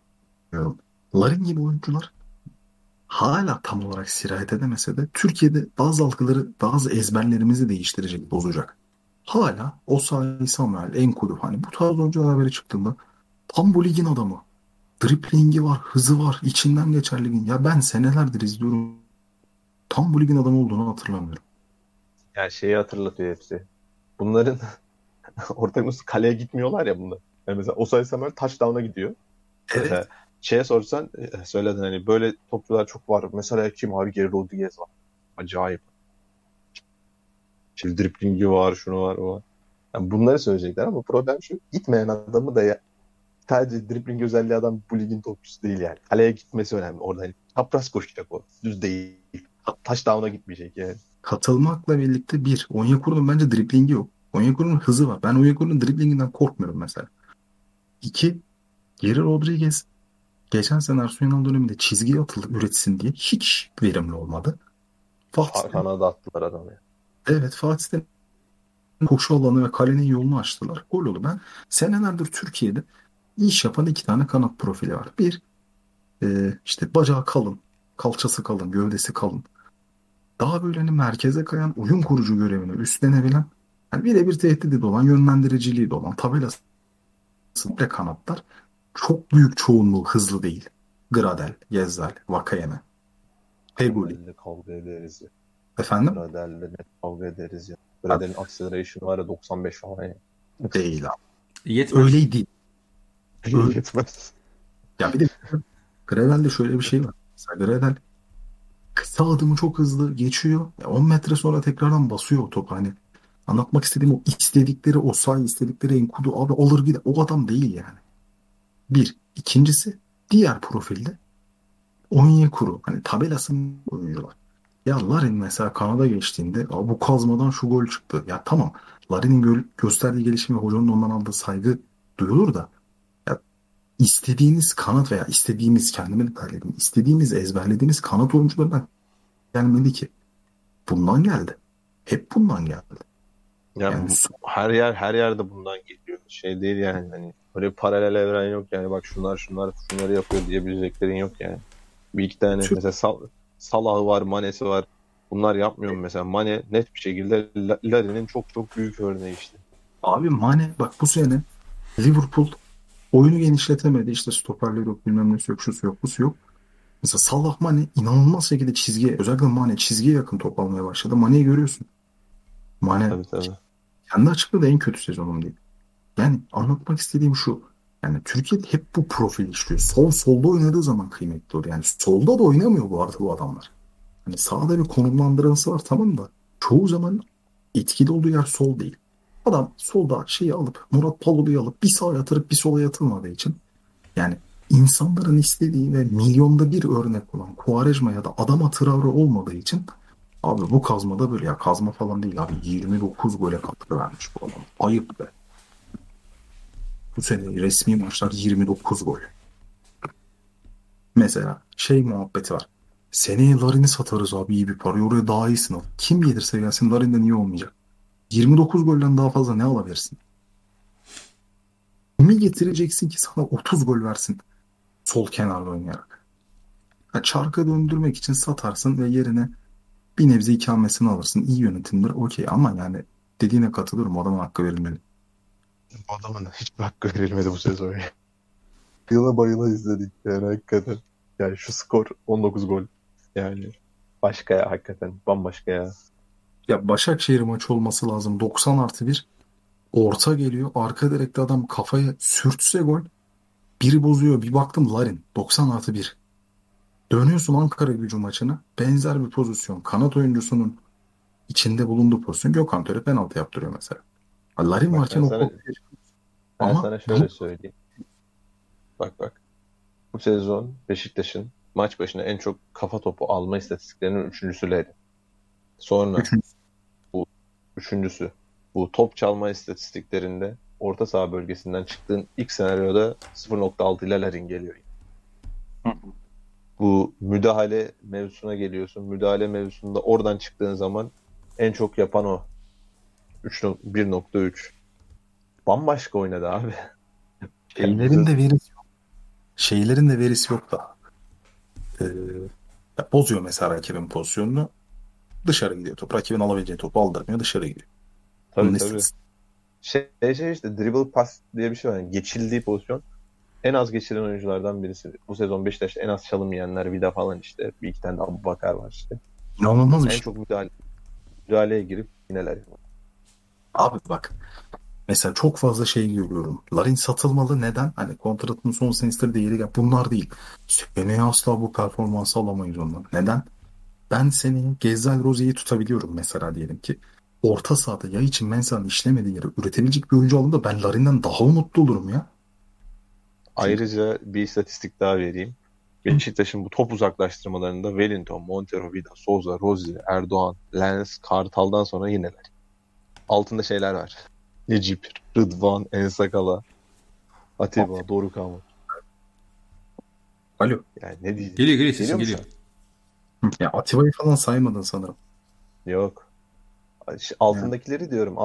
S4: Larin gibi oyuncular hala tam olarak sirayet edemese de Türkiye'de bazı algıları, bazı ezberlerimizi değiştirecek, bozacak. Hala Osayi Samuel, Enkulu hani bu tarz oyuncular haberi çıktığında tam bu ligin adamı. Driplingi var, hızı var, içinden geçer ligin. Ya ben senelerdir izliyorum. Tam bu ligin adamı olduğunu hatırlamıyorum.
S6: Yani şeyi hatırlatıyor hepsi. Bunların ortamız kaleye gitmiyorlar ya bunlar. Yani mesela Osayi Samuel touchdown'a gidiyor.
S4: Evet.
S6: Mesela şeye sorsan söyledin hani böyle topçular çok var. Mesela kim abi? Geri Rodriguez var. Acayip. Şimdi driplingi var, şunu var, o var. Yani bunları söyleyecekler ama problem şu. Gitmeyen adamı da ya, sadece dripling özelliği adam bu ligin topçusu değil yani. Kaleye gitmesi önemli. Orada hani çapraz koşacak o. Düz değil. Touchdown'a gitmeyecek yani.
S4: Katılmakla birlikte bir, Onyekuru'nun bence driplingi yok. Onyekuru'nun hızı var. Ben Onyekuru'nun driplinginden korkmuyorum mesela. İki, Geri Rodriguez geçen sene Ersun Yanal döneminde çizgiye atıldı üretsin diye hiç verimli olmadı. Fatih
S6: Kanada attılar adamı ya.
S4: Evet, Fatih koşu alanı ve kalenin yolunu açtılar. Gol oldu. Ben senelerdir Türkiye'de iş yapan iki tane kanat profili var. Bir e, işte bacağı kalın, kalçası kalın, gövdesi kalın. Daha böyle hani merkeze kayan oyun kurucu görevini üstlenebilen, hani birebir tehdidi de olan, yönlendiriciliği de olan tabelası ve kanatlar çok büyük çoğunluğu hızlı değil. Gradel, Gezzal, Vakayeme, Feguli.
S6: Gradel'le kavga ederiz ya.
S4: Efendim?
S6: Gradel'le net kavga ederiz ya. Gradel'in acceleration var ya doksan beş falan ya.
S4: Değil abi.
S3: Yetmez.
S4: Öyleydi. Öyle.
S6: Yetmez.
S4: Ya bir de Gradel'de şöyle bir şey var. Mesela Gradel kısa adımı çok hızlı geçiyor. Ya on metre sonra tekrardan basıyor o topu. Hani anlatmak istediğim o istedikleri o say istedikleri enkudu abi alır gider. O adam değil yani. Bir. İkincisi diğer profilde Onyekuru. Hani tabelasının oyuncular. Ya Larin mesela Kanada geçtiğinde "Aa, bu kazmadan şu gol çıktı." Ya tamam. Larin'in gö- gösterdiği gelişim ve hocanın ondan aldığı saygı duyulur da ya istediğiniz kanat veya istediğimiz kendime de terledim. İstediğimiz ezberlediğimiz kanat oyuncularından gelmedi ki. Bundan geldi. Hep bundan geldi.
S6: Yani
S4: Yani
S6: bu- her yer her yerde bundan geliyor. Şey değil yani hani böyle bir paralel evren yok yani bak şunlar şunlar şunları yapıyor diyebileceklerin yok yani. Bir iki tane
S4: Türk-
S6: mesela Sal Salah'ı var, Mane'si var. Bunlar yapmıyor mu mesela? Mane net bir şekilde La- Larin'in çok çok büyük örneği işte.
S4: Abi Mane bak bu sene Liverpool oyunu genişletemedi. İşte stoperleri yok, bilmem nesi yok, şusu yok, busu yok. Mesela Salah Mane inanılmaz şekilde çizgiye, özellikle Mane çizgiye yakın top almaya başladı. Mane'yi görüyorsun. Mane
S6: Tabii tabii.
S4: kendi açıkladığı en kötü sezonum değil. Yani anlatmak istediğim şu. Yani Türkiye'de hep bu profil işliyor. Sol solda oynadığı zaman kıymetli oluyor. Yani solda da oynamıyor bu arada bu adamlar. Hani sağda bir konumlandırması var tamam da çoğu zaman etkili olduğu yer sol değil. Adam solda şeyi alıp Murat Palulu'yu alıp bir sağa yatırıp bir sola yatırmadığı için yani insanların istediği ve milyonda bir örnek olan Quaresma ya da Adama Traore olmadığı için abi bu kazmada böyle ya kazma falan değil abi yirmi dokuz gole katkı vermiş bu adam. Ayıp be. Bu sene resmi maçlar yirmi dokuz gol. Mesela şey muhabbeti var. Seneye Larin'i satarız abi iyi bir paraya oraya daha iyisin al. Kim gelirse gelsin Larin'den iyi olmayacak. yirmi dokuz golden daha fazla ne alabilirsin? Kimi getireceksin ki sana otuz gol versin sol kenarda oynayarak? Ha, çarka döndürmek için satarsın ve yerine bir nebze ikamesini alırsın. İyi yönetimdir okey ama yani dediğine katılıyorum adama hakkı verilmeli.
S6: Bu adamın hiçbir hakkı verilmedi bu sezon ya. Yıla bayıla izledik yani hakikaten. Yani şu skor on dokuz gol. Yani başka ya hakikaten. Bambaşka ya.
S4: Ya Başakşehir maçı olması lazım. doksan artı bir orta geliyor. Arka direkte adam kafaya sürtse gol. Biri bozuyor. Bir baktım Larin. doksan artı bir. Dönüyorsun Ankara Gücü maçına. Benzer bir pozisyon. Kanat oyuncusunun içinde bulunduğu pozisyon. Gökhan Töre penaltı yaptırıyor mesela. Ha, Larin
S6: Bak
S4: varken
S6: ben
S4: o
S6: sana,
S4: korkuyor.
S6: ben
S4: Ama
S6: sana şöyle
S4: bu-
S6: söyleyeyim. Bak bak. Bu sezon Beşiktaş'ın maç başına en çok kafa topu alma istatistiklerinin üçüncüsü Larin. Sonra
S4: Üçüncü.
S6: üçüncüsü. Bu top çalma istatistiklerinde orta saha bölgesinden çıktığın ilk senaryoda sıfır nokta altı ile Larin geliyor. Bu müdahale mevzusuna geliyorsun. Müdahale mevzusunda oradan çıktığın zaman en çok yapan o. bir nokta üç. Bambaşka oynadı abi.
S4: Şeylerin de verisi yok. Şeylerin de verisi yok da. Ee, ya bozuyor mesela rakibin pozisyonunu. Dışarı gidiyor top. Rakibin alabileceği topu aldırmıyor. Dışarı gidiyor.
S6: Tabii
S4: Bunun
S6: tabii.
S4: istatistik-
S6: Şey, şey işte dribble pass diye bir şey var. Yani geçildiği pozisyon en az geçiren oyunculardan birisi. Bu sezon Beşiktaş'ta en az çalım yiyenler Vida falan işte. Bir iki tane de Abubakar var işte.
S4: İnanılmaz bir
S6: En
S4: şey.
S6: çok müdahale, müdahaleye girip yineler.
S4: Abi bak. Mesela çok fazla şey görüyorum. Larin satılmalı. Neden? Hani kontratının son senesidir değeri gel. Bunlar değil. Seneye asla bu performansı alamayız ondan. Neden? Ben seneye Gezzal Rozier'i tutabiliyorum mesela diyelim ki. Orta sahada ya için Mensah'ın işlemediği yere üretebilecek bir oyuncu aldığında ben Larin'den daha umutlu olurum ya.
S6: Ayrıca bir istatistik daha vereyim. Beşiktaş'ın bu top uzaklaştırmalarında Wellington, Montero, Vida, Souza, Rozier, Erdoğan, Lens, Kartal'dan sonra yineler. Altında şeyler var. Necip, Rıdvan, Ensakala, Atiba, Dorukhan var.
S4: Alo.
S6: Yani ne diyeyim?
S3: Geliyor geliyor sesin
S6: Geliyor mu
S3: geliyor.
S4: Ya Atiba'yı falan saymadın sanırım.
S6: Yok. Altındakileri diyorum.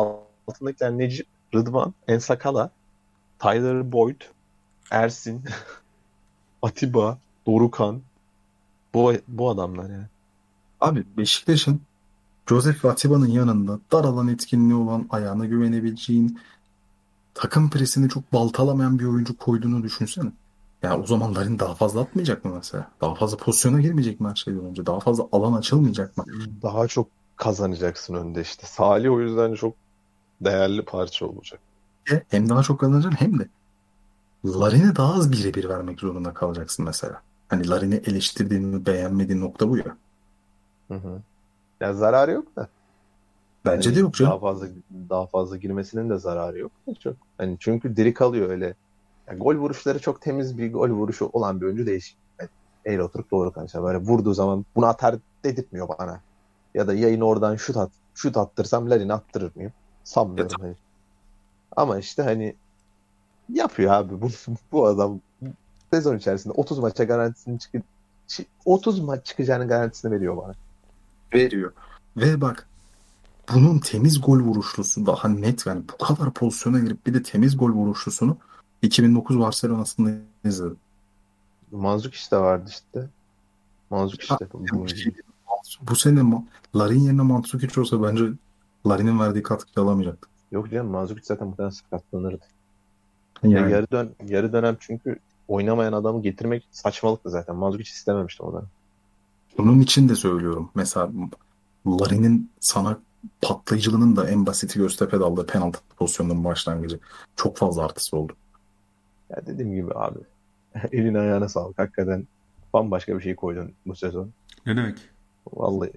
S6: altındakiler Necip, Rıdvan, Ensakala, Tyler Boyd, Ersin, Atiba, Dorukhan. Bu, bu adamlar yani.
S4: Abi Beşiktaş'ın Joseph ve Atiba'nın yanında dar alan etkinliği olan, ayağına güvenebileceğin, takım presini çok baltalamayan bir oyuncu koyduğunu düşünsene. Yani o zaman Larin daha fazla atmayacak mı mesela? Daha fazla pozisyona girmeyecek mi her şeyden önce? Daha fazla alan açılmayacak mı?
S6: Daha çok kazanacaksın önde işte. Salih o yüzden çok değerli parça olacak.
S4: E, Hem daha çok kazanacaksın hem de Larin'e daha az birebir vermek zorunda kalacaksın mesela. Hani Larin'i eleştirdiğin, beğenmediğin nokta bu ya.
S6: Hı hı. Ya zararı yok da.
S4: Bence
S6: Hani
S4: de yok canım.
S6: daha fazla daha fazla girmesinin de zararı yok. Çok. Hani çünkü diri kalıyor öyle. Yani gol vuruşları çok temiz bir gol vuruşu olan bir oyuncu değil. Yani eğri oturup doğru karşıya böyle vurduğu zaman bunu atar dedirtmiyor bana. Ya da yayın oradan şut at, şut attırsam Larin'i attırır mıyım? Sanmıyorum. Hani. Ama işte hani yapıyor abi bu, bu adam sezon içerisinde otuz maça garantisini çıkı otuz maç çıkacağının garantisini veriyor bana.
S4: Veriyor. Ve bak, bunun temiz gol vuruşlusu daha net, yani bu kadar pozisyona girip bir de temiz gol vuruşlusunu iki bin dokuz Barcelona'sında izledim.
S6: Mandzukic de vardı işte. Mandzukic de.
S4: Bu, şey, bu sene Ma- Larin yerine Mandzukic olsa bence Larin'in verdiği katkıyı alamayacaktı.
S6: Yok canım, Mandzukic zaten muhtemelen sakatlanırdı.
S4: Yani.
S6: Ya yarı, dön yarı dönem çünkü oynamayan adamı getirmek saçmalıktı zaten. Mandzukic istememiştim o dönem.
S4: Bunun için de söylüyorum. Mesela Larin'in sana patlayıcılığının da en basiti Göztepe'de aldığı penaltı pozisyonunun başlangıcı. Çok fazla artısı oldu.
S6: Ya dediğim gibi abi. Eline ayağına sağlık. Hakikaten bambaşka bir şey koydun bu sezon.
S3: Ne demek?
S6: Vallahi.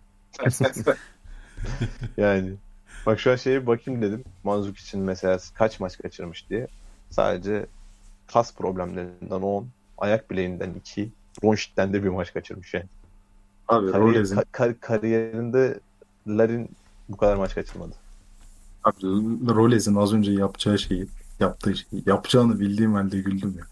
S6: Yani. Bak şu an şeye bakayım dedim. Mandzukic için mesela kaç maç kaçırmış diye. Sadece kas problemlerinden on, ayak bileğinden iki, bronşitten de bir maç kaçırmış yani.
S4: Abi
S6: Kariyer,
S4: Rolez'in
S6: ka- kar- kariyerinde Larin bu kadar maç kaçırmadı.
S4: abi, Rolez'in az önce yapacağı şeyi, yaptığı şeyi, yapacağını bildiğim halde güldüm ya.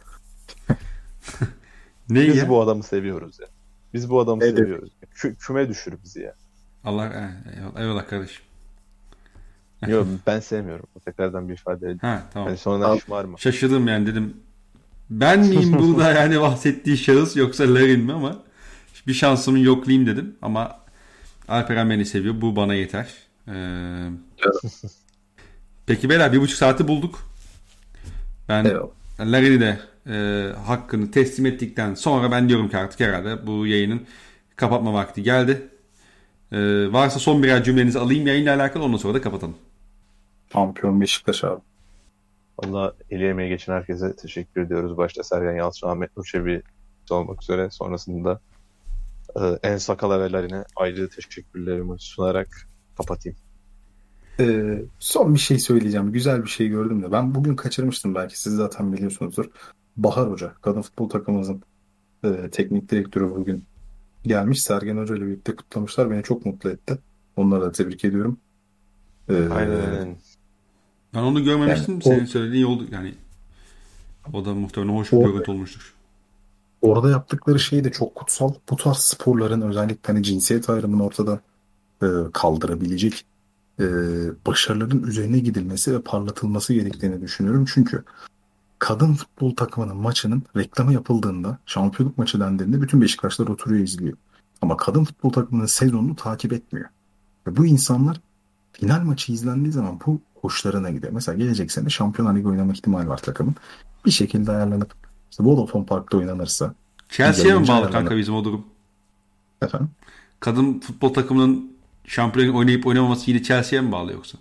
S3: Ne
S6: Biz
S3: ya?
S6: bu adamı seviyoruz ya. Biz bu adamı
S4: Evet.
S6: seviyoruz. Kü- küme düşür bizi ya.
S3: Allah eh, eyvallah, eyvallah kardeşim.
S6: Yok ben sevmiyorum. Tekrardan bir ifade edeyim.
S3: Ha tamam.
S6: Yani sonradan
S4: Abi,
S6: şımarma.
S3: Şaşırdım yani, dedim. Ben miyim burada yani bahsettiği şahıs yoksa Larin mi, ama bir şansımı yoklayayım dedim. Ama Alperen beni seviyor. Bu bana yeter. Ee, peki beyler, bir buçuk saati bulduk. Ben
S4: Eyvallah.
S3: Larin'i de e, hakkını teslim ettikten sonra ben diyorum ki artık herhalde bu yayının kapatma vakti geldi. E, varsa son birer cümlenizi alayım yayınla alakalı, ondan sonra da kapatalım.
S4: Şampiyon Beşiktaş abi.
S6: Valla eli emeği geçen herkese teşekkür ediyoruz. Başta Sergen Yalçın, Ahmet Nurçebi olmak üzere. Sonrasında e, En Sakala ve Larin'e ayrı teşekkürlerimi sunarak kapatayım.
S4: Ee, son bir şey söyleyeceğim. Güzel bir şey gördüm de. Ben bugün kaçırmıştım, belki siz zaten biliyorsunuzdur. Bahar Hoca, kadın futbol takımımızın e, teknik direktörü, bugün gelmiş. Sergen Hoca ile birlikte kutlamışlar. Beni çok mutlu etti. Onları da tebrik ediyorum. Ee,
S6: Aynen.
S3: Ben onu görmemiştim.
S4: Yani
S3: Senin
S4: o-
S3: söylediğin iyi oldu. Yani o da muhtemelen hoş bir
S4: O-
S3: görüntü olmuştur.
S4: Orada yaptıkları şey de çok kutsal. Bu tarz sporların özellikle hani cinsiyet ayrımını ortada e, kaldırabilecek e, başarıların üzerine gidilmesi ve parlatılması gerektiğini düşünüyorum. Çünkü kadın futbol takımının maçının reklamı yapıldığında, şampiyonluk maçı dendiğinde bütün Beşiktaşlar oturuyor izliyor. Ama kadın futbol takımının sezonunu takip etmiyor. Ve bu insanlar final maçı izlendiği zaman bu hoşlarına gidiyor. Mesela gelecek sene Şampiyonlar Ligi oynama ihtimali var takımın. Bir şekilde ayarlanıp işte Vodafone Park'ta oynanırsa,
S3: Chelsea'ye mi
S4: yayıncı
S3: bağlı
S4: ayarlanıp-
S3: kanka bizim o durum?
S4: efendim,
S3: Kadın futbol takımının şampiyon oynayıp oynamaması yine Chelsea'ye mi bağlı yoksa?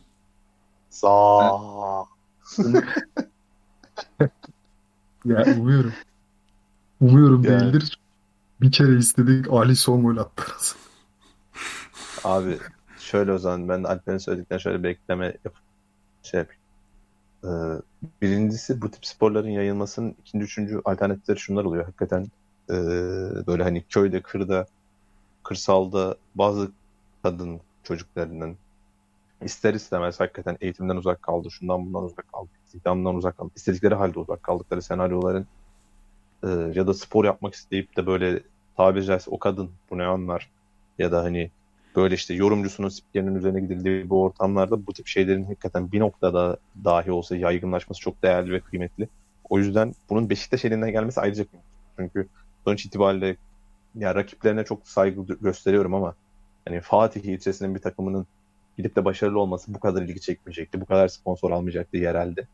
S6: Sağ.
S4: ya umuyorum. Umuyorum
S6: Yani.
S4: değildir. Bir kere istedik, Ali son gol attırız.
S6: Abi şöyle o zaman ben de Alper'in söylediklerine şöyle bir ekleme yapıp şey yapayım. Ee, birincisi bu tip sporların yayılmasının ikinci, üçüncü alternatifleri şunlar oluyor. Hakikaten ee, böyle hani köyde, kırda, kırsalda bazı kadın çocuklarının ister istemez hakikaten eğitimden uzak kaldı, şundan bundan uzak kaldı, istihdamdan uzak kaldı, istedikleri halde uzak kaldıkları senaryoların ee, ya da spor yapmak isteyip de böyle tabiri caizse o kadın bu ne anlar ya da hani böyle işte yorumcusunun, spikerinin üzerine gidildiği bu ortamlarda bu tip şeylerin hakikaten bir noktada dahi olsa yaygınlaşması çok değerli ve kıymetli. O yüzden bunun Beşiktaş elinden gelmesi ayrıca kıymetli. Çünkü sonuç itibariyle ya rakiplerine çok saygı gösteriyorum ama hani Fatih ilçesinin bir takımının gidip de başarılı olması bu kadar ilgi çekmeyecekti. Bu kadar sponsor almayacaktı yerelde.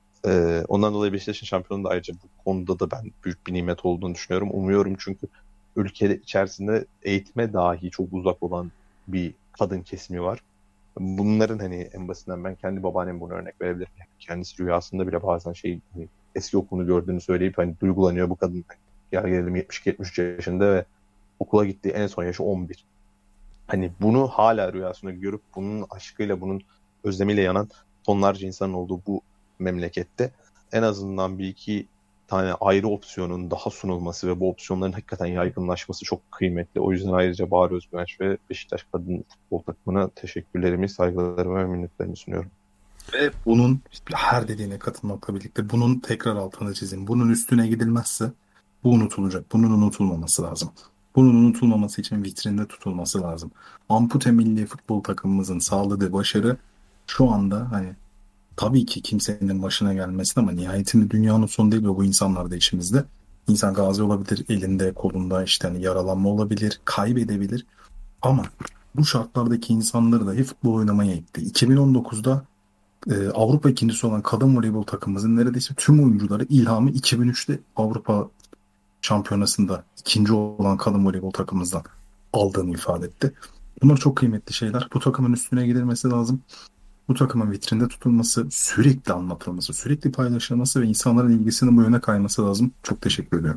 S6: Ee, ondan dolayı Beşiktaş'ın şampiyonu da ayrıca bu konuda da ben büyük bir nimet olduğunu düşünüyorum. Umuyorum çünkü ülke içerisinde eğitime dahi çok uzak olan bir kadın kesimi var. Bunların hani en basitinden ben kendi babaannem bunu örnek verebilirim. Yani kendisi rüyasında bile bazen şey hani eski okulunu gördüğünü söyleyip hani duygulanıyor bu kadın. Gel gelelim yetmiş iki yetmiş üç yaşında ve okula gittiği en son yaşı on bir. Hani bunu hala rüyasında görüp bunun aşkıyla, bunun özlemiyle yanan tonlarca insanın olduğu bu memlekette en azından bir iki tane ayrı opsiyonun daha sunulması ve bu opsiyonların hakikaten yaygınlaşması çok kıymetli. O yüzden ayrıca Bahar Özgüvenç ve Beşiktaş Kadın Futbol Takımı'na teşekkürlerimi, saygılarımı ve minnetlerimi sunuyorum.
S4: Ve bunun her dediğine katılmakla birlikte bunun tekrar altını çizeyim. Bunun üstüne gidilmezse bu unutulacak. Bunun unutulmaması lazım. Bunun unutulmaması için vitrinde tutulması lazım. Ampute milli futbol takımımızın sağladığı başarı şu anda hani tabii ki kimsenin başına gelmesin ama nihayetinde dünyanın sonu değil ve bu insanlar da içimizde. İnsan gazi olabilir, elinde, kolunda işte hani yaralanma olabilir, kaybedebilir. Ama bu şartlardaki insanları dahi futbol oynamaya itti. iki bin on dokuzda e, Avrupa ikincisi olan kadın voleybol takımımızın neredeyse tüm oyuncuları ilhamı iki bin üçte Avrupa Şampiyonası'nda ikinci olan kadın voleybol takımımızdan aldığını ifade etti. Bunlar çok kıymetli şeyler. Bu takımın üstüne gidilmesi lazım. Bu takımın vitrinde tutulması, sürekli anlatılması, sürekli paylaşılması ve insanların ilgisinin bu yöne kayması lazım. Çok teşekkür ediyorum.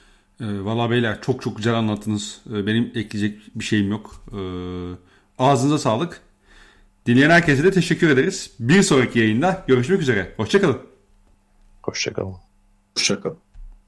S3: E, Valla beyler çok çok güzel anlattınız. E, benim ekleyecek bir şeyim yok. E, ağzınıza sağlık. Dinleyen herkese de teşekkür ederiz. Bir sonraki yayında görüşmek üzere. Hoşçakalın.
S6: Hoşçakalın.
S4: Hoşçakalın.